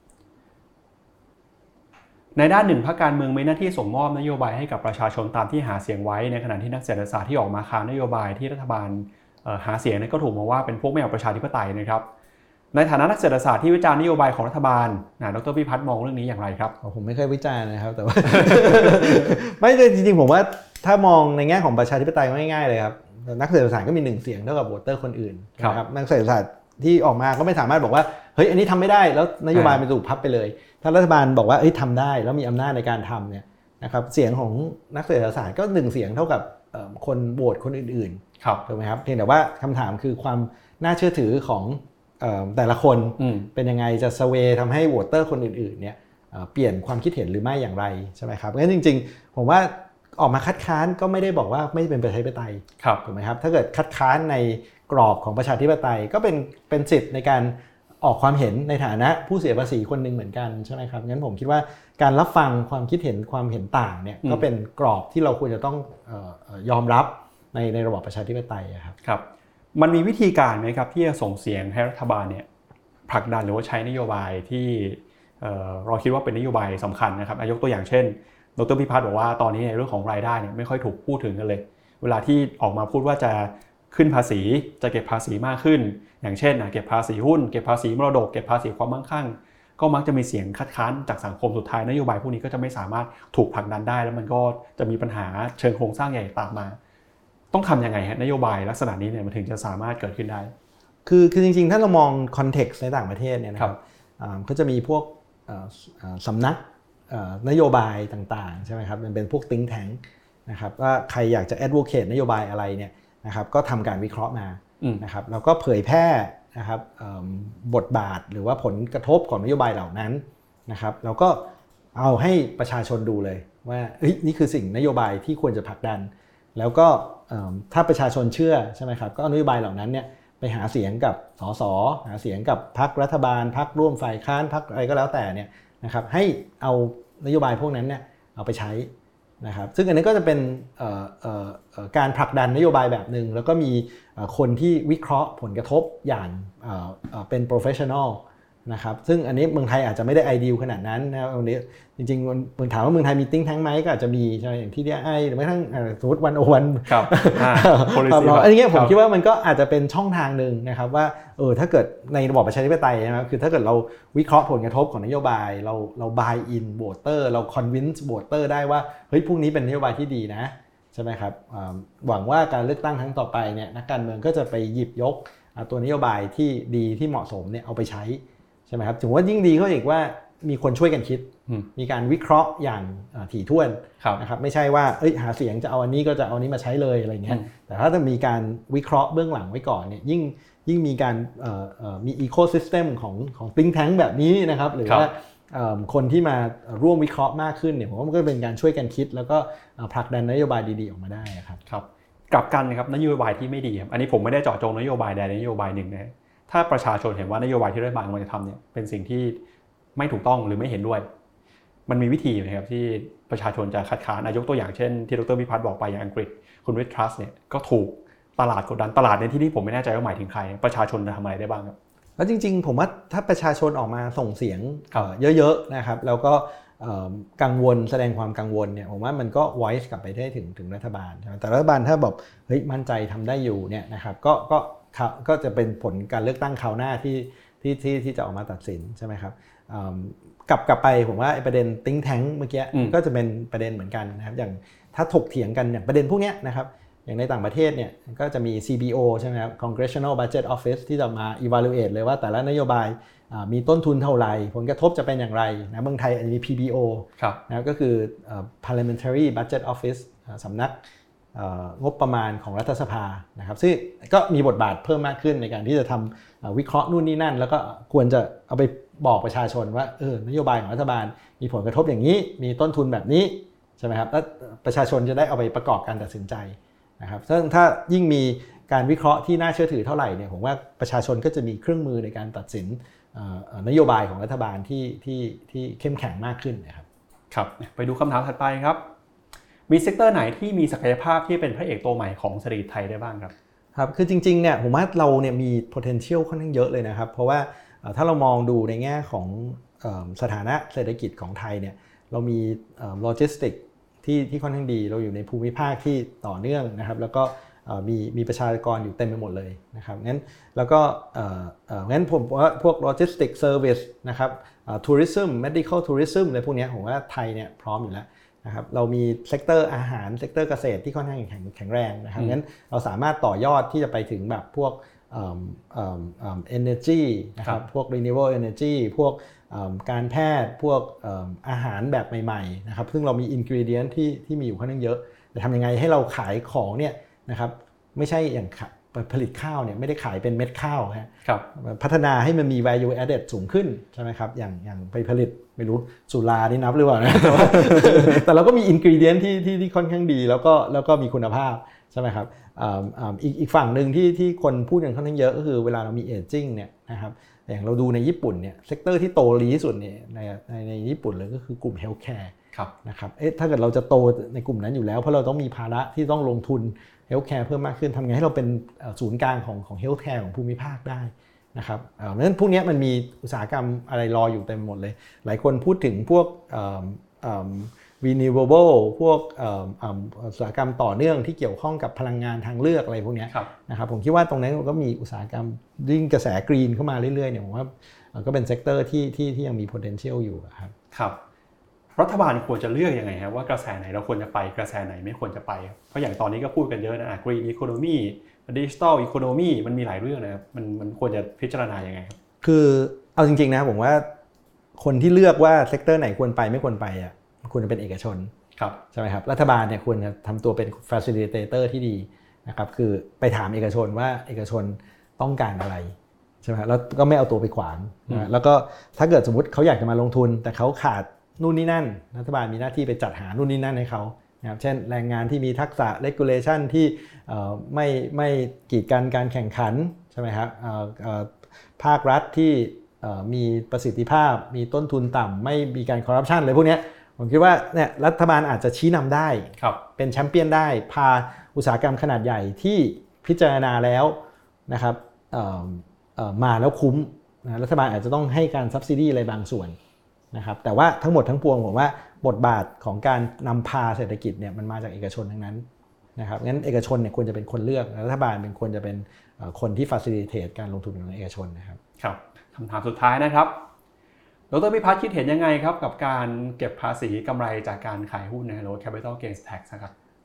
ในด้านหนึ่งพรรคการเมืองมีหน้าที่ส่งมอบนโยบายให้กับประชาชนตามที่หาเสียงไว้ในขณะที่นักเศรษฐศาสตร์ที่ออกมาค้านนโยบายที่รัฐบาลหาเสียงนั้นก็ถูกมองว่าเป็นพวกไม่เอาประชาธิปไตยนะครับในฐานะนักเศรษฐศาสตร์ที่วิจารณ์นโยบายของรัฐบาลดร.พิพัฒน์มองเรื่องนี้อย่างไรครับผมไม่เคยวิจารณ์นะครับแต่ว่า ไม่เลยจริงๆผมว่าถ้ามองในแง่ของประชาธิปไตยง่ายๆเลยครับนักเศรษฐศาสตร์ก็มี1เสียงเท่ากับโหวตเตอร์คนอื่นนะครับนักเศรษฐศาสตร์ที่ออกมาก็ไม่สามารถบอกว่าเฮ้ยอันนี้ทำไม่ได้แล้วนโยบายมันถูกพับไปเลยถ้ารัฐบาลบอกว่าทำได้แล้วมีอำนาจในการทำเนี่ยนะครับเสียงของนักเศรษฐศาสตร์ก็1เสียงเท่ากับคนโหวตคนอื่นๆถูกไหมครับเพียงแต่ว่าคำถามคือความน่าเชื่อถือของแต่ละคนเป็นยังไงจะสเวย์ทำให้โหวตเตอร์คนอื่นๆเนี่ยเปลี่ยนความคิดเห็นหรือไม่อย่างไรใช่ไหมครับงั้นจริงๆผมว่าออกมาคัดค้านก็ไม่ได้บอกว่าไม่เป็นประชาธิปไตยถูกไหมครับถ้าเกิดคัดค้านในกรอบของประชาธิปไตยก็เป็นสิทธิ์ในการออกความเห็นในฐานะผู้เสียภาษีคนหนึ่งเหมือนกันใช่ไหมครับงั้นผมคิดว่าการรับฟังความคิดเห็นความเห็นต่างเนี่ยก็เป็นกรอบที่เราควรจะต้องยอมรับในระบอบประชาธิปไตยครับมันมีวิธีการไหมครับที่จะส่งเสียงให้รัฐบาลเนี่ยผลักดันหรือว่าใช้นโยบายที่เราคิดว่าเป็นนโยบายสำคัญนะครับยกตัวอย่างเช่นดร.พิพัฒน์บอกว่าตอนนี้ในเรื่องของรายได้เนี่ยไม่ค่อยถูกพูดถึงกันเลยเวลาที่ออกมาพูดว่าจะขึ้นภาษีจะเก็บภาษีมากขึ้นอย่างเช่นเก็บภาษีหุ้นเก็บภาษีมรดกเก็บภาษีความมั่งคั่งก็มักจะมีเสียงคัดค้านจากสังคมสุดท้ายนโยบายพวกนี้ก็จะไม่สามารถถูกผลักดันได้แล้วมันก็จะมีปัญหาเชิงโครงสร้างใหญ่ตามมาต้องทำยังไงฮะนโยบายลักษณะนี้เนี่ยมันถึงจะสามารถเกิดขึ้นได้คือจริงๆถ้าเรามองคอนเท็กซ์ในต่างประเทศเนี่ยนะครับก็จะมีพวกสำนักนโยบายต่างๆใช่ไหมครับมันเป็นพวก think tank นะครับว่าใครอยากจะ advocate นโยบายอะไรเนี่ยนะครับก็ทำการวิเคราะห์มานะครับแล้วก็เผยแพร่นะครับบทบาทหรือว่าผลกระทบของนโยบายเหล่านั้นนะครับแล้วก็เอาให้ประชาชนดูเลยว่านี่คือสิ่งนโยบายที่ควรจะผลักดันแล้วก็ถ้าประชาชนเชื่อใช่ไหมครับก็เอานโยบายเหล่านั้นเนี่ยไปหาเสียงกับสสหาเสียงกับพรรครัฐบาลพรรคร่วมฝ่ายค้านพรรคอะไรก็แล้วแต่เนี่ยนะครับให้เอานโยบายพวกนั้นเนี่ยเอาไปใช้นะครับซึ่งอันนี้ก็จะเป็นการผลักดันนโยบายแบบนึงแล้วก็มีคนที่วิเคราะห์ผลกระทบอย่างเป็น professional นะครับซึ่งอันนี้เมืองไทยอาจจะไม่ได้ไอเดียขนาดนั้นนะครับวันนี้จริงๆมึงถามว่าเมืองไทยมี think tank ไหมก็อาจจะมีใช่อย่างที่DIหรือแม้กระทั่งสมมติ101 ครับอันนี้ผมคิดว่ามันก็อาจจะเป็นช่องทางนึงนะครับว่าถ้าเกิดในระบอบประชาธิปไตยนะครับคือถ้าเกิดเราวิเคราะห์ผลกระทบของนโยบายเรา buy in voter เรา convince voter ได้ว่าเฮ้ยพวกนี้เป็นนโยบายที่ดีนะใช่ไหมครับหวังว่าการเลือกตั้งครั้งต่อไปเนี่ยนักการเมืองก็จะไปหยิบยกตัวนโยบายที่ดีที่เหมาะสมเนี่ยเอาไปใช้ใช่ไหมครับถึงว่ายิ่งดีเขาอีกว่ามีคนช่วยกันคิดมีการวิเคราะห์อย่างถี่ถ้วนนะครับไม่ใช่ว่าหาเสียงจะเอาอันนี้ก็จะเอาอันนี้มาใช้เลยอะไรเงี้ยแต่ถ้าจะมีการวิเคราะห์เบื้องหลังไว้ก่อนเนี่ยยิ่งมีการมีอีโคซิสเต็มของthink tankแบบนี้นะครับหรือว่าคนที่มาร่วมวิเคราะห์มากขึ้นเนี่ยผมว่ามันก็เป็นการช่วยกันคิดแล้วก็ผลักดันนโยบายดีๆออกมาได้ครับกลับกันนะครับนโยบายที่ไม่ดีครับอันนี้ผมไม่ได้เจาะจงนโยบายใดนโยบายหนึ่งนะถ้าประชาชนเห็นว่านโยบายที่รัฐบาลกำลังจะทำเนี่ยเป็นสิ่งที่ไม่ถูกต้องหรือไม่เห็นด้วยมันมีวิธีไหมครับที่ประชาชนจะคัดค้านยกตัวอย่างเช่นที่ดร.พิพัฒน์บอกไปอย่างอังกฤษคุณริชทรัสเนี่ยก็ถูกตลาดกดดันตลาดในที่นี้ผมไม่แน่ใจว่าหมายถึงใครประชาชนจะทำอะไรได้บ้างครับแล้วจริงๆผมว่าถ้าประชาชนออกมาส่งเสียงเยอะๆนะครับแล้วก็กังวลแสดงความกังวลเนี่ยผมว่ามันก็ voice กลับไปได้ถึงรัฐบาลแต่รัฐบาลถ้าบอกเฮ้ยมั่นใจทำได้อยู่เนี่ยนะครับก็จะเป็นผลการเลือกตั้งคราวหน้าที่จะออกมาตัดสินใช่ไหมครับกลับไปผมว่าประเด็นthink tankเมื่อกี้ก็จะเป็นประเด็นเหมือนกันนะครับอย่างถ้าถกเถียงกันอย่างประเด็นพวกนี้นะครับอย่างในต่างประเทศเนี่ยก็จะมี CBO ใช่ไหมครับ Congressional Budget Office ที่จะมา evaluate เลยว่าแต่ละนโยบายมีต้นทุนเท่าไหร่ผลกระทบจะเป็นอย่างไรนะเมืองไทยอาจจะมี PBO นะก็คือ Parliamentary Budget Office สำนักงบประมาณของรัฐสภานะครับซึ่งก็มีบทบาทเพิ่มมากขึ้นในการที่จะทำวิเคราะห์นู่นนี่นั่นแล้วก็ควรจะเอาไปบอกประชาชนว่านโยบายของรัฐบาลมีผลกระทบอย่างนี้มีต้นทุนแบบนี้ใช่ไหมครับแล้วประชาชนจะได้เอาไปประกอบการตัดสินใจนะครับซึ่งถ้ายิ่งมีการวิเคราะห์ที่น่าเชื่อถือเท่าไหร่เนี่ยผมว่าประชาชนก็จะมีเครื่องมือในการตัดสินนโยบายของรัฐบาลที่เข้มแข็งมากขึ้นนะครับครับไปดูคำถามถัดไปครับมีเซกเตอร์ไหนที่มีศักยภาพที่เป็นพระเอกตัวใหม่ของเศรษฐกิจไทยได้บ้างครับครับคือจริงๆเนี่ยผมว่าเราเนี่ยมี potential ค่อนข้างเยอะเลยนะครับเพราะว่าถ้าเรามองดูในแง่ของสถานะเศรษฐกิจของไทยเนี่ยเรามีโลจิสติกที่ค่อนข้างดีเราอยู่ในภูมิภาคที่ต่อเนื่องนะครับแล้วก็มีประชากรอยู่เต็มไปหมดเลยนะครับงั้นแล้วก็งั้นผมว่าพวกโลจิสติกเซอร์วิสนะครับทัวริซึมเมดิคอลทัวริซึมอะไรพวกนี้ผมว่าไทยเนี่ยพร้อมอยู่แล้วนะครับเรามีเซกเตอร์อาหารเซกเตอร์เกษตรที่ค่อนข้างแข็งแรงนะครับงั้นเราสามารถต่อยอดที่จะไปถึงแบบพวกenergy นะครับพวก renewable energy พวกการแพทย์พวกอาหารแบบใหม่ๆนะครับซึ่งเรามี ingredient ที่มีอยู่ค่อนข้างเยอะแต่ทำยังไงให้เราขายของเนี่ยนะครับไม่ใช่อย่างผลิตข้าวเนี่ยไม่ได้ขายเป็นเม็ดข้าวครับพัฒนาให้มันมี value added สูงขึ้นใช่ไหมครับอย่างไปผลิตไม่รู้สุรานี่นับหรือเปล่านะ แต่เราก็มี ingredient ที่ค่อนข้างดีแล้วก็มีคุณภาพใช่ไหมครับอีกฝั่งหนึ่งที่คนพูดกันค่อนข้างเยอะก็คือเวลาเรามี aging เนี่ยนะครับอย่างเราดูในญี่ปุ่นเนี่ยเซกเตอร์ที่โตดีที่สุดเนี่ยในญี่ปุ่นเลยก็คือกลุ่ม healthcare นะครับถ้าเกิดเราจะโตในกลุ่มนั้นอยู่แล้วเพราะเราต้องมีภาระที่ต้องลงทุน healthcare เพิ่มมากขึ้นทำไงให้เราเป็นศูนย์กลางของ healthcare ของภูมิภาคได้นะครับเพราะฉะนั้นพวกนี้มันมีอุตสาหกรรมอะไรรออยู่เต็มหมดเลยหลายคนพูดถึงพวกrenewable พวกอุตสาหกรรมต่อเนื่องที่เกี่ยวข้องกับพลังงานทางเลือกอะไรพวกนี้นะครับผมคิดว่าตรงนั้นก็มีอุตสาหกรรมยิ่งกระแสกรีนเข้ามาเรื่อยๆเนี่ยผมว่าก็เป็นเซกเตอร์ที่ยังมี potential อยู่ครับรัฐบาลควรจะเลือกยังไงครับว่ากระแสไหนเราควรจะไปกระแสไหนไม่ควรจะไปเพราะอย่างตอนนี้ก็พูดกันเยอะนะ green economy digital economy มันมีหลายเรื่องนะครับมันควรจะพิจารณายังไงครับคือเอาจริงๆนะผมว่าคนที่เลือกว่าเซกเตอร์ไหนควรไปไม่ควรไปควรจะเป็นเอกชนใช่ไหมครับรัฐบาลเนี่ยควรจะทำตัวเป็น facilitator ที่ดีนะครับคือไปถามเอกชนว่าเอกชนต้องการอะไรใช่ไหมแล้วก็ไม่เอาตัวไปขวางนะแล้วก็ถ้าเกิดสมมติเขาอยากจะมาลงทุนแต่เขาขาดนู่นนี่นั่นรัฐบาลมีหน้าที่ไปจัดหานู่นนี่นั่นให้เขานะครับเช่นแรงงานที่มีทักษะ regulation ที่ไม่กีดกันการแข่งขันใช่ไหมครับภาครัฐที่มีประสิทธิภาพมีต้นทุนต่ำไม่มีการคอร์รัปชันเลยพวกนี้ผมคิดว่าเนี่ยรัฐบาลอาจจะชี้นำได้เป็นแชมเปี้ยนได้พาอุตสาหกรรมขนาดใหญ่ที่พิจารณาแล้วนะครับมาแล้วคุ้มนะรัฐบาลอาจจะต้องให้การซับซิดีอะไรบางส่วนนะครับแต่ว่าทั้งหมดทั้งปวงผมว่าบทบาทของการนำพาเศรษฐกิจเนี่ยมันมาจากเอกชนทั้งนั้นนะครับงั้นเอกชนเนี่ยควรจะเป็นคนเลือกรัฐบาลเป็นควรจะเป็นคนที่ facilitate การลงทุนของเอกชนนะครับครับคำถามสุดท้ายนะครับดร.พิพัฒน์คิดเห็นยังไงครับกับการเก็บภาษีกำไรจากการขายหุ้นนะหรือ capital gains tax นะครับ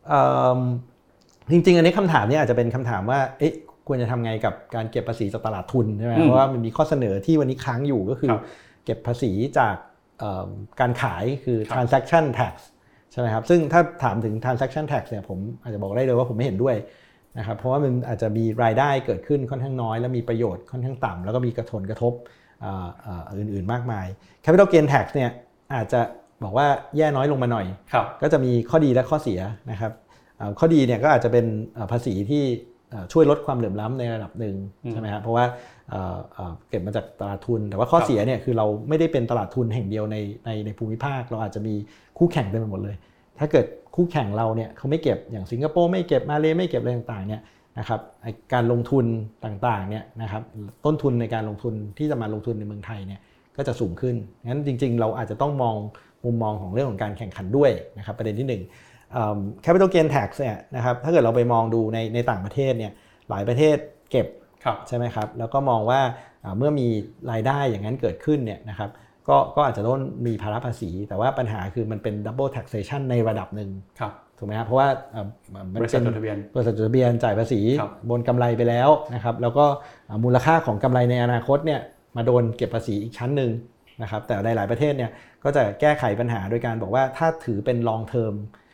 จริงๆอันนี้คำถามนี้อาจจะเป็นคำถามว่าควรจะทำไงกับการเก็บภาษีจากตลาดทุนใช่ไหมเพราะว่ามันมีข้อเสนอที่วันนี้ค้างอยู่ก็คือเก็บภาษีจากการขายคือ transaction tax ใช่ไหมครับซึ่งถ้าถามถึง transaction tax เนี่ยผมอาจจะบอกได้เลยว่าผมไม่เห็นด้วยนะครับเพราะว่ามันอาจจะมีรายได้เกิดขึ้นค่อนข้างน้อยและมีประโยชน์ค่อนข้างต่ำแล้วก็มีกระทบอื่นๆมากมาย capital gain tax เนี่ยอาจจะบอกว่าแย่น้อยลงมาหน่อยก็จะมีข้อดีและข้อเสียนะครับข้อดีเนี่ยก็อาจจะเป็นภาษีที่ช่วยลดความเหลื่อมล้ำในระดับหนึ่งใช่ไหมครับเพราะว่าเก็บมาจากตลาดทุนแต่ว่าข้อเสียเนี่ยคือเราไม่ได้เป็นตลาดทุนแห่งเดียวในภูมิภาคเราอาจจะมีคู่แข่งเต็มไปหมดเลยถ้าเกิดคู่แข่งเราเนี่ยเขาไม่เก็บอย่างสิงคโปร์ไม่เก็บมาเลไม่เก็บอะไรต่างๆเนี่ยนะครับการลงทุนต่างๆเนี่ยนะครับต้นทุนในการลงทุนที่จะมาลงทุนในเมืองไทยเนี่ยก็จะสูงขึ้นงั้นจริงๆเราอาจจะต้องมองมุมมองของเรื่องของการแข่งขันด้วยนะครับประเด็นที่1 capital gain tax เนี่ยนะครับถ้าเกิดเราไปมองดูในต่างประเทศเนี่ยหลายประเทศเก็บใช่ไหมครับแล้วก็มองว่าเมื่อมีรายได้อย่างนั้นเกิดขึ้นเนี่ยนะครับก็อาจจะต้องมีภาระภาษีแต่ว่าปัญหาคือมันเป็น double taxation ในระดับหนึ่งถูกไหมครับเพราะว่าบริษัทจดทะเบียนจ่ายภาษีบนกำไรไปแล้วนะครับแล้วก็มูลค่าของกำไรในอนาคตเนี่ยมาโดนเก็บภาษีอีกชั้นหนึ่งนะครับแต่ในหลายประเทศเนี่ยก็จะแก้ไขปัญหาโดยการบอกว่าถ้าถือเป็น long term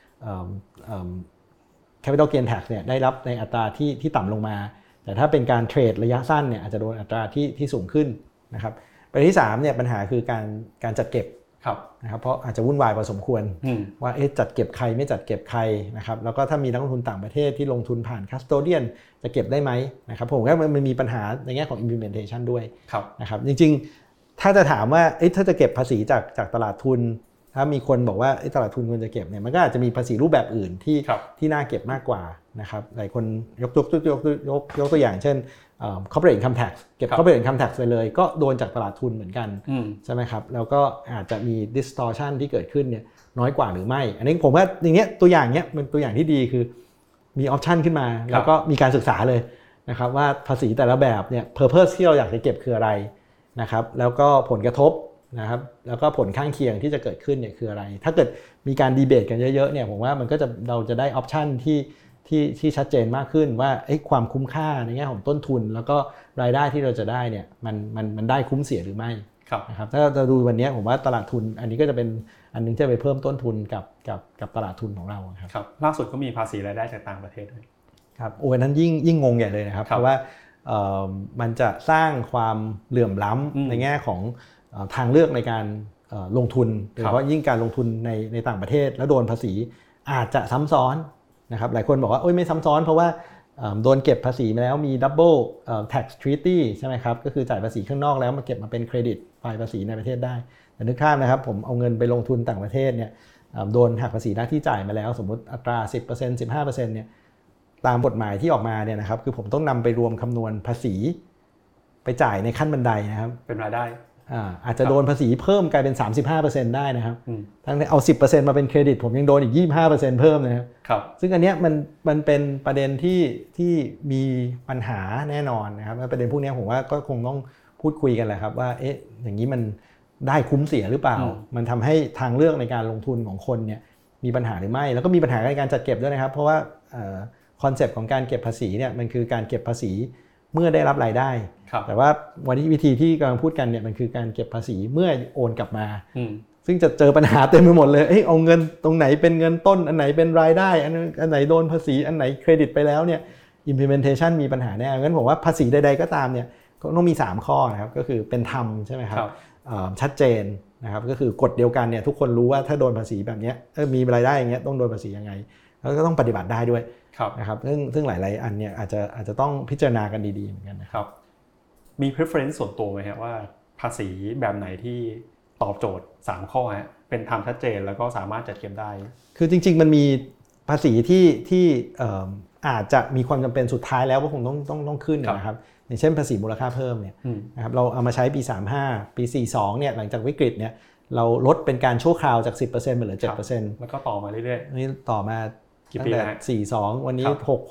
capital gain tax เนี่ยได้รับในอัตราที่ต่ำลงมาแต่ถ้าเป็นการเทรดระยะสั้นเนี่ยอาจจะโดนอัตราที่สูงขึ้นนะครับประเด็นที่3เนี่ยปัญหาคือการจัดเก็บนะครับเพราะอาจจะวุ่นวายพอสมควรว่าจัดเก็บใครไม่จัดเก็บใครนะครับแล้วก็ถ้ามีนักลงทุนต่างประเทศที่ลงทุนผ่าน custodian จะเก็บได้ไหมนะครับผมว่ามันมีปัญหาในแง่ของ implementation ด้วยนะครับจริงๆถ้าจะถามว่าถ้าจะเก็บภาษีจากตลาดทุนถ้ามีคนบอกว่าตลาดทุนควรจะเก็บเนี่ยมันก็อาจจะมีภาษีรูปแบบอื่นที่น่าเก็บมากกว่านะครับหลายคนยกตัวอย่างเช่นcorporate income tax เก็บ corporate income tax ไปเลยก็โดนจากตลาดทุนเหมือนกันใช่ไหมครับแล้วก็อาจจะมี distortion ที่เกิดขึ้นเนี่ยน้อยกว่าหรือไม่อันนี้ผมว่าอย่างเงี้ยตัวอย่างเนี้ยเป็นตัวอย่างที่ดีคือมี option ขึ้นมาแล้วก็มีการศึกษาเลยนะครับว่าภาษีแต่ละแบบเนี่ย purpose ที่เราอยากจะเก็บคืออะไรนะครับแล้วก็ผลกระทบนะครับแล้วก็ผลข้างเคียงที่จะเกิดขึ้นเนี่ยคืออะไรถ้าเกิดมีการดีเบตกันเยอะๆเนี่ยผมว่ามันก็จะเราจะได้ออปชันที่ชัดเจนมากขึ้นว่าความคุ้มค่าในแง่ของต้นทุนแล้วก็รายได้ที่เราจะได้เนี่ยมันได้คุ้มเสียหรือไม่นะครับถ้าเราดูวันนี้ผมว่าตลาดทุนอันนี้ก็จะเป็นอันนึงจะไปเพิ่มต้นทุนกับตลาดทุนของเราครับล่าสุดก็มีภาษีรายได้จากต่างประเทศด้วยครับโอ้ยนั้นยิ่งงงใหญ่เลยนะครับเพราะว่ามันจะสร้างความเหลื่อมล้ำในแง่ของทางเลือกในการลงทุนโดยเฉพาะยิ่งการลงทุนในต่างประเทศแล้วโดนภาษีอาจจะซ้ำซ้อนนะครับหลายคนบอกว่าไม่ซ้ำซ้อนเพราะว่าโดนเก็บภาษีมาแล้วมี double tax treaty ใช่ไหมครับก็คือจ่ายภาษีข้างนอกแล้วมาเก็บมาเป็นเครดิตฝ่ายภาษีในประเทศได้แต่นึกภาพนะครับผมเอาเงินไปลงทุนต่างประเทศเนี่ยโดนหักภาษีหน้าที่จ่ายมาแล้วสมมติอัตรา 10% 15% เนี่ยตามกฎหมายที่ออกมาเนี่ยนะครับคือผมต้องนำไปรวมคำนวณภาษีไปจ่ายในขั้นบันไดนะครับเป็นรายได้อาจจะโดนภาษีเพิ่มกลายเป็น 35% ได้นะครับทั้งเอา 10% มาเป็นเครดิตผมยังโดนอีก 25% เพิ่มนะครับซึ่งอันเนี้ยมันเป็นประเด็นที่มีปัญหาแน่นอนนะครับประเด็นพวกนี้ผมว่าก็คงต้องพูดคุยกันแหละครับว่าอย่างนี้มันได้คุ้มเสียหรือเปล่ามันทำให้ทางเลือกในการลงทุนของคนเนี่ยมีปัญหาหรือไม่แล้วก็มีปัญหาในการจัดเก็บด้วยนะครับเพราะว่าคอนเซปต์ของการเก็บภาษีเนี่ยมันคือการเก็บภาษีเมื่อได้รับรายได้แต่ว่าวันนี้วิธีที่กำลังพูดกันเนี่ยมันคือการเก็บภาษีเมื่อโอนกลับมาซึ่งจะเจอปัญหาเต็มไปหมดเลยเอาเงินตรงไหนเป็นเงินต้นอันไหนเป็นรายได้อันไหนโดนภาษีอันไหนเครดิตไปแล้วเนี่ย implementation มีปัญหาแน่งั้นผมว่าภาษีใดๆก็ตามเนี่ยก็ต้องมี3ข้อนะครับก็คือเป็นธรรมใช่ไหมครับชัดเจนนะครับก็คือกฎเดียวกันเนี่ยทุกคนรู้ว่าถ้าโดนภาษีแบบนี้มีรายได้อย่างเงี้ยต้องโดนภาษียังไงแล้วก็ต้องปฏิบัติได้ด้วยนะครับซึ่งหลายๆอันเนี่ยอาจจะต้องพิจารณากันดีๆเหมือนกันนะครับมี preference ส่วนตัวไหมครับว่าภาษีแบบไหนที่ตอบโจทย์3ข้อฮะเป็นธรรมชัดเจนแล้วก็สามารถจัดเก็บได้คือจริงๆมันมีภาษีที่อาจจะมีความจำเป็นสุดท้ายแล้วว่าคงต้องขึ้นนะครับอย่างเช่นภาษีมูลค่าเพิ่มเนี่ยนะครับเราเอามาใช้ปี35ปี42เนี่ยหลังจากวิกฤตเนี่ยเราลดเป็นการชั่วคราวจาก 10% เหลือ 7% แล้วก็ต่อมาเรื่อยๆนี่ต่อมาตั้งแต่42วันนี้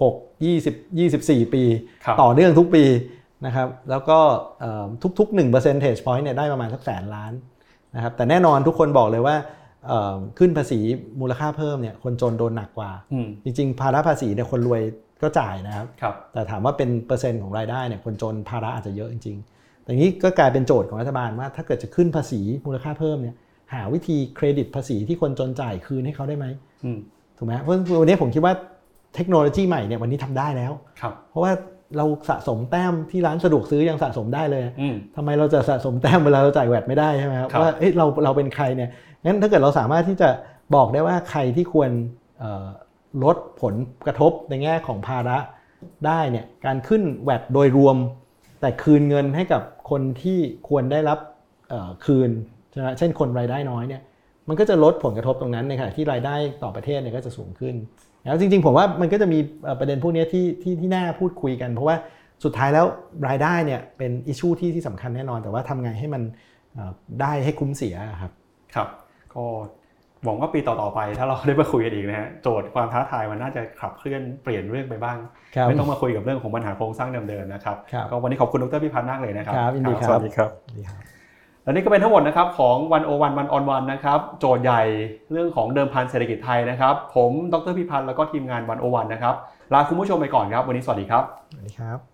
66 24ปีต่อเนื่องทุกปีนะครับแล้วก็ทุกๆ1 percentage point เนี่ยได้ประมาณสัก100,000 ล้านนะครับแต่แน่นอนทุกคนบอกเลยว่าขึ้นภาษีมูลค่าเพิ่มเนี่ยคนจนโดนหนักกว่าจริงๆภาระภาษีเนี่ยคนรวยก็จ่ายนะครับแต่ถามว่าเป็นเปอร์เซ็นต์ของรายได้เนี่ยคนจนภาระอาจจะเยอะจริงๆแต่นี้ก็กลายเป็นโจทย์ของรัฐบาลว่าถ้าเกิดจะขึ้นภาษีมูลค่าเพิ่มเนี่ยหาวิธีเครดิตภาษีที่คนจนจ่ายคืนให้เขาได้ไหมถูกไหมเพราะวันนี้ผมคิดว่าเทคโนโลยีใหม่เนี่ยวันนี้ทำได้แล้วเพราะว่าเราสะสมแต้มที่ร้านสะดวกซื้อยังสะสมได้เลยทำไมเราจะสะสมแต้มเวลาเราจ่ายแวดไม่ได้ใช่ไหมครับว่าเราเป็นใครเนี่ยงั้นถ้าเกิดเราสามารถที่จะบอกได้ว่าใครที่ควรลดผลกระทบในแง่ของภาระได้เนี่ยการขึ้นแวดโดยรวมแต่คืนเงินให้กับคนที่ควรได้รับคืนใช่ไหมเช่นคนรายได้น้อยเนี่ยมันก็จะลดผลกระทบตรงนั้นในขณะที่รายได้ต่อประเทศเนี่ยก็จะสูงขึ้นแล้วจริงๆผมว่ามันก็จะมีประเด็นพวกนี้ที่น่าพูดคุยกันเพราะว่าสุดท้ายแล้วรายได้เนี่ยเป็นอิชชูที่สำคัญแน่นอนแต่ว่าทำไงให้มันได้ให้คุ้มเสียครับครับก็หวังว่าปีต่อๆไปถ้าเราได้มาคุยกันอีกนะฮะโจทย์ความท้าทายมันน่าจะขับเคลื่อนเปลี่ยนเรื่องไปบ้างไม่ต้องมาคุยกับเรื่องของปัญหาโครงสร้างเดิมๆนะครับก็วันนี้ขอบคุณดร.พิพัฒน์มากเลยนะครับยินดีครับสวัสดีครับและนี่ก็เป็นทั้งหมดนะครับของ101 One on One นะครับโจทย์ใหญ่เรื่องของเดิมพันเศรษฐกิจไทยนะครับผมดร.พิพัฒน์แล้วก็ทีมงาน101นะครับลาคุณผู้ชมไปก่อนครับวันนี้สวัสดีครับสวัสดีครับ